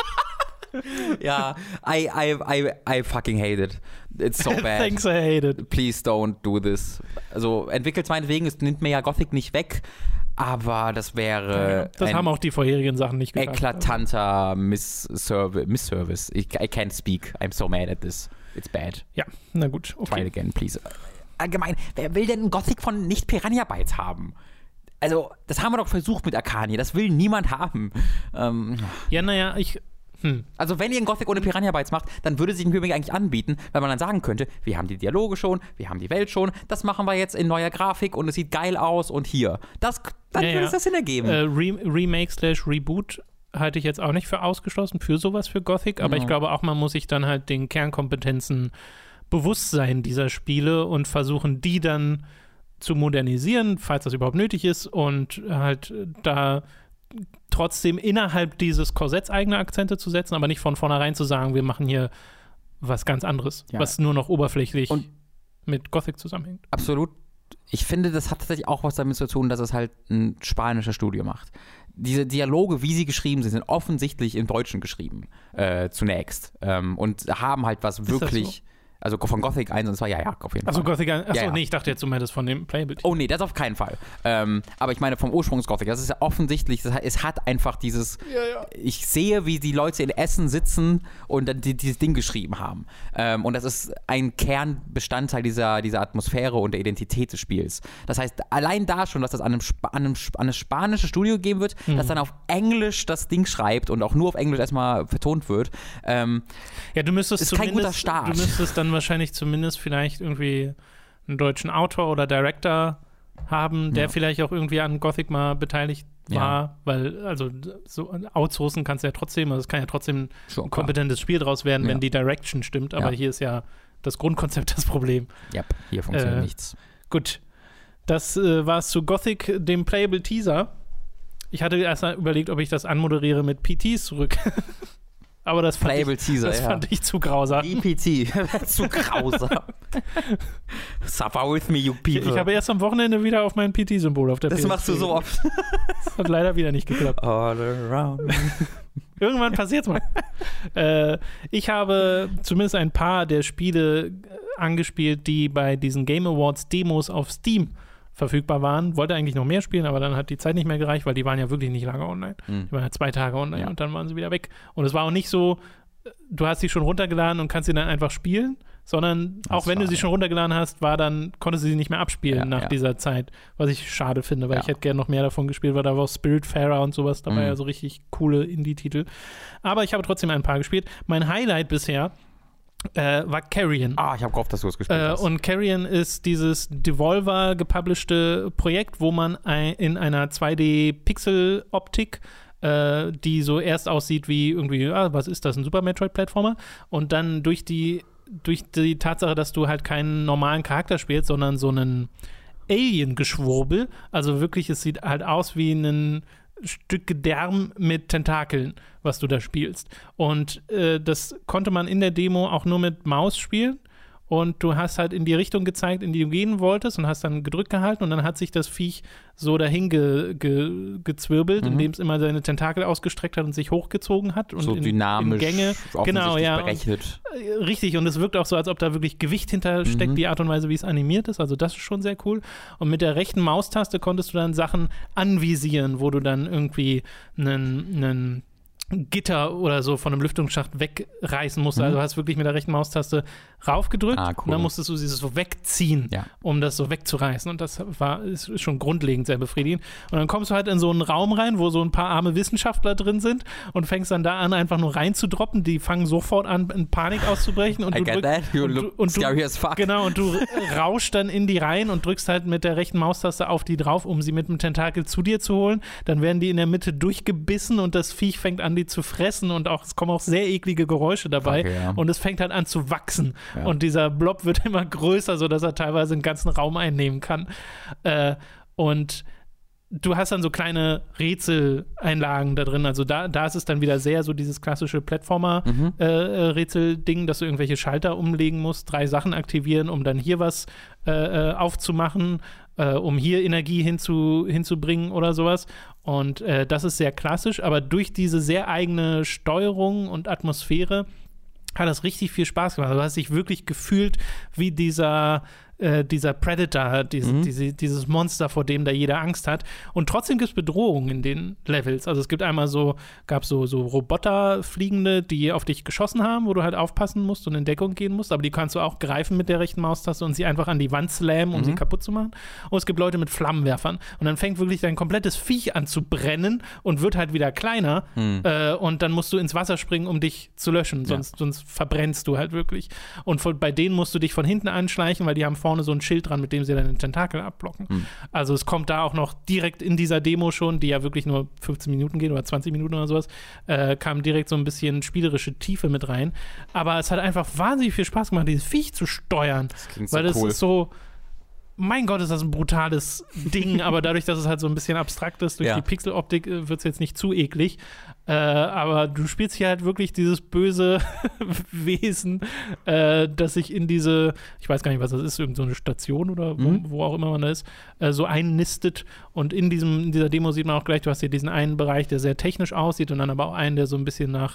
Ja, I, I, I, I fucking hate it. It's so bad. Thanks, I hate it. Please don't do this. Also entwickelt meinetwegen, es nimmt mir ja Gothic nicht weg, aber das wäre Das ein haben auch die vorherigen Sachen nicht getan. eklatanter Missservice. Missservice. Ich, I can't speak. I'm so mad at this. It's bad. Ja, na gut. Try Okay. it again, please. Allgemein, wer will denn ein Gothic von nicht Piranha Bytes haben? Also, das haben wir doch versucht mit Arcania. Das will niemand haben. Ähm, Ja, naja, ich. Hm. also, wenn ihr ein Gothic ohne Piranha Bytes macht, dann würde sich ein Remake eigentlich anbieten, weil man dann sagen könnte, wir haben die Dialoge schon, wir haben die Welt schon, das machen wir jetzt in neuer Grafik und es sieht geil aus und hier. Das, dann Ja, würde ja. es das Sinn ergeben. Äh, Re Remake slash Reboot halte ich jetzt auch nicht für ausgeschlossen für sowas für Gothic, aber Mhm. ich glaube auch, man muss sich dann halt den Kernkompetenzen bewusst sein dieser Spiele und versuchen, die dann zu modernisieren, falls das überhaupt nötig ist und halt da trotzdem innerhalb dieses Korsetts eigene Akzente zu setzen, aber nicht von vornherein zu sagen, wir machen hier was ganz anderes, Ja. was nur noch oberflächlich Und- mit Gothic zusammenhängt. Absolut. Ich finde, das hat tatsächlich auch was damit zu tun, dass es halt ein spanisches Studio macht. Diese Dialoge, wie sie geschrieben sind, sind offensichtlich im Deutschen geschrieben, äh, zunächst. Ähm, und haben halt was das wirklich. Also von Gothic eins und zwei, ja, ja, auf jeden Also Fall. Gothic eins, achso, Ja, ja. nee, ich dachte jetzt, du meintest von dem Playable. Oh nee, das auf keinen Fall. Ähm, aber ich meine vom Ursprungs-Gothic, das ist ja offensichtlich, das, es hat einfach dieses, Ja, ja. ich sehe, wie die Leute in Essen sitzen und dann die, dieses Ding geschrieben haben. Ähm, und das ist ein Kernbestandteil dieser, dieser Atmosphäre und der Identität des Spiels. Das heißt, allein da schon, dass das an einem, Sp- an einem, Sp- an einem spanisches Studio gegeben wird, mhm. das dann auf Englisch das Ding schreibt und auch nur auf Englisch erstmal vertont wird. Ähm, ja, du müsstest ist kein guter Start. Du müsstest dann wahrscheinlich zumindest vielleicht irgendwie einen deutschen Autor oder Director haben, der ja. vielleicht auch irgendwie an Gothic mal beteiligt war, ja. weil, also so outsourcen kannst du ja trotzdem, also es kann ja trotzdem schon ein kompetentes Spiel draus werden, ja. wenn die Direction stimmt, aber ja. hier ist ja das Grundkonzept das Problem. Ja, hier funktioniert äh, nichts. Gut, das äh, war es zu Gothic, dem Playable Teaser. Ich hatte erst mal überlegt, ob ich das anmoderiere mit P Ts zurück. Aber das fand, Playable ich, Teaser, das ja. fand ich zu grausam. E P T, zu grausam. Suffer with me, you people. Ich habe erst am Wochenende wieder auf mein P T-Symbol auf der Das P S machst du so oft. Das hat leider wieder nicht geklappt. All around me. Irgendwann passiert's mal. äh, ich habe zumindest ein paar der Spiele angespielt, die bei diesen Game Awards Demos auf Steam verfügbar waren. Wollte eigentlich noch mehr spielen, aber dann hat die Zeit nicht mehr gereicht, weil die waren ja wirklich nicht lange online. Mhm. Die waren ja zwei Tage online ja. und dann waren sie wieder weg. Und es war auch nicht so, du hast sie schon runtergeladen und kannst sie dann einfach spielen, sondern das auch wenn du sie schon runtergeladen hast, war dann, konntest du sie nicht mehr abspielen ja, nach ja. dieser Zeit, was ich schade finde, weil ja. ich hätte gerne noch mehr davon gespielt, weil da war auch Spiritfarer und sowas, da mhm. war ja so richtig coole Indie-Titel. Aber ich habe trotzdem ein paar gespielt. Mein Highlight bisher Äh, war Carrion. Ah, ich habe gehofft, dass du es gespielt äh, hast. Und Carrion ist dieses Devolver gepublishte Projekt, wo man ein, in einer zwei D-Pixel-Optik, äh, die so erst aussieht wie irgendwie, ah, was ist das, ein Super Metroid-Plattformer? Und dann durch die, durch die Tatsache, dass du halt keinen normalen Charakter spielst, sondern so einen Alien-Geschwurbel, also wirklich, es sieht halt aus wie ein Stück Gedärm mit Tentakeln, was du da spielst. Und äh, das konnte man in der Demo auch nur mit Maus spielen. Und du hast halt in die Richtung gezeigt, in die du gehen wolltest und hast dann gedrückt gehalten und dann hat sich das Viech so dahin ge, ge, gezwirbelt, mhm. indem es immer seine Tentakel ausgestreckt hat und sich hochgezogen hat. Und so in, dynamisch, in Gänge. Genau, ja. berechnet. Und, richtig, und es wirkt auch so, als ob da wirklich Gewicht hintersteckt, mhm. die Art und Weise, wie es animiert ist. Also das ist schon sehr cool. Und mit der rechten Maustaste konntest du dann Sachen anvisieren, wo du dann irgendwie einen, einen Gitter oder so von einem Lüftungsschacht wegreißen musst. Mhm. Also du hast wirklich mit der rechten Maustaste raufgedrückt ah, cool. und dann musstest du dieses so wegziehen, ja. um das so wegzureißen. Und das war ist schon grundlegend sehr befriedigend. Und dann kommst du halt in so einen Raum rein, wo so ein paar arme Wissenschaftler drin sind und fängst dann da an, einfach nur reinzudroppen. Die fangen sofort an, in Panik auszubrechen. Und I du get drück, that. You und, look und scary du, as fuck. Genau, und du rauschst dann in die rein und drückst halt mit der rechten Maustaste auf die drauf, um sie mit dem Tentakel zu dir zu holen. Dann werden die in der Mitte durchgebissen und das Viech fängt an, die zu fressen. Und auch, es kommen auch sehr eklige Geräusche dabei. Okay, ja. Und es fängt halt an zu wachsen. Ja. Und dieser Blob wird immer größer, sodass er teilweise einen ganzen Raum einnehmen kann. Äh, und du hast dann so kleine Rätseleinlagen da drin. Also da, da ist es dann wieder sehr so dieses klassische Plattformer-Rätsel-Ding, mhm. äh, dass du irgendwelche Schalter umlegen musst, drei Sachen aktivieren, um dann hier was äh, aufzumachen, äh, um hier Energie hinzu, hinzubringen oder sowas. Und äh, das ist sehr klassisch, aber durch diese sehr eigene Steuerung und Atmosphäre hat das richtig viel Spaß gemacht. Du hast dich wirklich gefühlt wie dieser äh, dieser Predator, diese, mhm. diese, dieses Monster, vor dem da jeder Angst hat. Und trotzdem gibt es Bedrohungen in den Levels. Also es gibt einmal so, gab so, so Roboterfliegende, die auf dich geschossen haben, wo du halt aufpassen musst und in Deckung gehen musst, aber die kannst du auch greifen mit der rechten Maustaste und sie einfach an die Wand slammen, um mhm. sie kaputt zu machen. Und es gibt Leute mit Flammenwerfern. Und dann fängt wirklich dein komplettes Viech an zu brennen und wird halt wieder kleiner. Mhm. Äh, und dann musst du ins Wasser springen, um dich zu löschen. Sonst, ja. sonst verbrennst du halt wirklich. Und von, bei denen musst du dich von hinten anschleichen, weil die haben vorne so ein Schild dran, mit dem sie deine Tentakel abblocken. Mhm. Also es kommt da auch noch direkt in dieser Demo schon, die ja wirklich nur fünfzehn Minuten geht oder zwanzig Minuten oder sowas, äh, kam direkt so ein bisschen spielerische Tiefe mit rein. Aber es hat einfach wahnsinnig viel Spaß gemacht, dieses Viech zu steuern. Das klingt so weil das cool. ist so, mein Gott, ist das ein brutales Ding, aber dadurch, dass es halt so ein bisschen abstrakt ist, durch ja. die Pixeloptik äh, wird es jetzt nicht zu eklig. Äh, aber du spielst hier halt wirklich dieses böse Wesen, äh, das sich in diese, ich weiß gar nicht, was das ist, irgend so eine Station oder wo, mhm. wo auch immer man da ist, äh, so einnistet. Und in, diesem, in dieser Demo sieht man auch gleich, du hast hier diesen einen Bereich, der sehr technisch aussieht und dann aber auch einen, der so ein bisschen nach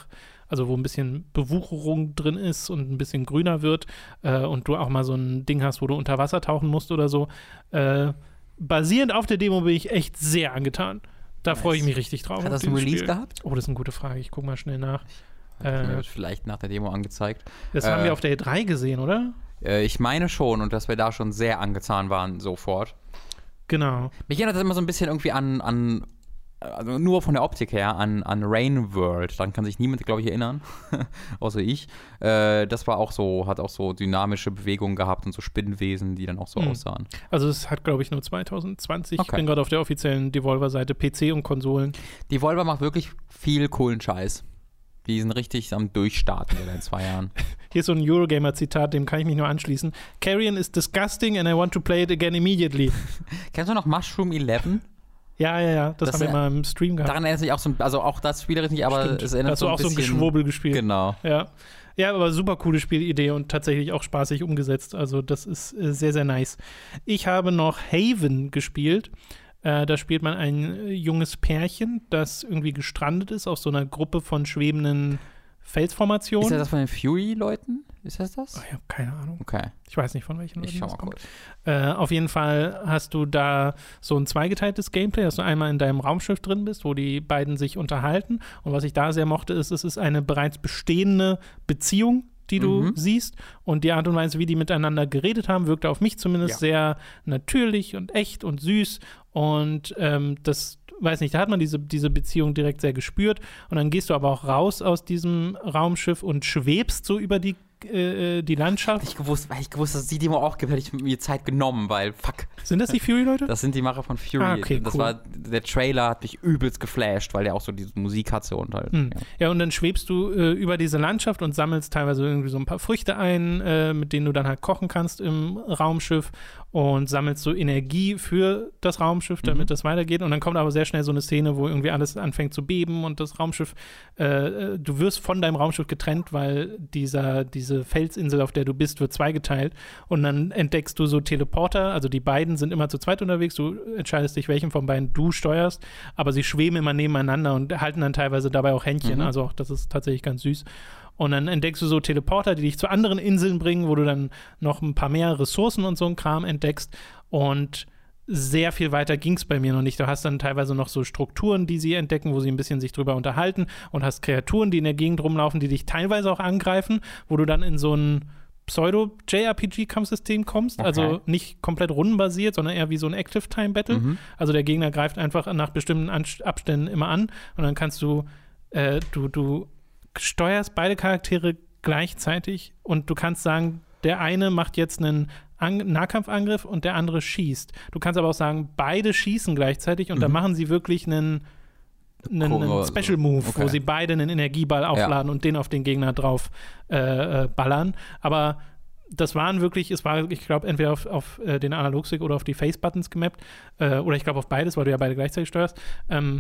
also wo ein bisschen Bewucherung drin ist und ein bisschen grüner wird äh, und du auch mal so ein Ding hast, wo du unter Wasser tauchen musst oder so. Äh, basierend auf der Demo bin ich echt sehr angetan. Da nice. freue ich mich richtig drauf. Hat das ein Release Spiel. gehabt? Oh, das ist eine gute Frage. Ich gucke mal schnell nach. Äh, mir wird vielleicht nach der Demo angezeigt. Das äh, haben wir auf der E drei gesehen, oder? Äh, ich meine schon und dass wir da schon sehr angetan waren sofort. Genau. Mich erinnert das immer so ein bisschen irgendwie an, an also nur von der Optik her, an, an Rain World. Dann kann sich niemand, glaube ich, erinnern, außer ich. Äh, das war auch so, hat auch so dynamische Bewegungen gehabt und so Spinnenwesen, die dann auch so hm. aussahen. Also es hat, glaube ich, nur zwanzig zwanzig. Okay. Ich bin gerade auf der offiziellen Devolver-Seite, P C und Konsolen. Devolver macht wirklich viel coolen Scheiß. Die sind richtig am Durchstarten in zwei Jahren. Hier ist so ein Eurogamer-Zitat, dem kann ich mich nur anschließen. Carrion is disgusting and I want to play it again immediately. Kennst du noch Mushroom elf? Ja, ja, ja, das, das haben wir mal im Stream gehabt. Daran erinnert sich auch so ein, also auch das spielerisch nicht, aber Stimmt. es erinnert Hast so du ein auch bisschen. so ein Geschwurbel gespielt. Genau. Ja. Ja, aber super coole Spielidee und tatsächlich auch spaßig umgesetzt. Also das ist äh, sehr, sehr nice. Ich habe noch Haven gespielt. Äh, da spielt man ein äh, junges Pärchen, das irgendwie gestrandet ist auf so einer Gruppe von schwebenden Felsformationen. Ist das das von den Fury-Leuten? Ist das das? Oh, ich habe keine Ahnung. Okay. Ich weiß nicht, von welchen Leuten ich schau das mal kommt. kurz. Äh, auf jeden Fall hast du da so ein zweigeteiltes Gameplay, dass du einmal in deinem Raumschiff drin bist, wo die beiden sich unterhalten. Und was ich da sehr mochte, ist, es ist eine bereits bestehende Beziehung, die du Mhm. siehst. Und die Art und Weise, wie die miteinander geredet haben, wirkte auf mich zumindest Ja. sehr natürlich und echt und süß. Und ähm, das, weiß nicht, da hat man diese, diese Beziehung direkt sehr gespürt. Und dann gehst du aber auch raus aus diesem Raumschiff und schwebst so über die, äh, die Landschaft. Ich gewusst, weil ich gewusst, dass es die Demo auch gibt, hätte ich mir Zeit genommen, weil fuck. Sind das die Fury-Leute? Das sind die Macher von Fury. Ah, okay, das cool. war, der Trailer hat mich übelst geflasht, weil der auch so diese Musik hatte und halt. Hm. Ja. Ja, und dann schwebst du äh, über diese Landschaft und sammelst teilweise irgendwie so ein paar Früchte ein, äh, mit denen du dann halt kochen kannst im Raumschiff und sammelst so Energie für das Raumschiff, damit Mhm. das weitergeht. Und dann kommt aber sehr schnell so eine Szene, wo irgendwie alles anfängt zu beben und das Raumschiff, äh, du wirst von deinem Raumschiff getrennt, weil dieser, diese Felsinsel, auf der du bist, wird zweigeteilt. Und dann entdeckst du so Teleporter, also die beiden sind immer zu zweit unterwegs, du entscheidest dich, welchen von beiden du steuerst, aber sie schweben immer nebeneinander und halten dann teilweise dabei auch Händchen. Mhm. Also auch das ist tatsächlich ganz süß. Und dann entdeckst du so Teleporter, die dich zu anderen Inseln bringen, wo du dann noch ein paar mehr Ressourcen und so ein Kram entdeckst. Und sehr viel weiter ging es bei mir noch nicht. Du hast dann teilweise noch so Strukturen, die sie entdecken, wo sie ein bisschen sich drüber unterhalten und hast Kreaturen, die in der Gegend rumlaufen, die dich teilweise auch angreifen, wo du dann in so ein Pseudo-J R P G-Kampfsystem kommst. Okay. Also nicht komplett rundenbasiert, sondern eher wie so ein Active-Time-Battle. Mhm. Also der Gegner greift einfach nach bestimmten An- Abständen immer an und dann kannst du, äh, du, du steuerst beide Charaktere gleichzeitig und du kannst sagen, der eine macht jetzt einen An- Nahkampfangriff und der andere schießt. Du kannst aber auch sagen, beide schießen gleichzeitig und Mhm. dann machen sie wirklich einen, einen, Cool, einen also, Special Move, okay. wo sie beide einen Energieball aufladen und den auf den Gegner drauf äh, äh, ballern. Aber das waren wirklich, es war, ich glaube, entweder auf, auf äh, den Analogstick oder auf die Face-Buttons gemappt, äh, oder ich glaube auf beides, weil du ja beide gleichzeitig steuerst. Ähm,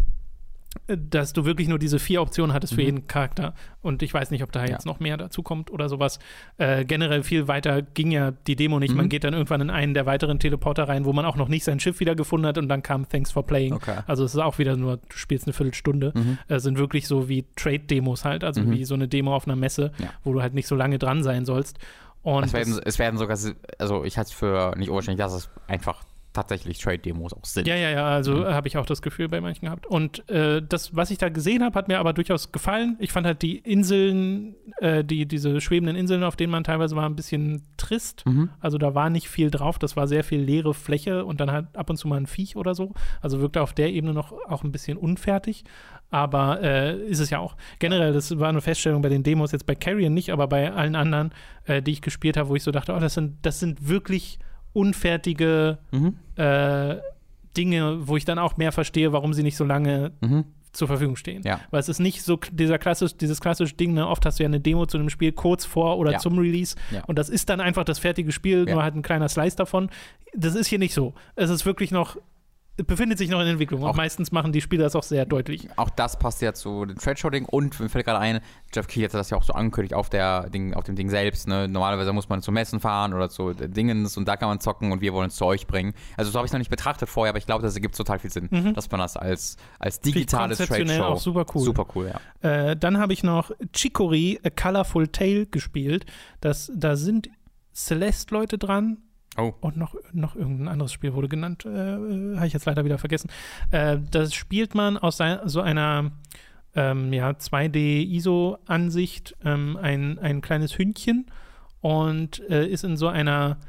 dass du wirklich nur diese vier Optionen hattest für Mhm. jeden Charakter. Und ich weiß nicht, ob da Ja. jetzt noch mehr dazu kommt oder sowas. Äh, generell viel weiter ging ja die Demo nicht. Mhm. Man geht dann irgendwann in einen der weiteren Teleporter rein, wo man auch noch nicht sein Schiff wiedergefunden hat und dann kam Thanks for Playing. Okay. Also es ist auch wieder nur, du spielst eine Viertelstunde. Mhm. Äh, sind wirklich so wie Trade-Demos halt, also Mhm. wie so eine Demo auf einer Messe, Ja. wo du halt nicht so lange dran sein sollst. Und Es werden, das- es werden sogar, also ich halte es für nicht unwahrscheinlich, dass es einfach tatsächlich Trade-Demos auch sind. Ja, ja, ja, also Mhm. habe ich auch das Gefühl bei manchen gehabt. Und äh, das, was ich da gesehen habe, hat mir aber durchaus gefallen. Ich fand halt die Inseln, äh, die, diese schwebenden Inseln, auf denen man teilweise war, ein bisschen trist. Mhm. Also da war nicht viel drauf, das war sehr viel leere Fläche und dann halt ab und zu mal ein Viech oder so. Also wirkte auf der Ebene noch auch ein bisschen unfertig. Aber äh, ist es ja auch. Generell, das war eine Feststellung bei den Demos, jetzt bei Carrion nicht, aber bei allen anderen, äh, die ich gespielt habe, wo ich so dachte, oh, das sind, das sind wirklich unfertige Mhm. äh, Dinge, wo ich dann auch mehr verstehe, warum sie nicht so lange Mhm. zur Verfügung stehen. Ja. Weil es ist nicht so k- dieser klassisch, dieses klassische Ding, ne? Oft hast du ja eine Demo zu einem Spiel kurz vor oder Ja. zum Release Ja. und das ist dann einfach das fertige Spiel, Ja. nur halt ein kleiner Slice davon. Das ist hier nicht so. Es ist wirklich noch befindet sich noch in Entwicklung. Und auch, meistens machen die Spieler das auch sehr deutlich. Auch das passt ja zu dem Trade-Show-Ding. Und mir fällt gerade ein, Jeff Keighley hat das ja auch so angekündigt auf, der Ding, auf dem Ding selbst. Ne? Normalerweise muss man zu Messen fahren oder zu Dingens und da kann man zocken und wir wollen es zu euch bringen. Also so habe ich es noch nicht betrachtet vorher, aber ich glaube, das ergibt total viel Sinn, mhm. dass man das als, als digitales Trade-Show... auch super cool. Super cool, ja. Äh, dann habe ich noch Chicory, A Colorful Tale gespielt. Das, da sind Celeste-Leute dran. Oh. Und noch, noch irgendein anderes Spiel wurde genannt, äh, habe ich jetzt leider wieder vergessen. Äh, das spielt man aus sein, so einer ähm, ja, zwei D-I S O-Ansicht, ähm, ein, ein kleines Hündchen und äh, ist in so einer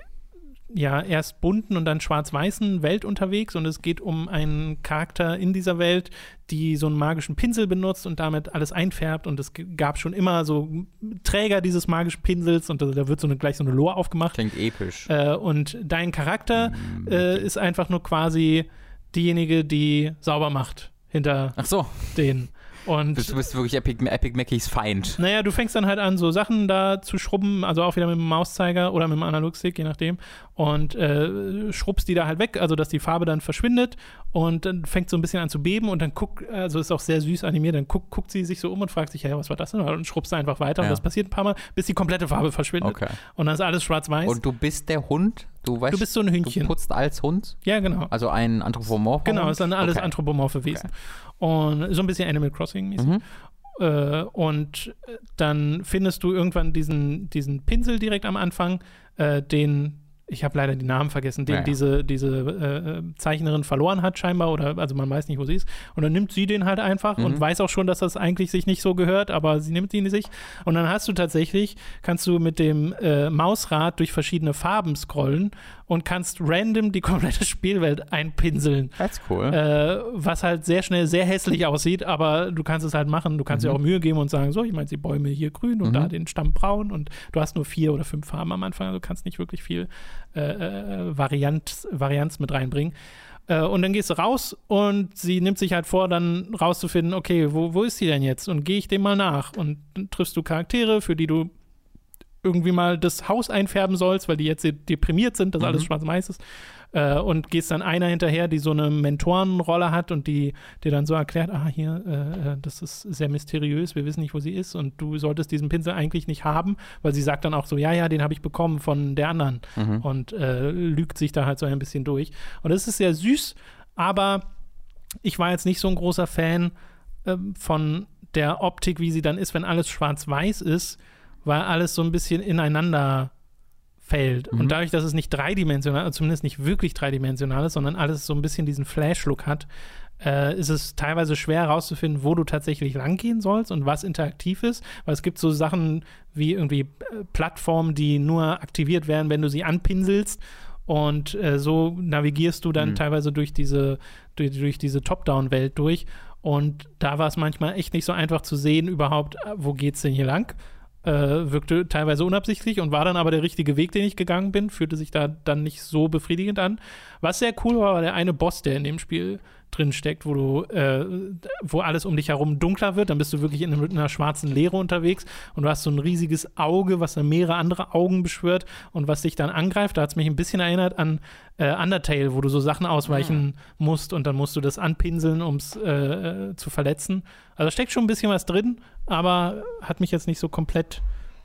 ja, erst bunten und dann schwarz-weißen Welt unterwegs und es geht um einen Charakter in dieser Welt, die so einen magischen Pinsel benutzt und damit alles einfärbt und es g- gab schon immer so Träger dieses magischen Pinsels und da, da wird so eine, gleich so eine Lore aufgemacht. Klingt episch. Äh, und dein Charakter mm, äh, ist einfach nur quasi diejenige, die sauber macht hinter Ach so. denen. Und du bist wirklich Epic, Epic Mackies Feind. Naja, du fängst dann halt an, so Sachen da zu schrubben, also auch wieder mit dem Mauszeiger oder mit dem Analogstick, je nachdem, und äh, schrubbst die da halt weg, also dass die Farbe dann verschwindet und dann fängt so ein bisschen an zu beben und dann guckt, also ist auch sehr süß animiert, dann guckt, guckt sie sich so um und fragt sich, hey, was war das denn? Und schrubbst einfach weiter ja. und das passiert ein paar Mal, bis die komplette Farbe verschwindet. Okay. Und dann ist alles schwarz-weiß. Und du bist der Hund? Du, weißt, du bist so ein Hündchen. Du putzt als Hund? Ja, genau. Also ein Anthropomorph? Genau, es sind alles okay. anthropomorphe Wesen. Okay. Und so ein bisschen Animal Crossing-mäßig. Mhm. Äh, und dann findest du irgendwann diesen, diesen Pinsel direkt am Anfang, äh, den, ich habe leider die Namen vergessen, den ja, ja. diese, diese äh, Zeichnerin verloren hat scheinbar, oder also man weiß nicht, wo sie ist. Und dann nimmt sie den halt einfach mhm. und weiß auch schon, dass das eigentlich sich nicht so gehört, aber sie nimmt ihn sich. Und dann hast du tatsächlich, kannst du mit dem äh, Mausrad durch verschiedene Farben scrollen und kannst random die komplette Spielwelt einpinseln. Das ist cool. Äh, was halt sehr schnell sehr hässlich aussieht, aber du kannst es halt machen. Du kannst mhm. dir auch Mühe geben und sagen, so, ich meine, die Bäume hier grün und mhm. da den Stamm braun und du hast nur vier oder fünf Farben am Anfang, also du kannst nicht wirklich viel äh, äh, Variant, Varianz mit reinbringen. Äh, und dann gehst du raus und sie nimmt sich halt vor, dann rauszufinden, okay, wo, wo ist sie denn jetzt? Und gehe ich dem mal nach. Und dann triffst du Charaktere, für die du irgendwie mal das Haus einfärben sollst, weil die jetzt deprimiert sind, dass mhm. alles schwarz-weiß ist. Äh, und gehst dann einer hinterher, die so eine Mentorenrolle hat und die dir dann so erklärt, ah, hier, äh, das ist sehr mysteriös, wir wissen nicht, wo sie ist und du solltest diesen Pinsel eigentlich nicht haben, weil sie sagt dann auch so, ja, ja, den habe ich bekommen von der anderen mhm. und äh, lügt sich da halt so ein bisschen durch. Und das ist sehr süß, aber ich war jetzt nicht so ein großer Fan äh, von der Optik, wie sie dann ist, wenn alles schwarz-weiß ist, weil alles so ein bisschen ineinander fällt. Mhm. Und dadurch, dass es nicht dreidimensional, zumindest nicht wirklich dreidimensional ist, sondern alles so ein bisschen diesen Flash-Look hat, äh, ist es teilweise schwer herauszufinden, wo du tatsächlich langgehen sollst und was interaktiv ist. Weil es gibt so Sachen wie irgendwie äh, Plattformen, die nur aktiviert werden, wenn du sie anpinselst. Und äh, so navigierst du dann mhm. teilweise durch diese, durch, durch diese Top-Down-Welt durch. Und da war es manchmal echt nicht so einfach zu sehen, überhaupt, wo geht's denn hier lang? Äh, wirkte teilweise unabsichtlich und war dann aber der richtige Weg, den ich gegangen bin, fühlte sich da dann nicht so befriedigend an. Was sehr cool war, war der eine Boss, der in dem Spiel drin steckt, wo du, äh, wo alles um dich herum dunkler wird, dann bist du wirklich in einer schwarzen Leere unterwegs und du hast so ein riesiges Auge, was dann mehrere andere Augen beschwört und was dich dann angreift. Da hat es mich ein bisschen erinnert an äh, Undertale, wo du so Sachen ausweichen mhm. musst und dann musst du das anpinseln, um es äh, zu verletzen. Also steckt schon ein bisschen was drin, aber hat mich jetzt nicht so komplett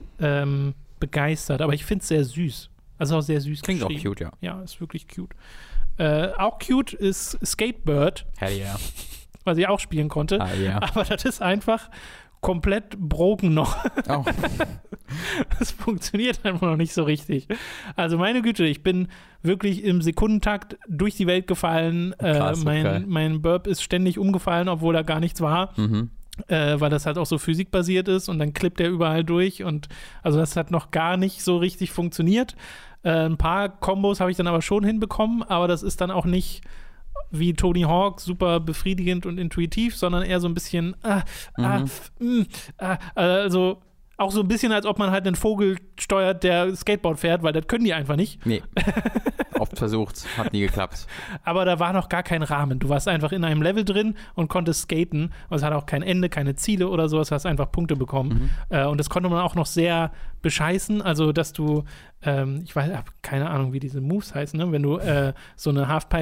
ähm, begeistert. Aber ich finde es sehr süß. Also auch sehr süß Klingt auch cute, ja. Ja, ist wirklich cute. Äh, auch cute ist Skatebird. Hell yeah. Was ich auch spielen konnte. Ah, yeah. Aber das ist einfach komplett broken noch. Oh. Das funktioniert einfach noch nicht so richtig. Also meine Güte, ich bin wirklich im Sekundentakt durch die Welt gefallen. Krass, äh, mein, okay. mein Burp ist ständig umgefallen, obwohl da gar nichts war. Mhm. Äh, weil das halt auch so physikbasiert ist und dann klippt er überall durch und also das hat noch gar nicht so richtig funktioniert. Äh, ein paar Kombos habe ich dann aber schon hinbekommen, aber das ist dann auch nicht wie Tony Hawk super befriedigend und intuitiv, sondern eher so ein bisschen ah, mhm. ah, mh, ah, also auch so ein bisschen, als ob man halt einen Vogel steuert, der Skateboard fährt, weil das können die einfach nicht. Nee. Oft versucht, hat nie geklappt. Aber da war noch gar kein Rahmen. Du warst einfach in einem Level drin und konntest skaten. Und es hat auch kein Ende, keine Ziele oder sowas. Du hast einfach Punkte bekommen. Mhm. Äh, und das konnte man auch noch sehr bescheißen. Also, dass du, ähm, ich weiß, hab keine Ahnung, wie diese Moves heißen, ne? Wenn du äh, so eine Halfpipe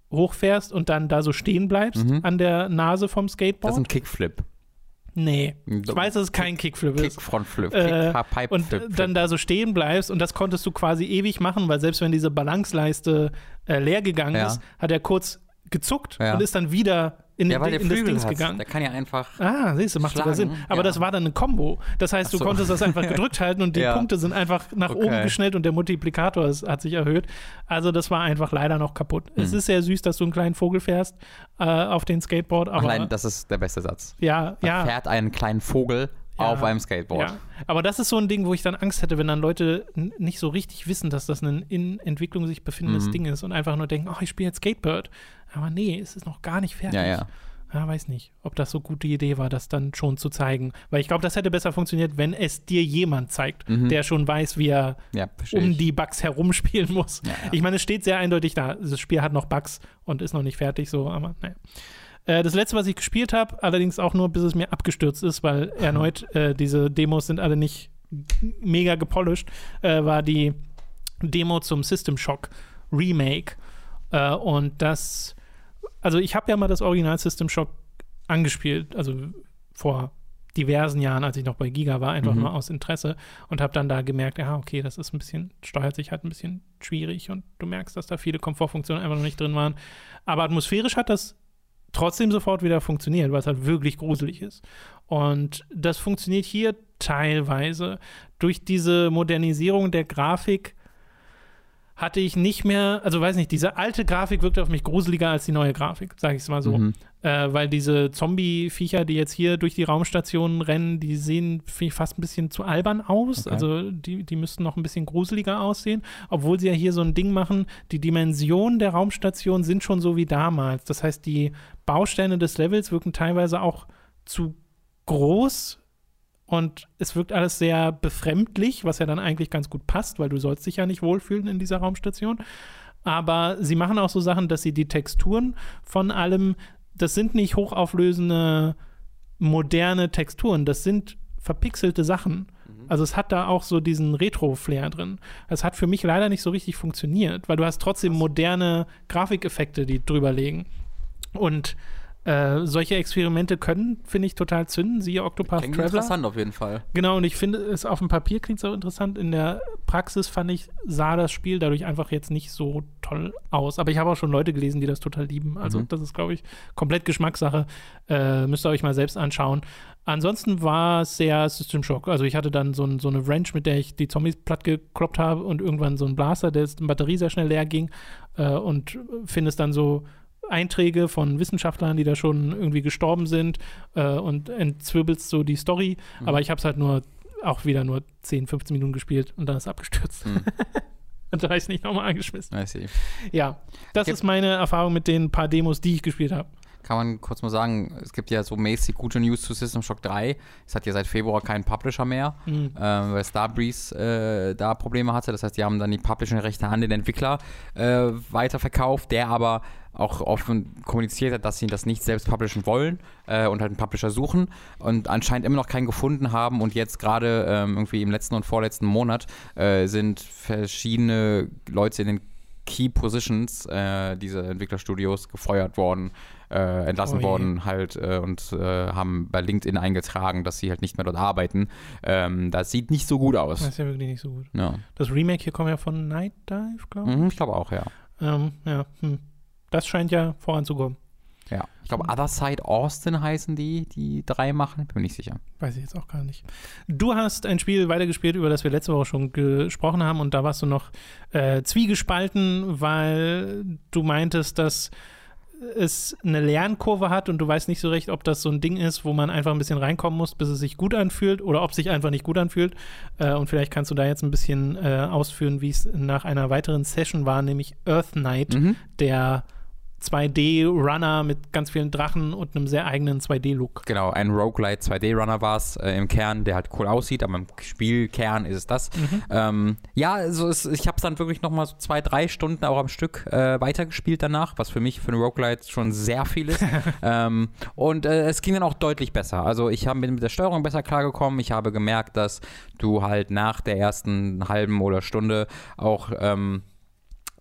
hochfährst und dann da so stehen bleibst Mhm. an der Nase vom Skateboard. Das ist ein Kickflip. Nee, ich weiß, dass es kein Kickflip ist. Kick-Frontflip, Äh, Kick-Pipe-Flip. Und dann da so stehen bleibst und das konntest du quasi ewig machen, weil selbst wenn diese Balanceleiste äh, leer gegangen Ja. ist, hat er kurz gezuckt Ja. und ist dann wieder in, Ja, den, weil der in das Flügel Dings hat. gegangen. Der kann ja einfach. Ah, siehst du, macht sogar Sinn. Schlagen, Aber ja. das war dann ein Kombo. Das heißt, du Ach so. konntest das einfach gedrückt halten und die Ja. Punkte sind einfach nach Okay. oben geschnellt und der Multiplikator ist, hat sich erhöht. Also das war einfach leider noch kaputt. Hm. Es ist sehr süß, dass du einen kleinen Vogel fährst äh, auf den Skateboard, aber Allein, das ist der beste Satz. ja, Man ja. fährt einen kleinen Vogel Ja. auf einem Skateboard. Ja, aber das ist so ein Ding, wo ich dann Angst hätte, wenn dann Leute n- nicht so richtig wissen, dass das ein in Entwicklung sich befindendes Mhm. Ding ist und einfach nur denken, oh, ich spiele jetzt Skateboard. Aber nee, es ist noch gar nicht fertig. Ja, ja. Ja, weiß nicht, ob das so gute Idee war, das dann schon zu zeigen. Weil ich glaube, das hätte besser funktioniert, wenn es dir jemand zeigt, Mhm. der schon weiß, wie er Ja, verstehe um ich. die Bugs herumspielen muss. Ja, ja. Ich meine, es steht sehr eindeutig da. Das Spiel hat noch Bugs und ist noch nicht fertig, so, aber naja. Äh, Das letzte, was ich gespielt habe, allerdings auch nur, bis es mir abgestürzt ist, weil erneut äh, diese Demos sind alle nicht mega gepolished, äh, war die Demo zum System Shock Remake. Äh, und das, also ich habe ja mal das Original System Shock angespielt, also vor diversen Jahren, als ich noch bei Giga war, einfach Mhm. nur aus Interesse und habe dann da gemerkt, ja, okay, das ist ein bisschen, steuert sich halt ein bisschen schwierig und du merkst, dass da viele Komfortfunktionen einfach noch nicht drin waren. Aber atmosphärisch hat das trotzdem sofort wieder funktioniert, weil es halt wirklich gruselig ist. Und das funktioniert hier teilweise. Durch diese Modernisierung der Grafik hatte ich nicht mehr, also weiß nicht, diese alte Grafik wirkte auf mich gruseliger als die neue Grafik, sage ich es mal so. Mhm. Äh, weil diese Zombie-Viecher, die jetzt hier durch die Raumstationen rennen, die sehen finde ich, fast ein bisschen zu albern aus. Okay. Also die, die müssten noch ein bisschen gruseliger aussehen, obwohl sie ja hier so ein Ding machen, die Dimensionen der Raumstation sind schon so wie damals. Das heißt, die Bausteine des Levels wirken teilweise auch zu groß und es wirkt alles sehr befremdlich, was ja dann eigentlich ganz gut passt, weil du sollst dich ja nicht wohlfühlen in dieser Raumstation. Aber sie machen auch so Sachen, dass sie die Texturen von allem, das sind nicht hochauflösende, moderne Texturen, das sind verpixelte Sachen. Also es hat da auch so diesen Retro-Flair drin. Es hat für mich leider nicht so richtig funktioniert, weil du hast trotzdem moderne Grafikeffekte, die drüber liegen. Und äh, solche Experimente können, finde ich, total zünden. Siehe Octopath Klingt Traveler. interessant auf jeden Fall. Genau, und ich finde, es auf dem Papier klingt es auch interessant. In der Praxis fand ich, sah das Spiel dadurch einfach jetzt nicht so toll aus. Aber ich habe auch schon Leute gelesen, die das total lieben. Also Mhm. das ist, glaube ich, komplett Geschmackssache. Äh, müsst ihr euch mal selbst anschauen. Ansonsten war es sehr System Shock. Also ich hatte dann so, ein, so eine Wrench, mit der ich die Zombies platt gekloppt habe und irgendwann so ein Blaster, der die Batterie sehr schnell leer ging äh, und findest dann so Einträge von Wissenschaftlern, die da schon irgendwie gestorben sind äh, und entzwirbelst so die Story. Mhm. Aber ich habe es halt nur, auch wieder nur zehn, fünfzehn Minuten gespielt und dann ist es abgestürzt. Mhm. Und da habe ich es nicht nochmal angeschmissen. I see. Ja, das Gibt- ist meine Erfahrung mit den paar Demos, die ich gespielt habe. Kann man kurz mal sagen, es gibt ja so mäßig gute News zu System Shock drei. Es hat ja seit Februar keinen Publisher mehr, Mhm. ähm, weil Starbreeze äh, da Probleme hatte. Das heißt, die haben dann die Publishing-Rechte an den Entwickler äh, weiterverkauft, der aber auch offen kommuniziert hat, dass sie das nicht selbst publishen wollen äh, und halt einen Publisher suchen und anscheinend immer noch keinen gefunden haben. Und jetzt gerade ähm, irgendwie im letzten und vorletzten Monat äh, sind verschiedene Leute in den Key Positions äh, dieser Entwicklerstudios gefeuert worden, äh, entlassen Oh je. worden halt äh, und äh, haben bei LinkedIn eingetragen, dass sie halt nicht mehr dort arbeiten. Ähm, das sieht nicht so gut aus. Das ist ja wirklich nicht so gut. Ja. Das Remake hier kommt ja von Night Dive, glaube ich. Mhm, ich glaube auch, ja. Ähm, ja, hm. Das scheint ja voranzukommen. Ja. Ich glaube, Other Side Austin heißen die, die drei machen. Bin mir nicht sicher. Weiß ich jetzt auch gar nicht. Du hast ein Spiel weitergespielt, über das wir letzte Woche schon gesprochen haben und da warst du noch äh, zwiegespalten, weil du meintest, dass es eine Lernkurve hat und du weißt nicht so recht, ob das so ein Ding ist, wo man einfach ein bisschen reinkommen muss, bis es sich gut anfühlt oder ob es sich einfach nicht gut anfühlt. Äh, und vielleicht kannst du da jetzt ein bisschen äh, ausführen, wie es nach einer weiteren Session war, nämlich Earth Knight, Mhm. der zwei D-Runner mit ganz vielen Drachen und einem sehr eigenen zwei D-Look. Genau, ein Roguelite zwei D-Runner war es äh, im Kern, der halt cool aussieht, aber im Spielkern ist es das. Mhm. Ähm, ja, also es, ich habe es dann wirklich nochmal so zwei, drei Stunden auch am Stück äh, weitergespielt danach, was für mich für einen Roguelite schon sehr viel ist. ähm, und äh, es ging dann auch deutlich besser. Also ich habe mit der Steuerung besser klargekommen. Ich habe gemerkt, dass du halt nach der ersten halben oder Stunde auch ähm,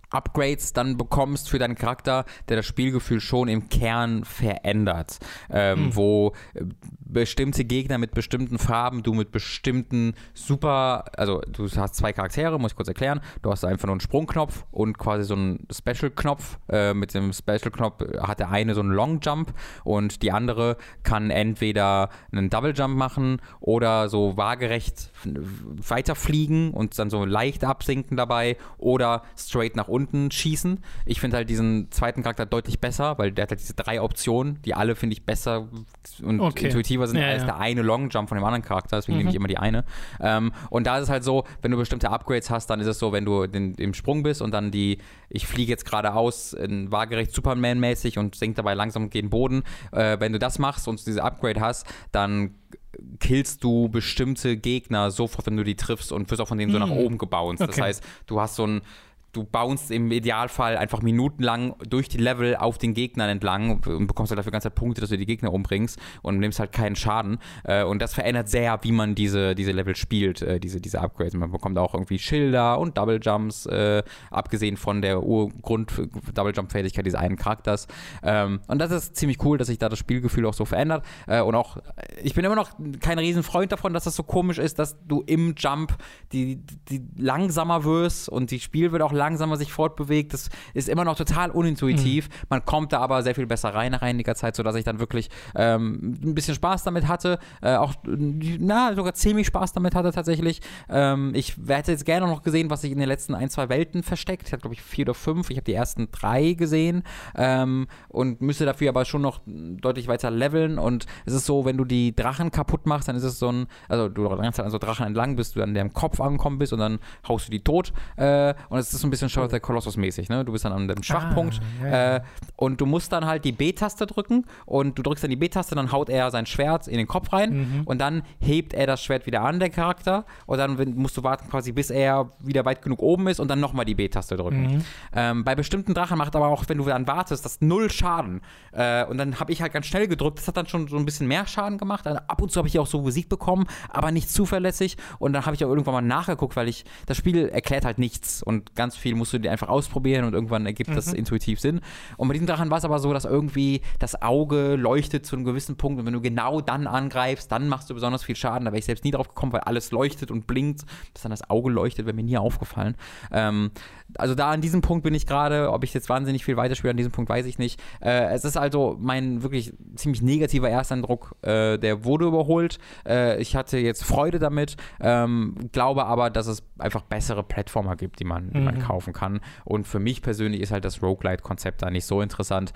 Upgrades dann bekommst für deinen Charakter, der das Spielgefühl schon im Kern verändert. Ähm, mhm. Wo bestimmte Gegner mit bestimmten Farben, du mit bestimmten super, also du hast zwei Charaktere, muss ich kurz erklären. Du hast einfach nur einen Sprungknopf und quasi so einen Special-Knopf. Äh, mit dem Special-Knopf hat der eine so einen Long-Jump und die andere kann entweder einen Double-Jump machen oder so waagerecht weiterfliegen und dann so leicht absinken dabei oder straight nach unten schießen. Ich finde halt diesen zweiten Charakter deutlich besser, weil der hat halt diese drei Optionen, die alle, finde ich, besser und okay. intuitiver sind ja, als ja. der eine Long Jump von dem anderen Charakter, deswegen mhm. nehme ich immer die eine. Ähm, und da ist es halt so, wenn du bestimmte Upgrades hast, dann ist es so, wenn du den, im Sprung bist und dann die, ich fliege jetzt geradeaus in waagerecht Superman-mäßig und sink dabei langsam gegen den Boden. Äh, wenn du das machst und diese Upgrade hast, dann killst du bestimmte Gegner sofort, wenn du die triffst und wirst auch von denen so nach oben gebounced. Okay. Das heißt, du hast so ein Du bounst im Idealfall einfach minutenlang durch die Level auf den Gegnern entlang und bekommst halt dafür ganze Zeit Punkte, dass du die Gegner umbringst und nimmst halt keinen Schaden. Und das verändert sehr, wie man diese, diese Level spielt, diese, diese Upgrades. Man bekommt auch irgendwie Schilder und Double Jumps, äh, abgesehen von der Urgrund-Double Jump-Fähigkeit dieses einen Charakters. Ähm, und das ist ziemlich cool, dass sich da das Spielgefühl auch so verändert. Äh, und auch, ich bin immer noch kein Riesenfreund davon, dass das so komisch ist, dass du im Jump die, die langsamer wirst und die Spiel wird auch langsamer sich fortbewegt. Das ist immer noch total unintuitiv. Mhm. Man kommt da aber sehr viel besser rein nach einiger Zeit, sodass ich dann wirklich ähm, ein bisschen Spaß damit hatte. Äh, auch, na, sogar ziemlich Spaß damit hatte tatsächlich. Ähm, ich hätte jetzt gerne noch gesehen, was sich in den letzten ein, zwei Welten versteckt. Ich hatte, glaube ich, vier oder fünf. Ich habe die ersten drei gesehen ähm, und müsste dafür aber schon noch deutlich weiter leveln. Und es ist so, wenn du die Drachen kaputt machst, dann ist es so ein, also du rennst an so Drachen entlang, bis du an deren Kopf angekommen bist und dann haust du die tot. Äh, und es ist so ein bisschen Shadow of the Colossus mäßig, ne? Du bist dann an dem Schwachpunkt ah, ja, ja. Äh, und du musst dann halt die B-Taste drücken und du drückst dann die B-Taste, dann haut er sein Schwert in den Kopf rein mhm. und dann hebt er das Schwert wieder an, der Charakter, und dann musst du warten quasi, bis er wieder weit genug oben ist und dann nochmal die B-Taste drücken. Mhm. Ähm, bei bestimmten Drachen macht aber auch, wenn du dann wartest, das null Schaden. Äh, und dann habe ich halt ganz schnell gedrückt, das hat dann schon so ein bisschen mehr Schaden gemacht. Also ab und zu habe ich auch so Musik bekommen, aber nicht zuverlässig, und dann habe ich auch irgendwann mal nachgeguckt, weil ich, das Spiel erklärt halt nichts und ganz viel musst du dir einfach ausprobieren und irgendwann ergibt mhm. das intuitiv Sinn. Und bei diesen Drachen war es aber so, dass irgendwie das Auge leuchtet zu einem gewissen Punkt und wenn du genau dann angreifst, dann machst du besonders viel Schaden. Da wäre ich selbst nie drauf gekommen, weil alles leuchtet und blinkt, dass dann das Auge leuchtet, wäre mir nie aufgefallen. Ähm, also da an diesem Punkt bin ich gerade, ob ich jetzt wahnsinnig viel weiterspiele, an diesem Punkt weiß ich nicht. Äh, es ist also mein wirklich ziemlich negativer Ersteindruck, äh, der wurde überholt. Äh, ich hatte jetzt Freude damit, ähm, glaube aber, dass es einfach bessere Plattformer gibt, die man, die mhm. man kaufen kann. Und für mich persönlich ist halt das Roguelite-Konzept da nicht so interessant.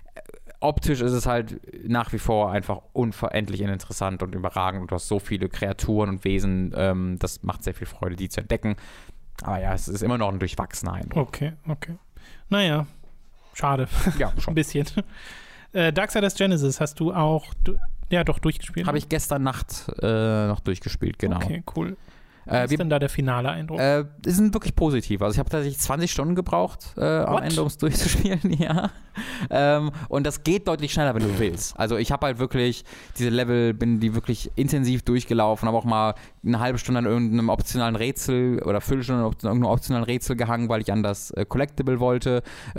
Optisch ist es halt nach wie vor einfach unverendlich interessant und überragend. Und du hast so viele Kreaturen und Wesen, ähm, das macht sehr viel Freude, die zu entdecken. Aber ja, es ist immer noch ein durchwachsener Eindruck. Okay, okay. Naja, schade. Ja, schon. Ein bisschen. Äh, Darksiders Genesis hast du auch, du, ja doch, durchgespielt? Habe ich gestern Nacht äh, noch durchgespielt, genau. Okay, cool. Was ist äh, denn da der finale Eindruck? Äh, die sind wirklich positiv. Also ich habe tatsächlich zwanzig Stunden gebraucht äh, am Ende, um es durchzuspielen. Ja. Ähm, und das geht deutlich schneller, wenn du willst. Also ich habe halt wirklich diese Level, bin die wirklich intensiv durchgelaufen, habe auch mal eine halbe Stunde an irgendeinem optionalen Rätsel oder Viertelstunde an irgendeinem optionalen Rätsel gehangen, weil ich an das äh, Collectible wollte,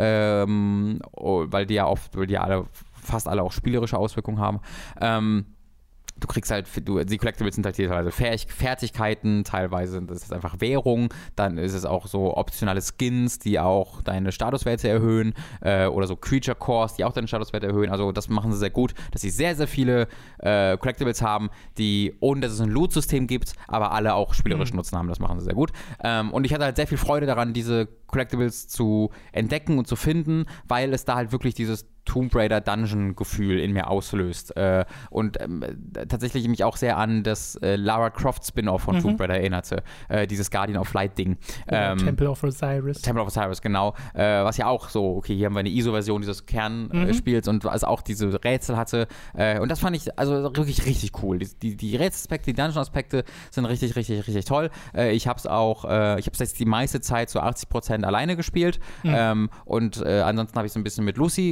ähm, weil die ja oft, weil die ja alle, fast alle auch spielerische Auswirkungen haben. Ähm, Du kriegst halt, du, die Collectibles sind halt teilweise Fertigkeiten, teilweise sind es einfach Währung, dann ist es auch so optionale Skins, die auch deine Statuswerte erhöhen, äh, oder so Creature Cores, die auch deine Statuswerte erhöhen. Also das machen sie sehr gut, dass sie sehr, sehr viele äh, Collectibles haben, die, ohne dass es ein Loot-System gibt, aber alle auch spielerischen mhm. Nutzen haben. Das machen sie sehr gut. Ähm, und ich hatte halt sehr viel Freude daran, diese Collectibles zu entdecken und zu finden, weil es da halt wirklich dieses Tomb Raider Dungeon Gefühl in mir auslöst. Äh, und ähm, tatsächlich mich auch sehr an das äh, Lara Croft Spin-Off von mhm. Tomb Raider erinnerte. Äh, dieses Guardian of Light Ding. Ähm, Temple of Osiris. Temple of Osiris, genau. Äh, was ja auch so, okay, hier haben wir eine I S O-Version dieses Kernspiels mhm. und was auch diese Rätsel hatte. Äh, und das fand ich also wirklich richtig cool. Die, die, die Rätselaspekte, die Dungeon-Aspekte sind richtig, richtig, richtig toll. Äh, ich habe es auch, äh, ich habe es jetzt die meiste Zeit so achtzig Prozent alleine gespielt. Mhm. Ähm, und äh, ansonsten habe ich so ein bisschen mit Lucy auch gespielt.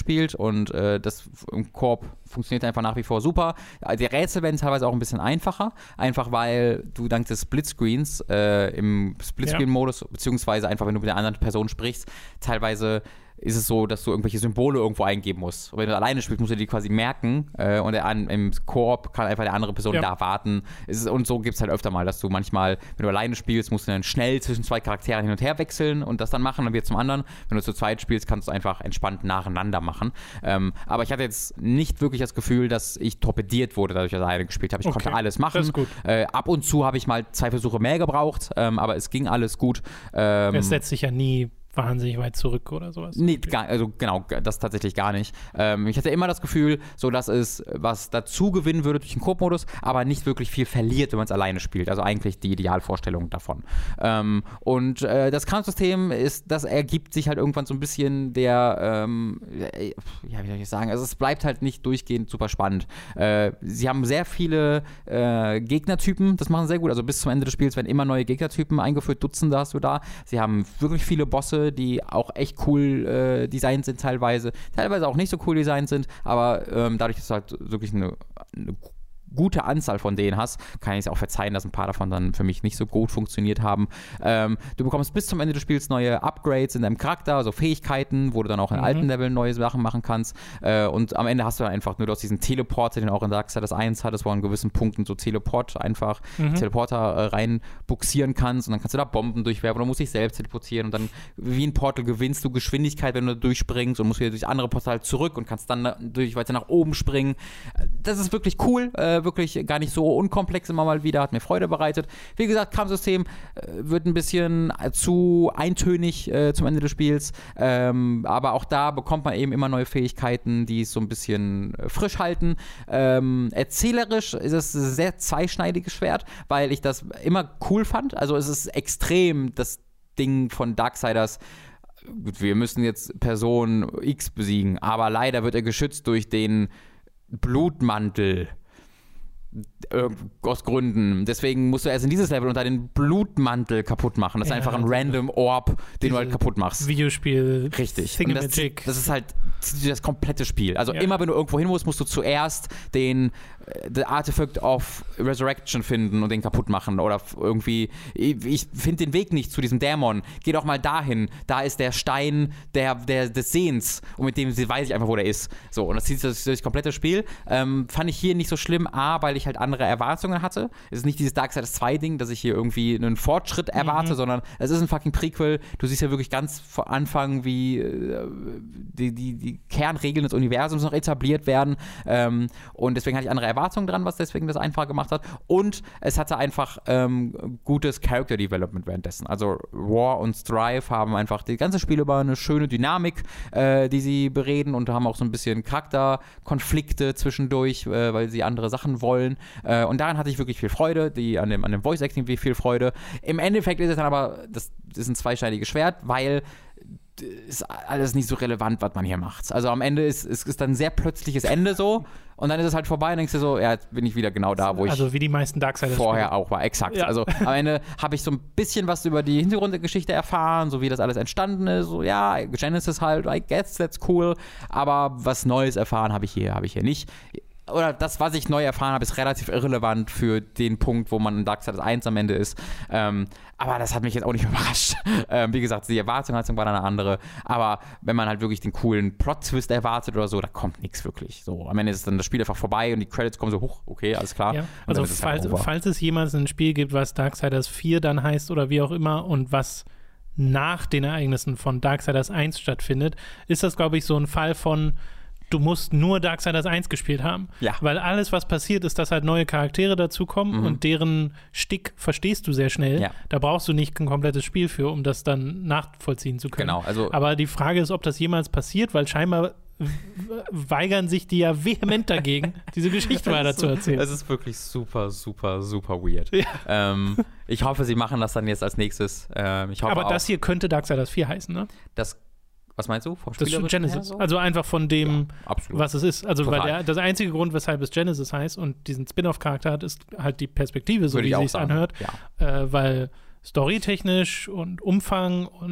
gespielt und äh, das im Koop funktioniert einfach nach wie vor super. Die Rätsel werden teilweise auch ein bisschen einfacher, einfach weil du dank des Splitscreens äh, im Splitscreen-Modus, ja. beziehungsweise einfach, wenn du mit der anderen Person sprichst, teilweise ist es so, dass du irgendwelche Symbole irgendwo eingeben musst. Und wenn du alleine spielst, musst du die quasi merken äh, und der, im Koop kann einfach der andere Person ja. da warten. Ist, und so gibt es halt öfter mal, dass du manchmal, wenn du alleine spielst, musst du dann schnell zwischen zwei Charakteren hin und her wechseln und das dann machen, dann wird zum anderen. Wenn du zu zweit spielst, kannst du einfach entspannt nacheinander machen. Ähm, aber ich hatte jetzt nicht wirklich das Gefühl, dass ich torpediert wurde, dadurch, dass ich alleine gespielt habe. Ich okay. konnte alles machen. Das ist gut. Äh, ab und zu habe ich mal zwei Versuche mehr gebraucht, ähm, aber es ging alles gut. Ähm, es setzt sich ja nie wahnsinnig weit zurück oder sowas. Nee, gar, also genau, das tatsächlich gar nicht. Ähm, ich hatte immer das Gefühl, so dass es was dazu gewinnen würde durch den Koop-Modus, aber nicht wirklich viel verliert, wenn man es alleine spielt. Also eigentlich die Idealvorstellung davon. Ähm, und äh, das Kampfsystem ist, das ergibt sich halt irgendwann so ein bisschen der, ähm, ja, wie soll ich sagen, also es bleibt halt nicht durchgehend super spannend. Äh, sie haben sehr viele äh, Gegnertypen, das machen sie sehr gut. Also bis zum Ende des Spiels werden immer neue Gegnertypen eingeführt, Dutzende hast du da. Sie haben wirklich viele Bosse, die auch echt cool äh, designt sind teilweise, teilweise auch nicht so cool designt sind, aber ähm, dadurch, dass du halt wirklich eine, eine gute Anzahl von denen hast, kann ich es auch verzeihen, dass ein paar davon dann für mich nicht so gut funktioniert haben. Ähm, du bekommst bis zum Ende des Spiels neue Upgrades in deinem Charakter, also Fähigkeiten, wo du dann auch in mhm. alten Leveln neue Sachen machen kannst. Äh, und am Ende hast du dann einfach nur aus diesen Teleporter, den du auch in Darksiders eins hattest, wo du an gewissen Punkten so Teleport einfach mhm. Teleporter äh, reinbuxieren kannst und dann kannst du da Bomben durchwerfen oder musst dich selbst teleportieren und dann wie ein Portal gewinnst du Geschwindigkeit, wenn du da durchspringst und musst wieder durch andere Portal zurück und kannst dann durch weiter nach oben springen. Das ist wirklich cool, äh, wirklich gar nicht so unkomplex immer mal wieder, hat mir Freude bereitet. Wie gesagt, Kampfsystem äh, wird ein bisschen zu eintönig äh, zum Ende des Spiels, ähm, aber auch da bekommt man eben immer neue Fähigkeiten, die es so ein bisschen äh, frisch halten. Ähm, erzählerisch ist es ein sehr zweischneidiges Schwert, weil ich das immer cool fand. Also es ist extrem das Ding von Darksiders. Gut, wir müssen jetzt Person X besiegen, aber leider wird er geschützt durch den Blutmantel. Aus Gründen. Deswegen musst du erst in dieses Level unter den Blutmantel kaputt machen. Das ist ja, einfach ein random Orb, den du halt kaputt machst. Videospiel. Richtig. Und das, das ist halt das komplette Spiel. Also ja. immer, wenn du irgendwo hin musst, musst du zuerst den The Artifact of Resurrection finden und den kaputt machen. Oder irgendwie, ich finde den Weg nicht zu diesem Dämon. Geh doch mal dahin. Da ist der Stein der, der, des Sehens. Und mit dem weiß ich einfach, wo der ist. So, und das zieht sich durch das komplette Spiel. Ähm, fand ich hier nicht so schlimm. A, weil ich halt andere Erwartungen hatte. Es ist nicht dieses Darksiders zwei Ding, dass ich hier irgendwie einen Fortschritt erwarte, mhm. sondern es ist ein fucking Prequel. Du siehst ja wirklich ganz vor Anfang, wie äh, die, die, die Kernregeln des Universums noch etabliert werden. Ähm, und deswegen hatte ich andere Erwartungen dran, was deswegen das einfacher gemacht hat. Und es hatte einfach ähm, gutes Character Development währenddessen. Also War und Strive haben einfach die ganze Spiel über eine schöne Dynamik, äh, die sie bereden und haben auch so ein bisschen Charakterkonflikte zwischendurch, äh, weil sie andere Sachen wollen. Äh, und daran hatte ich wirklich viel Freude. Die, an dem, an dem Voice Acting viel Freude. Im Endeffekt ist es dann aber, das, das ist ein zweischneidiges Schwert, weil ist alles nicht so relevant, was man hier macht. Also am Ende ist es ist dann ein sehr plötzliches Ende so und dann ist es halt vorbei und denkst du so, ja, jetzt bin ich wieder genau da, wo ich also wie die meisten Darksiders vorher auch war. Exakt. Ja. Also am Ende habe ich so ein bisschen was über die Hintergrundgeschichte erfahren, so wie das alles entstanden ist. So, ja, Genesis halt, I guess that's cool, aber was Neues erfahren habe ich hier, habe ich hier nicht. Oder das, was ich neu erfahren habe, ist relativ irrelevant für den Punkt, wo man in Darksiders eins am Ende ist. Ähm, aber das hat mich jetzt auch nicht überrascht. Ähm, wie gesagt, die Erwartungshaltung war dann eine andere. Aber wenn man halt wirklich den coolen Plot-Twist erwartet oder so, da kommt nichts wirklich. So, am Ende ist dann das Spiel einfach vorbei und die Credits kommen so hoch. Okay, alles klar. Ja, also falls, halt falls es jemals ein Spiel gibt, was Darksiders vier dann heißt oder wie auch immer und was nach den Ereignissen von Darksiders eins stattfindet, ist das, glaube ich, so ein Fall von du musst nur Darksiders eins gespielt haben. Ja. Weil alles, was passiert, ist, dass halt neue Charaktere dazukommen mhm. und deren Stick verstehst du sehr schnell. Ja. Da brauchst du nicht ein komplettes Spiel für, um das dann nachvollziehen zu können. Genau, also aber die Frage ist, ob das jemals passiert, weil scheinbar weigern sich die ja vehement dagegen, diese Geschichte weiter zu erzählen. Es ist wirklich super, super, super weird. Ja. Ähm, ich hoffe, sie machen das dann jetzt als nächstes. Ähm, ich hoffe aber auch, das hier könnte Darksiders vier heißen, ne? Das Was meinst du? Das ist Genesis. So? Also einfach von dem, ja, was es ist. Also Total. weil der, das einzige Grund, weshalb es Genesis heißt und diesen Spin-off-Charakter hat, ist halt die Perspektive, so Würde wie sie es anhört. Ja. Äh, weil storytechnisch und Umfang und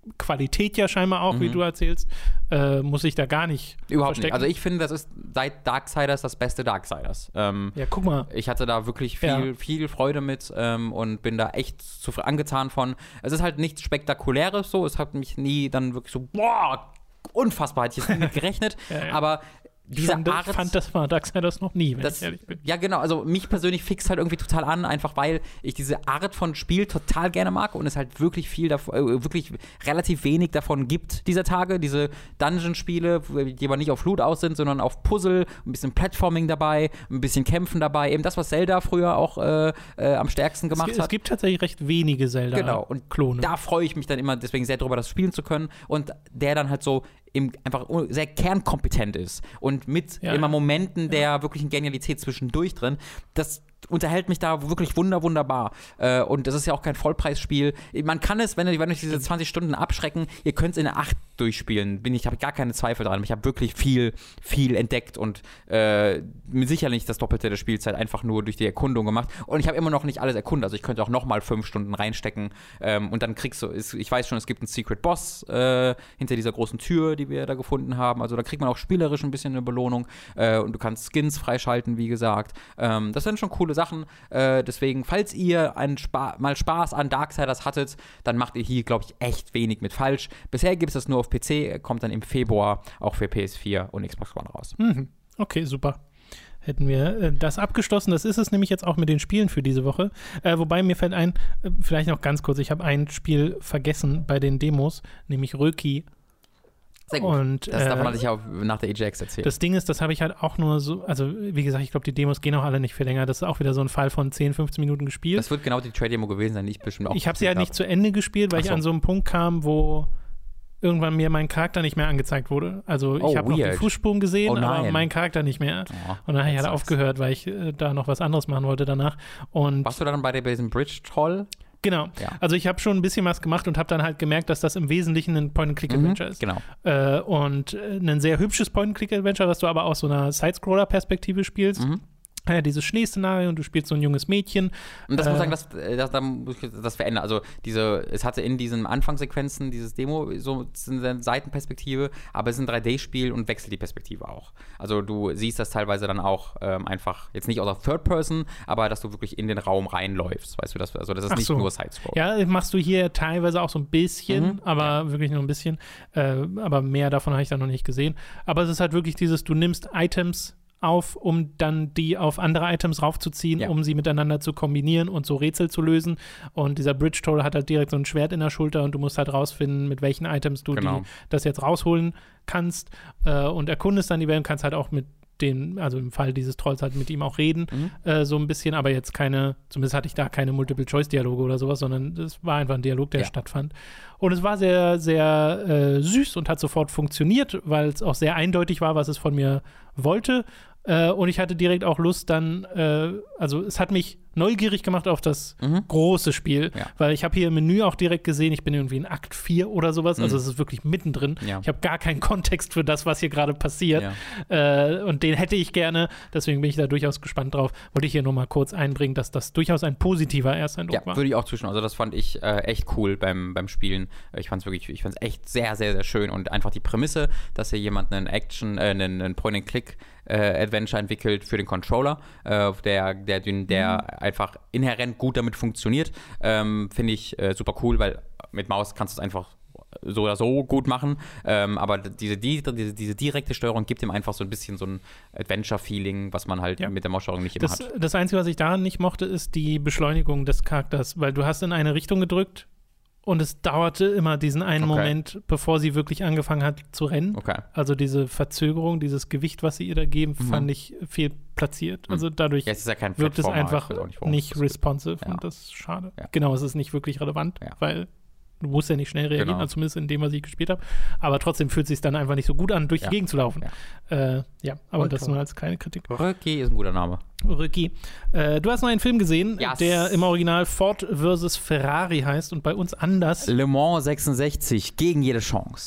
Qualität ja scheinbar auch, mhm. wie du erzählst, äh, muss ich da gar nicht Überhaupt verstecken. nicht. Also ich finde, das ist seit Darksiders das beste Darksiders. Ähm, ja, guck mal. Ich hatte da wirklich viel, ja. viel Freude mit ähm, und bin da echt zu angetan von. Es ist halt nichts Spektakuläres so, es hat mich nie dann wirklich so, boah, unfassbar, hätte ich jetzt nicht gerechnet, ja, ja. aber diese fand, Art, fand das war Darksiders noch nie, wenn das, ich ehrlich bin. Ja, genau, also mich persönlich fixt halt irgendwie total an, einfach weil ich diese Art von Spiel total gerne mag und es halt wirklich viel davon, äh, wirklich relativ wenig davon gibt dieser Tage, diese Dungeon-Spiele, die aber nicht auf Loot aus sind, sondern auf Puzzle, ein bisschen Platforming dabei, ein bisschen Kämpfen dabei, eben das, was Zelda früher auch äh, äh, am stärksten gemacht es, hat. Es gibt tatsächlich recht wenige Zelda-Klone. Genau, und Klone. Da freue ich mich dann immer deswegen sehr drüber, das spielen zu können und der dann halt so im, einfach sehr kernkompetent ist und mit ja, immer Momenten der ja. wirklichen Genialität zwischendurch drin. Das unterhält mich da wirklich wunder, wunderbar. Äh, und das ist ja auch kein Vollpreisspiel. Man kann es, wenn, wenn euch diese zwanzig Stunden abschrecken, ihr könnt es in der acht durchspielen. Bin ich, habe gar keine Zweifel dran. Ich habe wirklich viel, viel entdeckt und äh, sicherlich das Doppelte der Spielzeit einfach nur durch die Erkundung gemacht. Und ich habe immer noch nicht alles erkundet. Also ich könnte auch noch mal fünf Stunden reinstecken ähm, und dann kriegst du, ist, ich weiß schon, es gibt einen Secret Boss äh, hinter dieser großen Tür, die wir da gefunden haben. Also da kriegt man auch spielerisch ein bisschen eine Belohnung äh, und du kannst Skins freischalten, wie gesagt. Ähm, das sind schon coole Sachen. Äh, deswegen, falls ihr einen Spa- mal Spaß an Darksiders hattet, dann macht ihr hier, glaube ich, echt wenig mit falsch. Bisher gibt es das nur auf P C, kommt dann im Februar auch für P S vier und Xbox One raus. Mhm. Okay, super. Hätten wir äh, das abgeschlossen. Das ist es nämlich jetzt auch mit den Spielen für diese Woche. Äh, wobei mir fällt ein, äh, vielleicht noch ganz kurz, ich habe ein Spiel vergessen bei den Demos, nämlich Röki. Sehr gut. Und, das, äh, davon hatte ich ja auch nach der A J X erzählt. Das Ding ist, das habe ich halt auch nur so, also wie gesagt, ich glaube, die Demos gehen auch alle nicht viel länger. Das ist auch wieder so ein Fall von zehn, fünfzehn Minuten gespielt. Das wird genau die Trade-Demo gewesen sein, die ich bestimmt auch Ich habe sie halt nicht zu Ende gespielt, weil Ach so. ich an so einen Punkt kam, wo irgendwann mir mein Charakter nicht mehr angezeigt wurde. Also ich oh, habe noch die Fußspuren gesehen, oh, aber mein Charakter nicht mehr. Oh, und dann habe ich halt aufgehört, weil ich äh, da noch was anderes machen wollte danach. Und warst du dann bei, der, bei diesem Bridge-Troll? Genau. Ja. Also ich habe schon ein bisschen was gemacht und habe dann halt gemerkt, dass das im Wesentlichen ein Point-and-Click-Adventure mhm, ist. Genau. Äh, und äh, ein sehr hübsches Point-and-Click-Adventure, was du aber aus so einer Side-Scroller-Perspektive spielst. Mhm. Ja, dieses Schneeszenario und du spielst so ein junges Mädchen. Und das äh, muss ich sagen, das, das, das, muss ich das verändern. Also diese, es hatte in diesen Anfangssequenzen dieses Demo so eine Seitenperspektive, aber es ist ein drei D-Spiel und wechselt die Perspektive auch. Also du siehst das teilweise dann auch ähm, einfach, jetzt nicht aus der Third Person, aber dass du wirklich in den Raum reinläufst, weißt du, das, also das ist Ach nicht so. nur Side-Scroll. Ja, machst du hier teilweise auch so ein bisschen, mhm. aber ja. wirklich nur ein bisschen. Äh, aber mehr davon habe ich dann noch nicht gesehen. Aber es ist halt wirklich dieses, du nimmst Items auf, um dann die auf andere Items raufzuziehen, ja. um sie miteinander zu kombinieren und so Rätsel zu lösen. Und dieser Bridge-Troll hat halt direkt so ein Schwert in der Schulter und du musst halt rausfinden, mit welchen Items du genau. die, das jetzt rausholen kannst äh, und erkundest dann die Welt und kannst halt auch mit den, also im Fall dieses Trolls halt mit ihm auch reden, mhm. äh, so ein bisschen, aber jetzt keine, zumindest hatte ich da keine Multiple-Choice-Dialoge oder sowas, sondern es war einfach ein Dialog, der ja. stattfand. Und es war sehr, sehr äh, süß und hat sofort funktioniert, weil es auch sehr eindeutig war, was es von mir wollte. Äh, und ich hatte direkt auch Lust dann, äh, also es hat mich neugierig gemacht auf das mhm. große Spiel, ja. weil ich habe hier im Menü auch direkt gesehen, ich bin irgendwie in Akt vier oder sowas, mhm. also es ist wirklich mittendrin. Ja. Ich habe gar keinen Kontext für das, was hier gerade passiert. Ja. Äh, und den hätte ich gerne, deswegen bin ich da durchaus gespannt drauf. Wollte ich hier nur mal kurz einbringen, dass das durchaus ein positiver Ersteindruck ja, war. Würde ich auch zustimmen. Also das fand ich äh, echt cool beim, beim Spielen. Ich fand es wirklich, ich fand es echt sehr, sehr, sehr schön und einfach die Prämisse, dass hier jemand einen Action, äh, einen, einen Point-and-Click Äh, Adventure entwickelt für den Controller, äh, der, der, der mhm. einfach inhärent gut damit funktioniert. Ähm, Finde ich äh, super cool, weil mit Maus kannst du es einfach so oder so gut machen, ähm, aber diese, die, diese, diese direkte Steuerung gibt ihm einfach so ein bisschen so ein Adventure-Feeling, was man halt ja. mit der Maussteuerung nicht immer das, hat. Das Einzige, was ich daran nicht mochte, ist die Beschleunigung des Charakters, weil du hast in eine Richtung gedrückt und es dauerte immer diesen einen okay. Moment, bevor sie wirklich angefangen hat zu rennen. Okay. Also diese Verzögerung, dieses Gewicht, was sie ihr da geben, mhm. fand ich fehlplatziert. Mhm. Also dadurch ja, es ist ja kein wirkt es einfach nicht, nicht responsive ja. und das ist schade. Ja. Genau, es ist nicht wirklich relevant, ja. weil du musst ja nicht schnell reagieren, genau. also zumindest in dem, was ich gespielt habe. Aber trotzdem fühlt es sich dann einfach nicht so gut an, durch ja. die Gegend zu laufen. Ja, äh, ja aber und das nur als kleine Kritik. Röki ist ein guter Name. Röki. Äh, du hast noch einen Film gesehen, yes. der im Original Ford versus Ferrari heißt und bei uns anders. Le Mans sechsundsechzig, gegen jede Chance.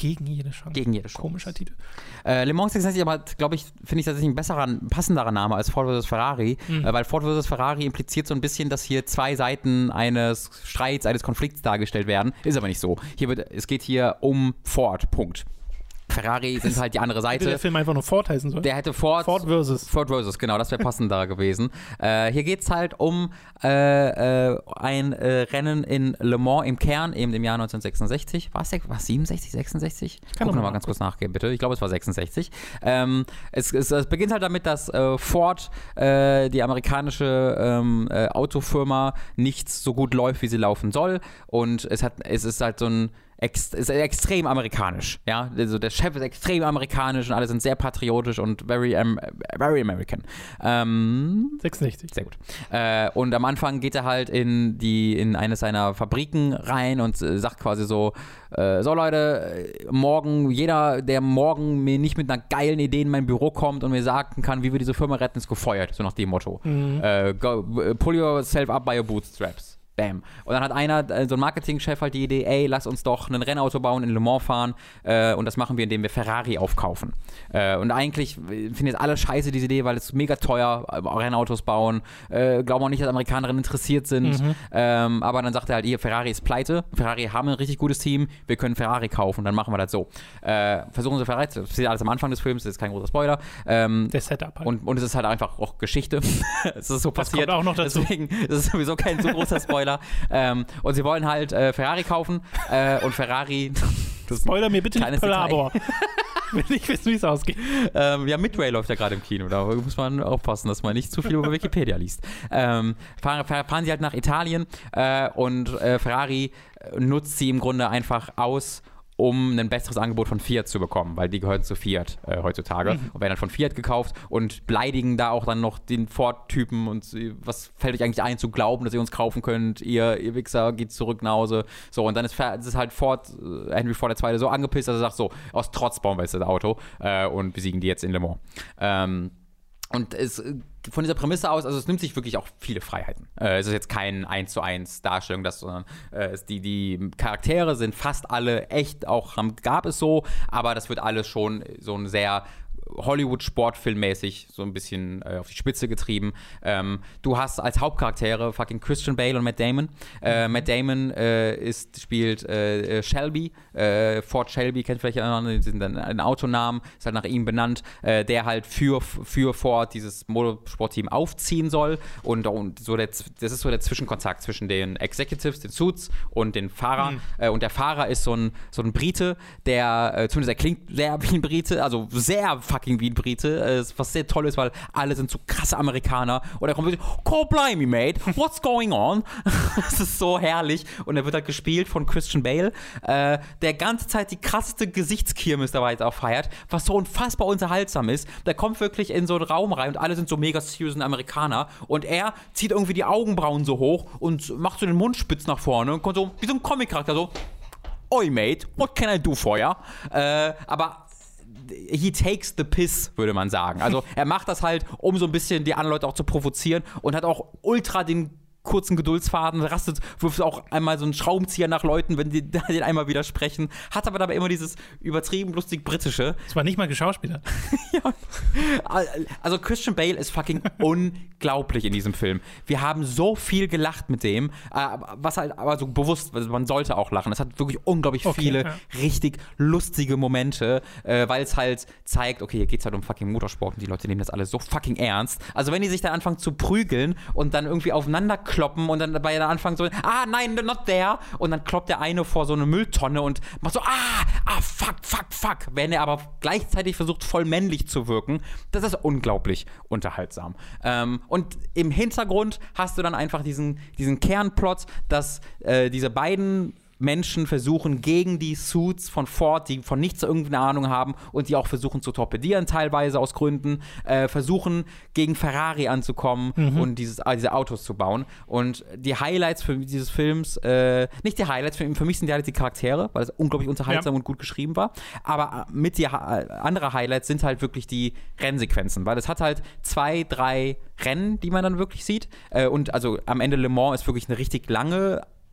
Gegen jede Chance. Gegen jede Chance. Komischer Titel. Äh, Le Mans sechsundsechzig, aber glaube ich, finde ich tatsächlich ein besserer, passenderer Name als Ford versus. Ferrari, mhm. äh, weil Ford versus. Ferrari impliziert so ein bisschen, dass hier zwei Seiten eines Streits, eines Konflikts dargestellt werden. Ist aber nicht so. Hier wird, es geht hier um Ford, Punkt. Ferrari sind halt die andere Seite. Hätte der Film einfach nur Ford heißen sollen? Der hätte Ford, Ford versus. Ford versus, genau, das wäre passender gewesen. Äh, hier geht es halt um äh, äh, ein äh, Rennen in Le Mans im Kern, eben im Jahr neunzehnhundertsechsundsechzig. War es siebenundsechzig, sechsundsechzig? Kann Guck nochmal ganz kurz nachgehen, bitte. Ich glaube, es war sechsundsechzig. Ähm, es, es, es beginnt halt damit, dass äh, Ford, äh, die amerikanische ähm, äh, Autofirma, nicht so gut läuft, wie sie laufen soll. Und es, hat, es ist halt so ein Ex, ist extrem amerikanisch, ja, also der Chef ist extrem amerikanisch und alle sind sehr patriotisch und very, um, very American. Ähm, sechsundsechzig. Sehr gut. Äh, und am Anfang geht er halt in die in eine seiner Fabriken rein und äh, sagt quasi so, äh, so Leute, morgen, jeder, der morgen mir nicht mit einer geilen Idee in mein Büro kommt und mir sagen kann, wie wir diese Firma retten, ist gefeuert, so nach dem Motto. Mhm. Äh, go, pull yourself up by your bootstraps. Bam. Und dann hat einer, so ein Marketingchef halt die Idee, ey, lass uns doch ein Rennauto bauen, in Le Mans fahren äh, und das machen wir, indem wir Ferrari aufkaufen. Äh, und eigentlich finden jetzt alle scheiße diese Idee, weil es mega teuer, Rennautos bauen, äh, glauben auch nicht, dass Amerikaner interessiert sind, mhm. ähm, aber dann sagt er halt, hier, Ferrari ist pleite, Ferrari haben ein richtig gutes Team, wir können Ferrari kaufen, dann machen wir das so. Äh, versuchen sie Ferrari, das steht alles am Anfang des Films, das ist kein großer Spoiler. Ähm, Der Setup halt. Und, und es ist halt einfach auch Geschichte. Es ist so das passiert. Kommt auch noch dazu. Deswegen ist es sowieso kein so großer Spoiler. Ähm, und sie wollen halt äh, Ferrari kaufen äh, und Ferrari. Das Spoiler mir bitte nicht Pearl Harbor. Will nicht wissen, wie es ausgeht. Ähm, ja, Midway läuft ja gerade im Kino. Da muss man aufpassen, dass man nicht zu viel über Wikipedia liest. Ähm, fahren, fahren sie halt nach Italien äh, und äh, Ferrari nutzt sie im Grunde einfach aus, um ein besseres Angebot von Fiat zu bekommen, weil die gehören zu Fiat äh, heutzutage mhm. und werden dann von Fiat gekauft und beleidigen da auch dann noch den Ford-Typen und sie, was fällt euch eigentlich ein, zu glauben, dass ihr uns kaufen könnt, ihr, ihr Wichser, geht zurück nach Hause. So, und dann ist, ist halt Ford, äh, Henry Ford der Zweite so angepisst, dass er sagt so, aus Trotz bauen wir jetzt das Auto äh, und besiegen die jetzt in Le Mans. Ähm, Und es, von dieser Prämisse aus, also es nimmt sich wirklich auch viele Freiheiten. Äh, es ist jetzt kein eins zu eins Darstellung, das, sondern äh, es, die, die Charaktere sind fast alle echt, auch gab es so, aber das wird alles schon so ein sehr Hollywood-Sportfilmmäßig so ein bisschen äh, auf die Spitze getrieben. Ähm, du hast als Hauptcharaktere fucking Christian Bale und Matt Damon. Äh, Matt Damon äh, ist, spielt äh, Shelby, äh, Ford Shelby, kennt vielleicht einen, sind ein, ein Autonamen, ist halt nach ihm benannt, äh, der halt für, für Ford dieses Motorsportteam aufziehen soll und, und so der, das ist so der Zwischenkontakt zwischen den Executives, den Suits und den Fahrer. Mhm. Äh, und der Fahrer ist so ein, so ein Brite, der, äh, zumindest er klingt sehr wie ein Brite, also sehr fucking wie ein Brite, äh, was sehr toll ist, weil alle sind so krasse Amerikaner und er kommt wirklich, oh, blimey, mate, what's going on? Das ist so herrlich und er wird halt gespielt von Christian Bale, äh, der ganze Zeit die krasseste Gesichtskirmes dabei jetzt auch feiert, was so unfassbar unterhaltsam ist. Der kommt wirklich in so einen Raum rein und alle sind so mega seriös Amerikaner und er zieht irgendwie die Augenbrauen so hoch und macht so den Mund spitz nach vorne und kommt so wie so ein Comic-Charakter so, oi, mate, what can I do for ya? Äh, aber he takes the piss, würde man sagen. Also er macht das halt, um so ein bisschen die anderen Leute auch zu provozieren und hat auch ultra den kurzen Geduldsfaden, rastet, wirft auch einmal so einen Schraubenzieher nach Leuten, wenn die den einmal widersprechen, hat aber dabei immer dieses übertrieben lustig britische. Das war nicht mal geschauspielert. Ja. Also Christian Bale ist fucking unglaublich in diesem Film. Wir haben so viel gelacht mit dem, was halt aber so bewusst, man sollte auch lachen. Es hat wirklich unglaublich okay, viele ja. richtig lustige Momente, weil es halt zeigt, okay, hier geht's halt um fucking Motorsport und die Leute nehmen das alles so fucking ernst. Also wenn die sich dann anfangen zu prügeln und dann irgendwie aufeinander kloppen und dann dabei dann anfangen so, ah, nein, not there. Und dann kloppt der eine vor so eine Mülltonne und macht so, ah, ah, fuck, fuck, fuck. Wenn er aber gleichzeitig versucht, voll männlich zu wirken, das ist unglaublich unterhaltsam. Ähm, und im Hintergrund hast du dann einfach diesen, diesen Kernplot, dass äh, diese beiden Menschen versuchen, gegen die Suits von Ford, die von nichts irgendeine Ahnung haben und die auch versuchen zu torpedieren, teilweise aus Gründen, äh, versuchen, gegen Ferrari anzukommen mhm. und dieses, äh, diese Autos zu bauen. Und die Highlights für dieses Films, äh, nicht die Highlights, für, für mich sind die Highlights die Charaktere, weil es unglaublich unterhaltsam ja. und gut geschrieben war, aber mit die äh, andere Highlights sind halt wirklich die Rennsequenzen, weil es hat halt zwei, drei Rennen, die man dann wirklich sieht. Äh, und also am Ende Le Mans ist wirklich eine richtig lange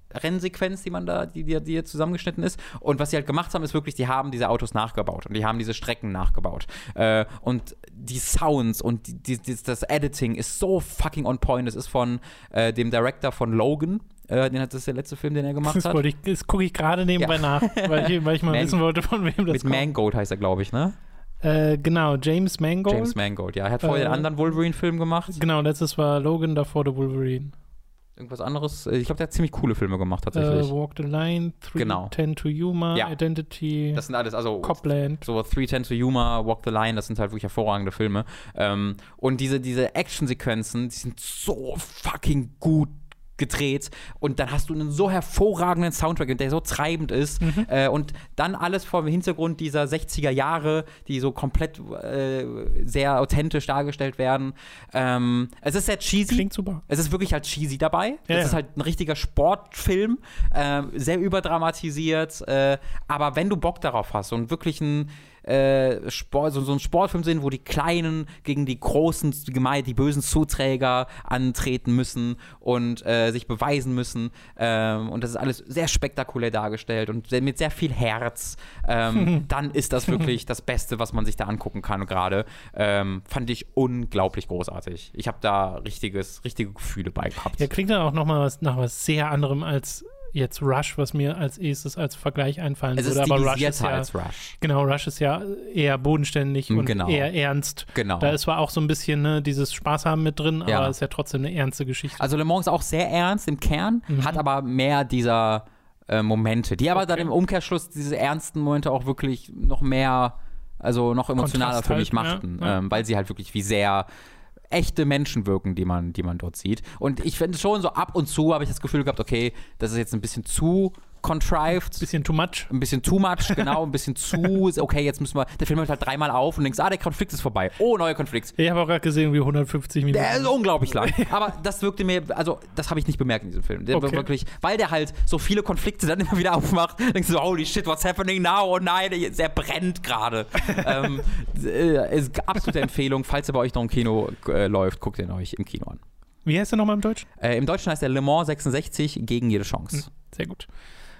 Rennsequenz, die man da, die, die, die zusammengeschnitten ist. Und was sie halt gemacht haben, ist wirklich, die haben diese Autos nachgebaut und die haben diese Strecken nachgebaut. Äh, und die Sounds und die, die, die, das Editing ist so fucking on point. Es ist von äh, dem Director von Logan. Äh, den hat, das ist der letzte Film, den er gemacht das hat. Ich, das gucke ich gerade nebenbei ja. nach, weil ich, weil ich mal Man- wissen wollte, von wem das Mit kommt. Mangold heißt er, glaube ich, ne? Äh, genau, James Mangold. James Mangold, ja. Er hat vorher äh, den anderen Wolverine-Film gemacht. Genau, letztes war Logan, davor der Wolverine. Irgendwas anderes. Ich glaube, der hat ziemlich coole Filme gemacht, tatsächlich. Uh, Walk the Line, three ten to Yuma, ja. Identity. Das sind alles, also Copland. So three ten to Yuma, Walk the Line, das sind halt wirklich hervorragende Filme. Ähm, und diese, diese Action-Sequenzen, die sind so fucking gut gedreht und dann hast du einen so hervorragenden Soundtrack, der so treibend ist mhm. äh, und dann alles vor dem Hintergrund dieser sechziger Jahre, die so komplett äh, sehr authentisch dargestellt werden. Ähm, es ist sehr cheesy. Klingt super. Es ist wirklich halt cheesy dabei. Ja, es ja. ist halt ein richtiger Sportfilm, äh, sehr überdramatisiert, äh, aber wenn du Bock darauf hast und wirklich ein Äh, Sport, so, so ein Sportfilm sind, wo die Kleinen gegen die großen, die, gemein, die bösen Zuträger antreten müssen und äh, sich beweisen müssen. Ähm, und das ist alles sehr spektakulär dargestellt und sehr, mit sehr viel Herz. Ähm, dann ist das wirklich das Beste, was man sich da angucken kann gerade. Ähm, fand ich unglaublich großartig. Ich habe da richtiges, richtige Gefühle bei gehabt. Ja, klingt dann auch nochmal was, nach was sehr anderem als jetzt Rush, was mir als erstes als Vergleich einfallen es würde. Ist aber Rush ist ja als Rush. Genau, Rush ist ja eher bodenständig und genau. eher ernst. Genau. Da ist zwar auch so ein bisschen ne, dieses Spaß haben mit drin, ja. aber es ist ja trotzdem eine ernste Geschichte. Also Le Mans ist auch sehr ernst im Kern, mhm. hat aber mehr dieser äh, Momente, die aber okay. dann im Umkehrschluss diese ernsten Momente auch wirklich noch mehr, also noch emotionaler Kontrast für mich halt, machten, ja, ja. Ähm, weil sie halt wirklich wie sehr echte Menschen wirken, die man, die man dort sieht. Und ich finde schon so ab und zu habe ich das Gefühl gehabt, okay, das ist jetzt ein bisschen zu contrived. Ein bisschen too much. Ein bisschen too much, genau, ein bisschen zu, okay, jetzt müssen wir, der Film hört halt dreimal auf und denkst, ah, der Konflikt ist vorbei. Oh, neuer Konflikt. Ich habe auch gerade gesehen, wie hundertfünfzig Minuten. Der ist unglaublich lang. Aber das wirkte mir, also das habe ich nicht bemerkt in diesem Film. Der okay. war wirklich, weil der halt so viele Konflikte dann immer wieder aufmacht, denkst du so, holy shit, what's happening now? Oh nein, der brennt gerade. ähm, äh, ist absolute Empfehlung, falls er bei euch noch im Kino äh, läuft, guckt ihn euch im Kino an. Wie heißt der nochmal im Deutschen? Äh, Im Deutschen heißt der Le Mans sechsundsechzig gegen jede Chance. Sehr gut.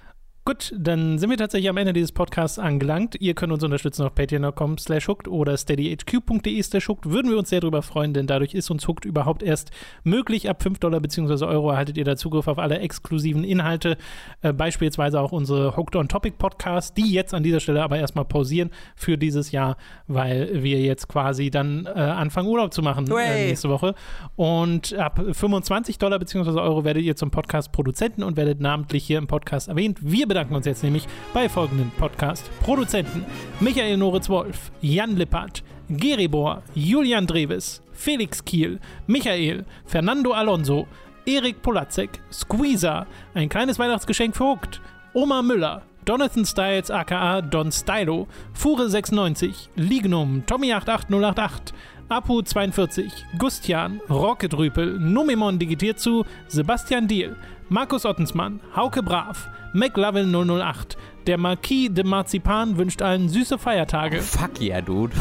Gut, dann sind wir tatsächlich am Ende dieses Podcasts angelangt. Ihr könnt uns unterstützen auf patreon punkt com slash hooked oder steadyhq punkt de slash hooked. Würden wir uns sehr darüber freuen, denn dadurch ist uns Hooked überhaupt erst möglich. Ab fünf Dollar bzw. Euro erhaltet ihr da Zugriff auf alle exklusiven Inhalte, äh, beispielsweise auch unsere Hooked on Topic Podcasts, die jetzt an dieser Stelle aber erstmal pausieren für dieses Jahr, weil wir jetzt quasi dann äh, anfangen Urlaub zu machen äh, nächste Woche. Und ab fünfundzwanzig Dollar bzw. Euro werdet ihr zum Podcast-Produzenten und werdet namentlich hier im Podcast erwähnt. Wir bedanken uns jetzt nämlich bei folgenden Podcast-Produzenten: Michael Noritz-Wolf, Jan Lippert, Geribor, Julian Dreves, Felix Kiel, Michael, Fernando Alonso, Erik Polatzek, Squeezer, ein kleines Weihnachtsgeschenk für Hooked, Oma Müller, Jonathan Styles aka Don Stylo, Fure sechsundneunzig, Lignum, Tommy acht acht null acht acht, Apu zweiundvierzig, Gustian, Rocket Rüpel, Numemon digitiert zu, Sebastian Diehl, Markus Ottensmann, Hauke Brav, McLovin null null acht, der Marquis de Marzipan wünscht allen süße Feiertage. Oh, fuck yeah, dude.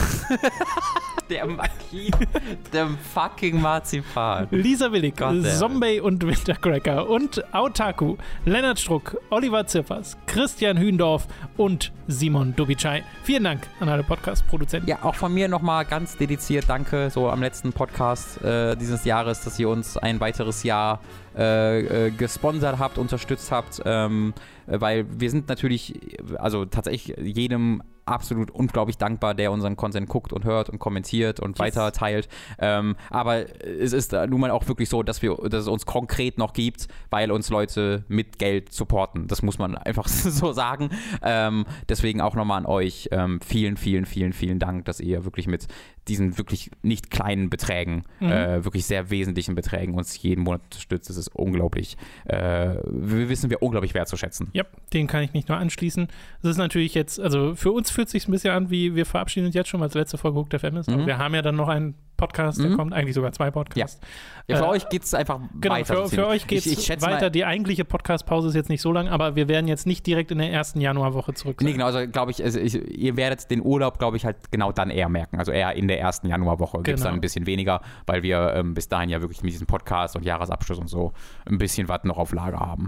Der Marquis, der fucking Marzipan. Lisa Willig, Zombie und Wintercracker und Autaku, Lennart Struck, Oliver Ziffers, Christian Hühndorf und Simon Dubicai. Vielen Dank an alle Podcast-Produzenten. Ja, auch von mir nochmal ganz dediziert danke, so am letzten Podcast äh, dieses Jahres, dass ihr uns ein weiteres Jahr äh, äh, gesponsert habt, unterstützt habt, ähm, weil wir sind natürlich, also tatsächlich jedem absolut unglaublich dankbar, der unseren Content guckt und hört und kommentiert und yes. weiter teilt. Ähm, aber es ist nun mal auch wirklich so, dass wir, dass es uns konkret noch gibt, weil uns Leute mit Geld supporten. Das muss man einfach so sagen. Ähm, deswegen auch nochmal an euch ähm, vielen, vielen, vielen, vielen Dank, dass ihr wirklich mit diesen wirklich nicht kleinen Beträgen, mhm. äh, wirklich sehr wesentlichen Beträgen uns jeden Monat unterstützt. Das ist unglaublich, äh, wir wissen wir unglaublich wertzuschätzen. Ja, den kann ich mich nur anschließen. Das ist natürlich jetzt, also für uns fühlt es sich ein bisschen an, wie wir verabschieden uns jetzt schon, weil es letzte Folge Hooked F M ist. Mhm. Wir haben ja dann noch einen Podcast, der mhm. kommt, eigentlich sogar zwei Podcasts. Ja, ja für äh, euch geht es einfach genau, weiter. Für, für euch geht es weiter. Mal, die eigentliche Podcast-Pause ist jetzt nicht so lang, aber wir werden jetzt nicht direkt in der ersten Januarwoche zurück sein. Nee, genau, also glaube ich, also ich, ihr werdet den Urlaub, glaube ich, halt genau dann eher merken. Also eher in der ersten Januarwoche gibt es genau. dann ein bisschen weniger, weil wir ähm, bis dahin ja wirklich mit diesem Podcast und Jahresabschluss und so ein bisschen was noch auf Lager haben.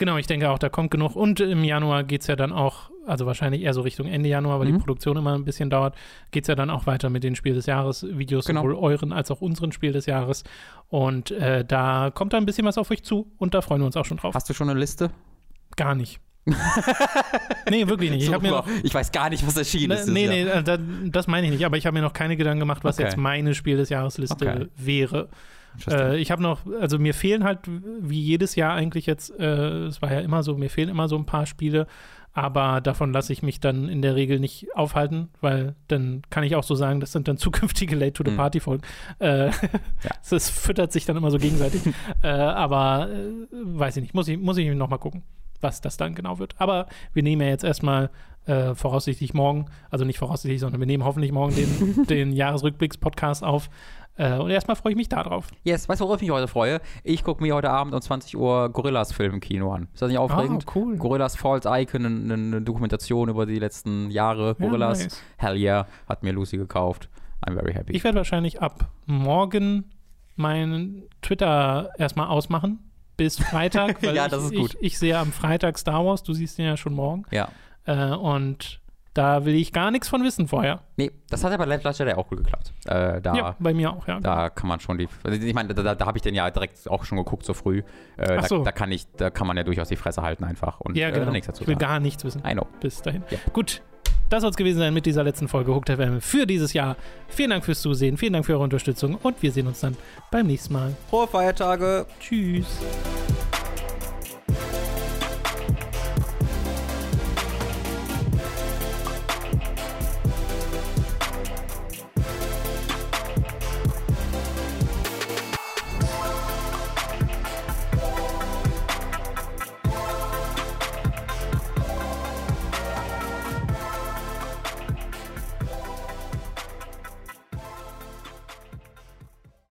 Genau, ich denke auch, da kommt genug. Und im Januar geht es ja dann auch, also wahrscheinlich eher so Richtung Ende Januar, weil mhm. die Produktion immer ein bisschen dauert, geht es ja dann auch weiter mit den Spiel des Jahres-Videos, genau. sowohl euren als auch unseren Spiel des Jahres. Und äh, da kommt da ein bisschen was auf euch zu und da freuen wir uns auch schon drauf. Hast du schon eine Liste? Gar nicht. Nee, wirklich nicht. Ich, hab mir noch, ich weiß gar nicht, was erschienen ist. Nee, nee, ja. das, das meine ich nicht. Aber ich habe mir noch keine Gedanken gemacht, was okay. jetzt meine Spiel des Jahresliste okay. wäre. Äh, ich habe noch, also mir fehlen halt wie jedes Jahr eigentlich jetzt, äh, es war ja immer so, mir fehlen immer so ein paar Spiele, aber davon lasse ich mich dann in der Regel nicht aufhalten, weil dann kann ich auch so sagen, das sind dann zukünftige Late-to-the-Party-Folgen. Mhm. Äh, ja. Das füttert sich dann immer so gegenseitig. äh, aber äh, weiß ich nicht, muss ich, muss ich noch mal gucken, was das dann genau wird. Aber wir nehmen ja jetzt erstmal äh, voraussichtlich morgen, also nicht voraussichtlich, sondern wir nehmen hoffentlich morgen den, den Jahresrückblicks-Podcast auf. Äh, und erstmal freue ich mich da drauf. Yes, weißt du, worauf ich mich heute freue? Ich gucke mir heute Abend um zwanzig Uhr Gorillas-Film im Kino an. Ist das nicht aufregend? Ah, cool. Gorillas Falls Icon, eine, eine Dokumentation über die letzten Jahre. Gorillas. Ja, nice. Hell yeah, hat mir Lucy gekauft. I'm very happy. Ich werde wahrscheinlich ab morgen meinen Twitter erstmal ausmachen. Bis Freitag, weil ja, das ich, ist gut. Ich, ich sehe am Freitag Star Wars, du siehst den ja schon morgen. Ja. Äh, und da will ich gar nichts von wissen vorher. Nee, das hat ja bei Last Jedi auch gut geklappt. Äh, da, ja, bei mir auch, ja. Da kann man schon die, also ich meine, da, da, da habe ich den ja direkt auch schon geguckt, so früh. Äh, Ach so. da, da, kann ich, da kann man ja durchaus die Fresse halten einfach und ja, genau. äh, nichts dazu Ich will sagen. gar nichts wissen. I know. Bis dahin. Ja. Gut. Das soll es gewesen sein mit dieser letzten Folge Hooked F M für dieses Jahr. Vielen Dank fürs Zusehen, vielen Dank für eure Unterstützung und wir sehen uns dann beim nächsten Mal. Frohe Feiertage. Tschüss.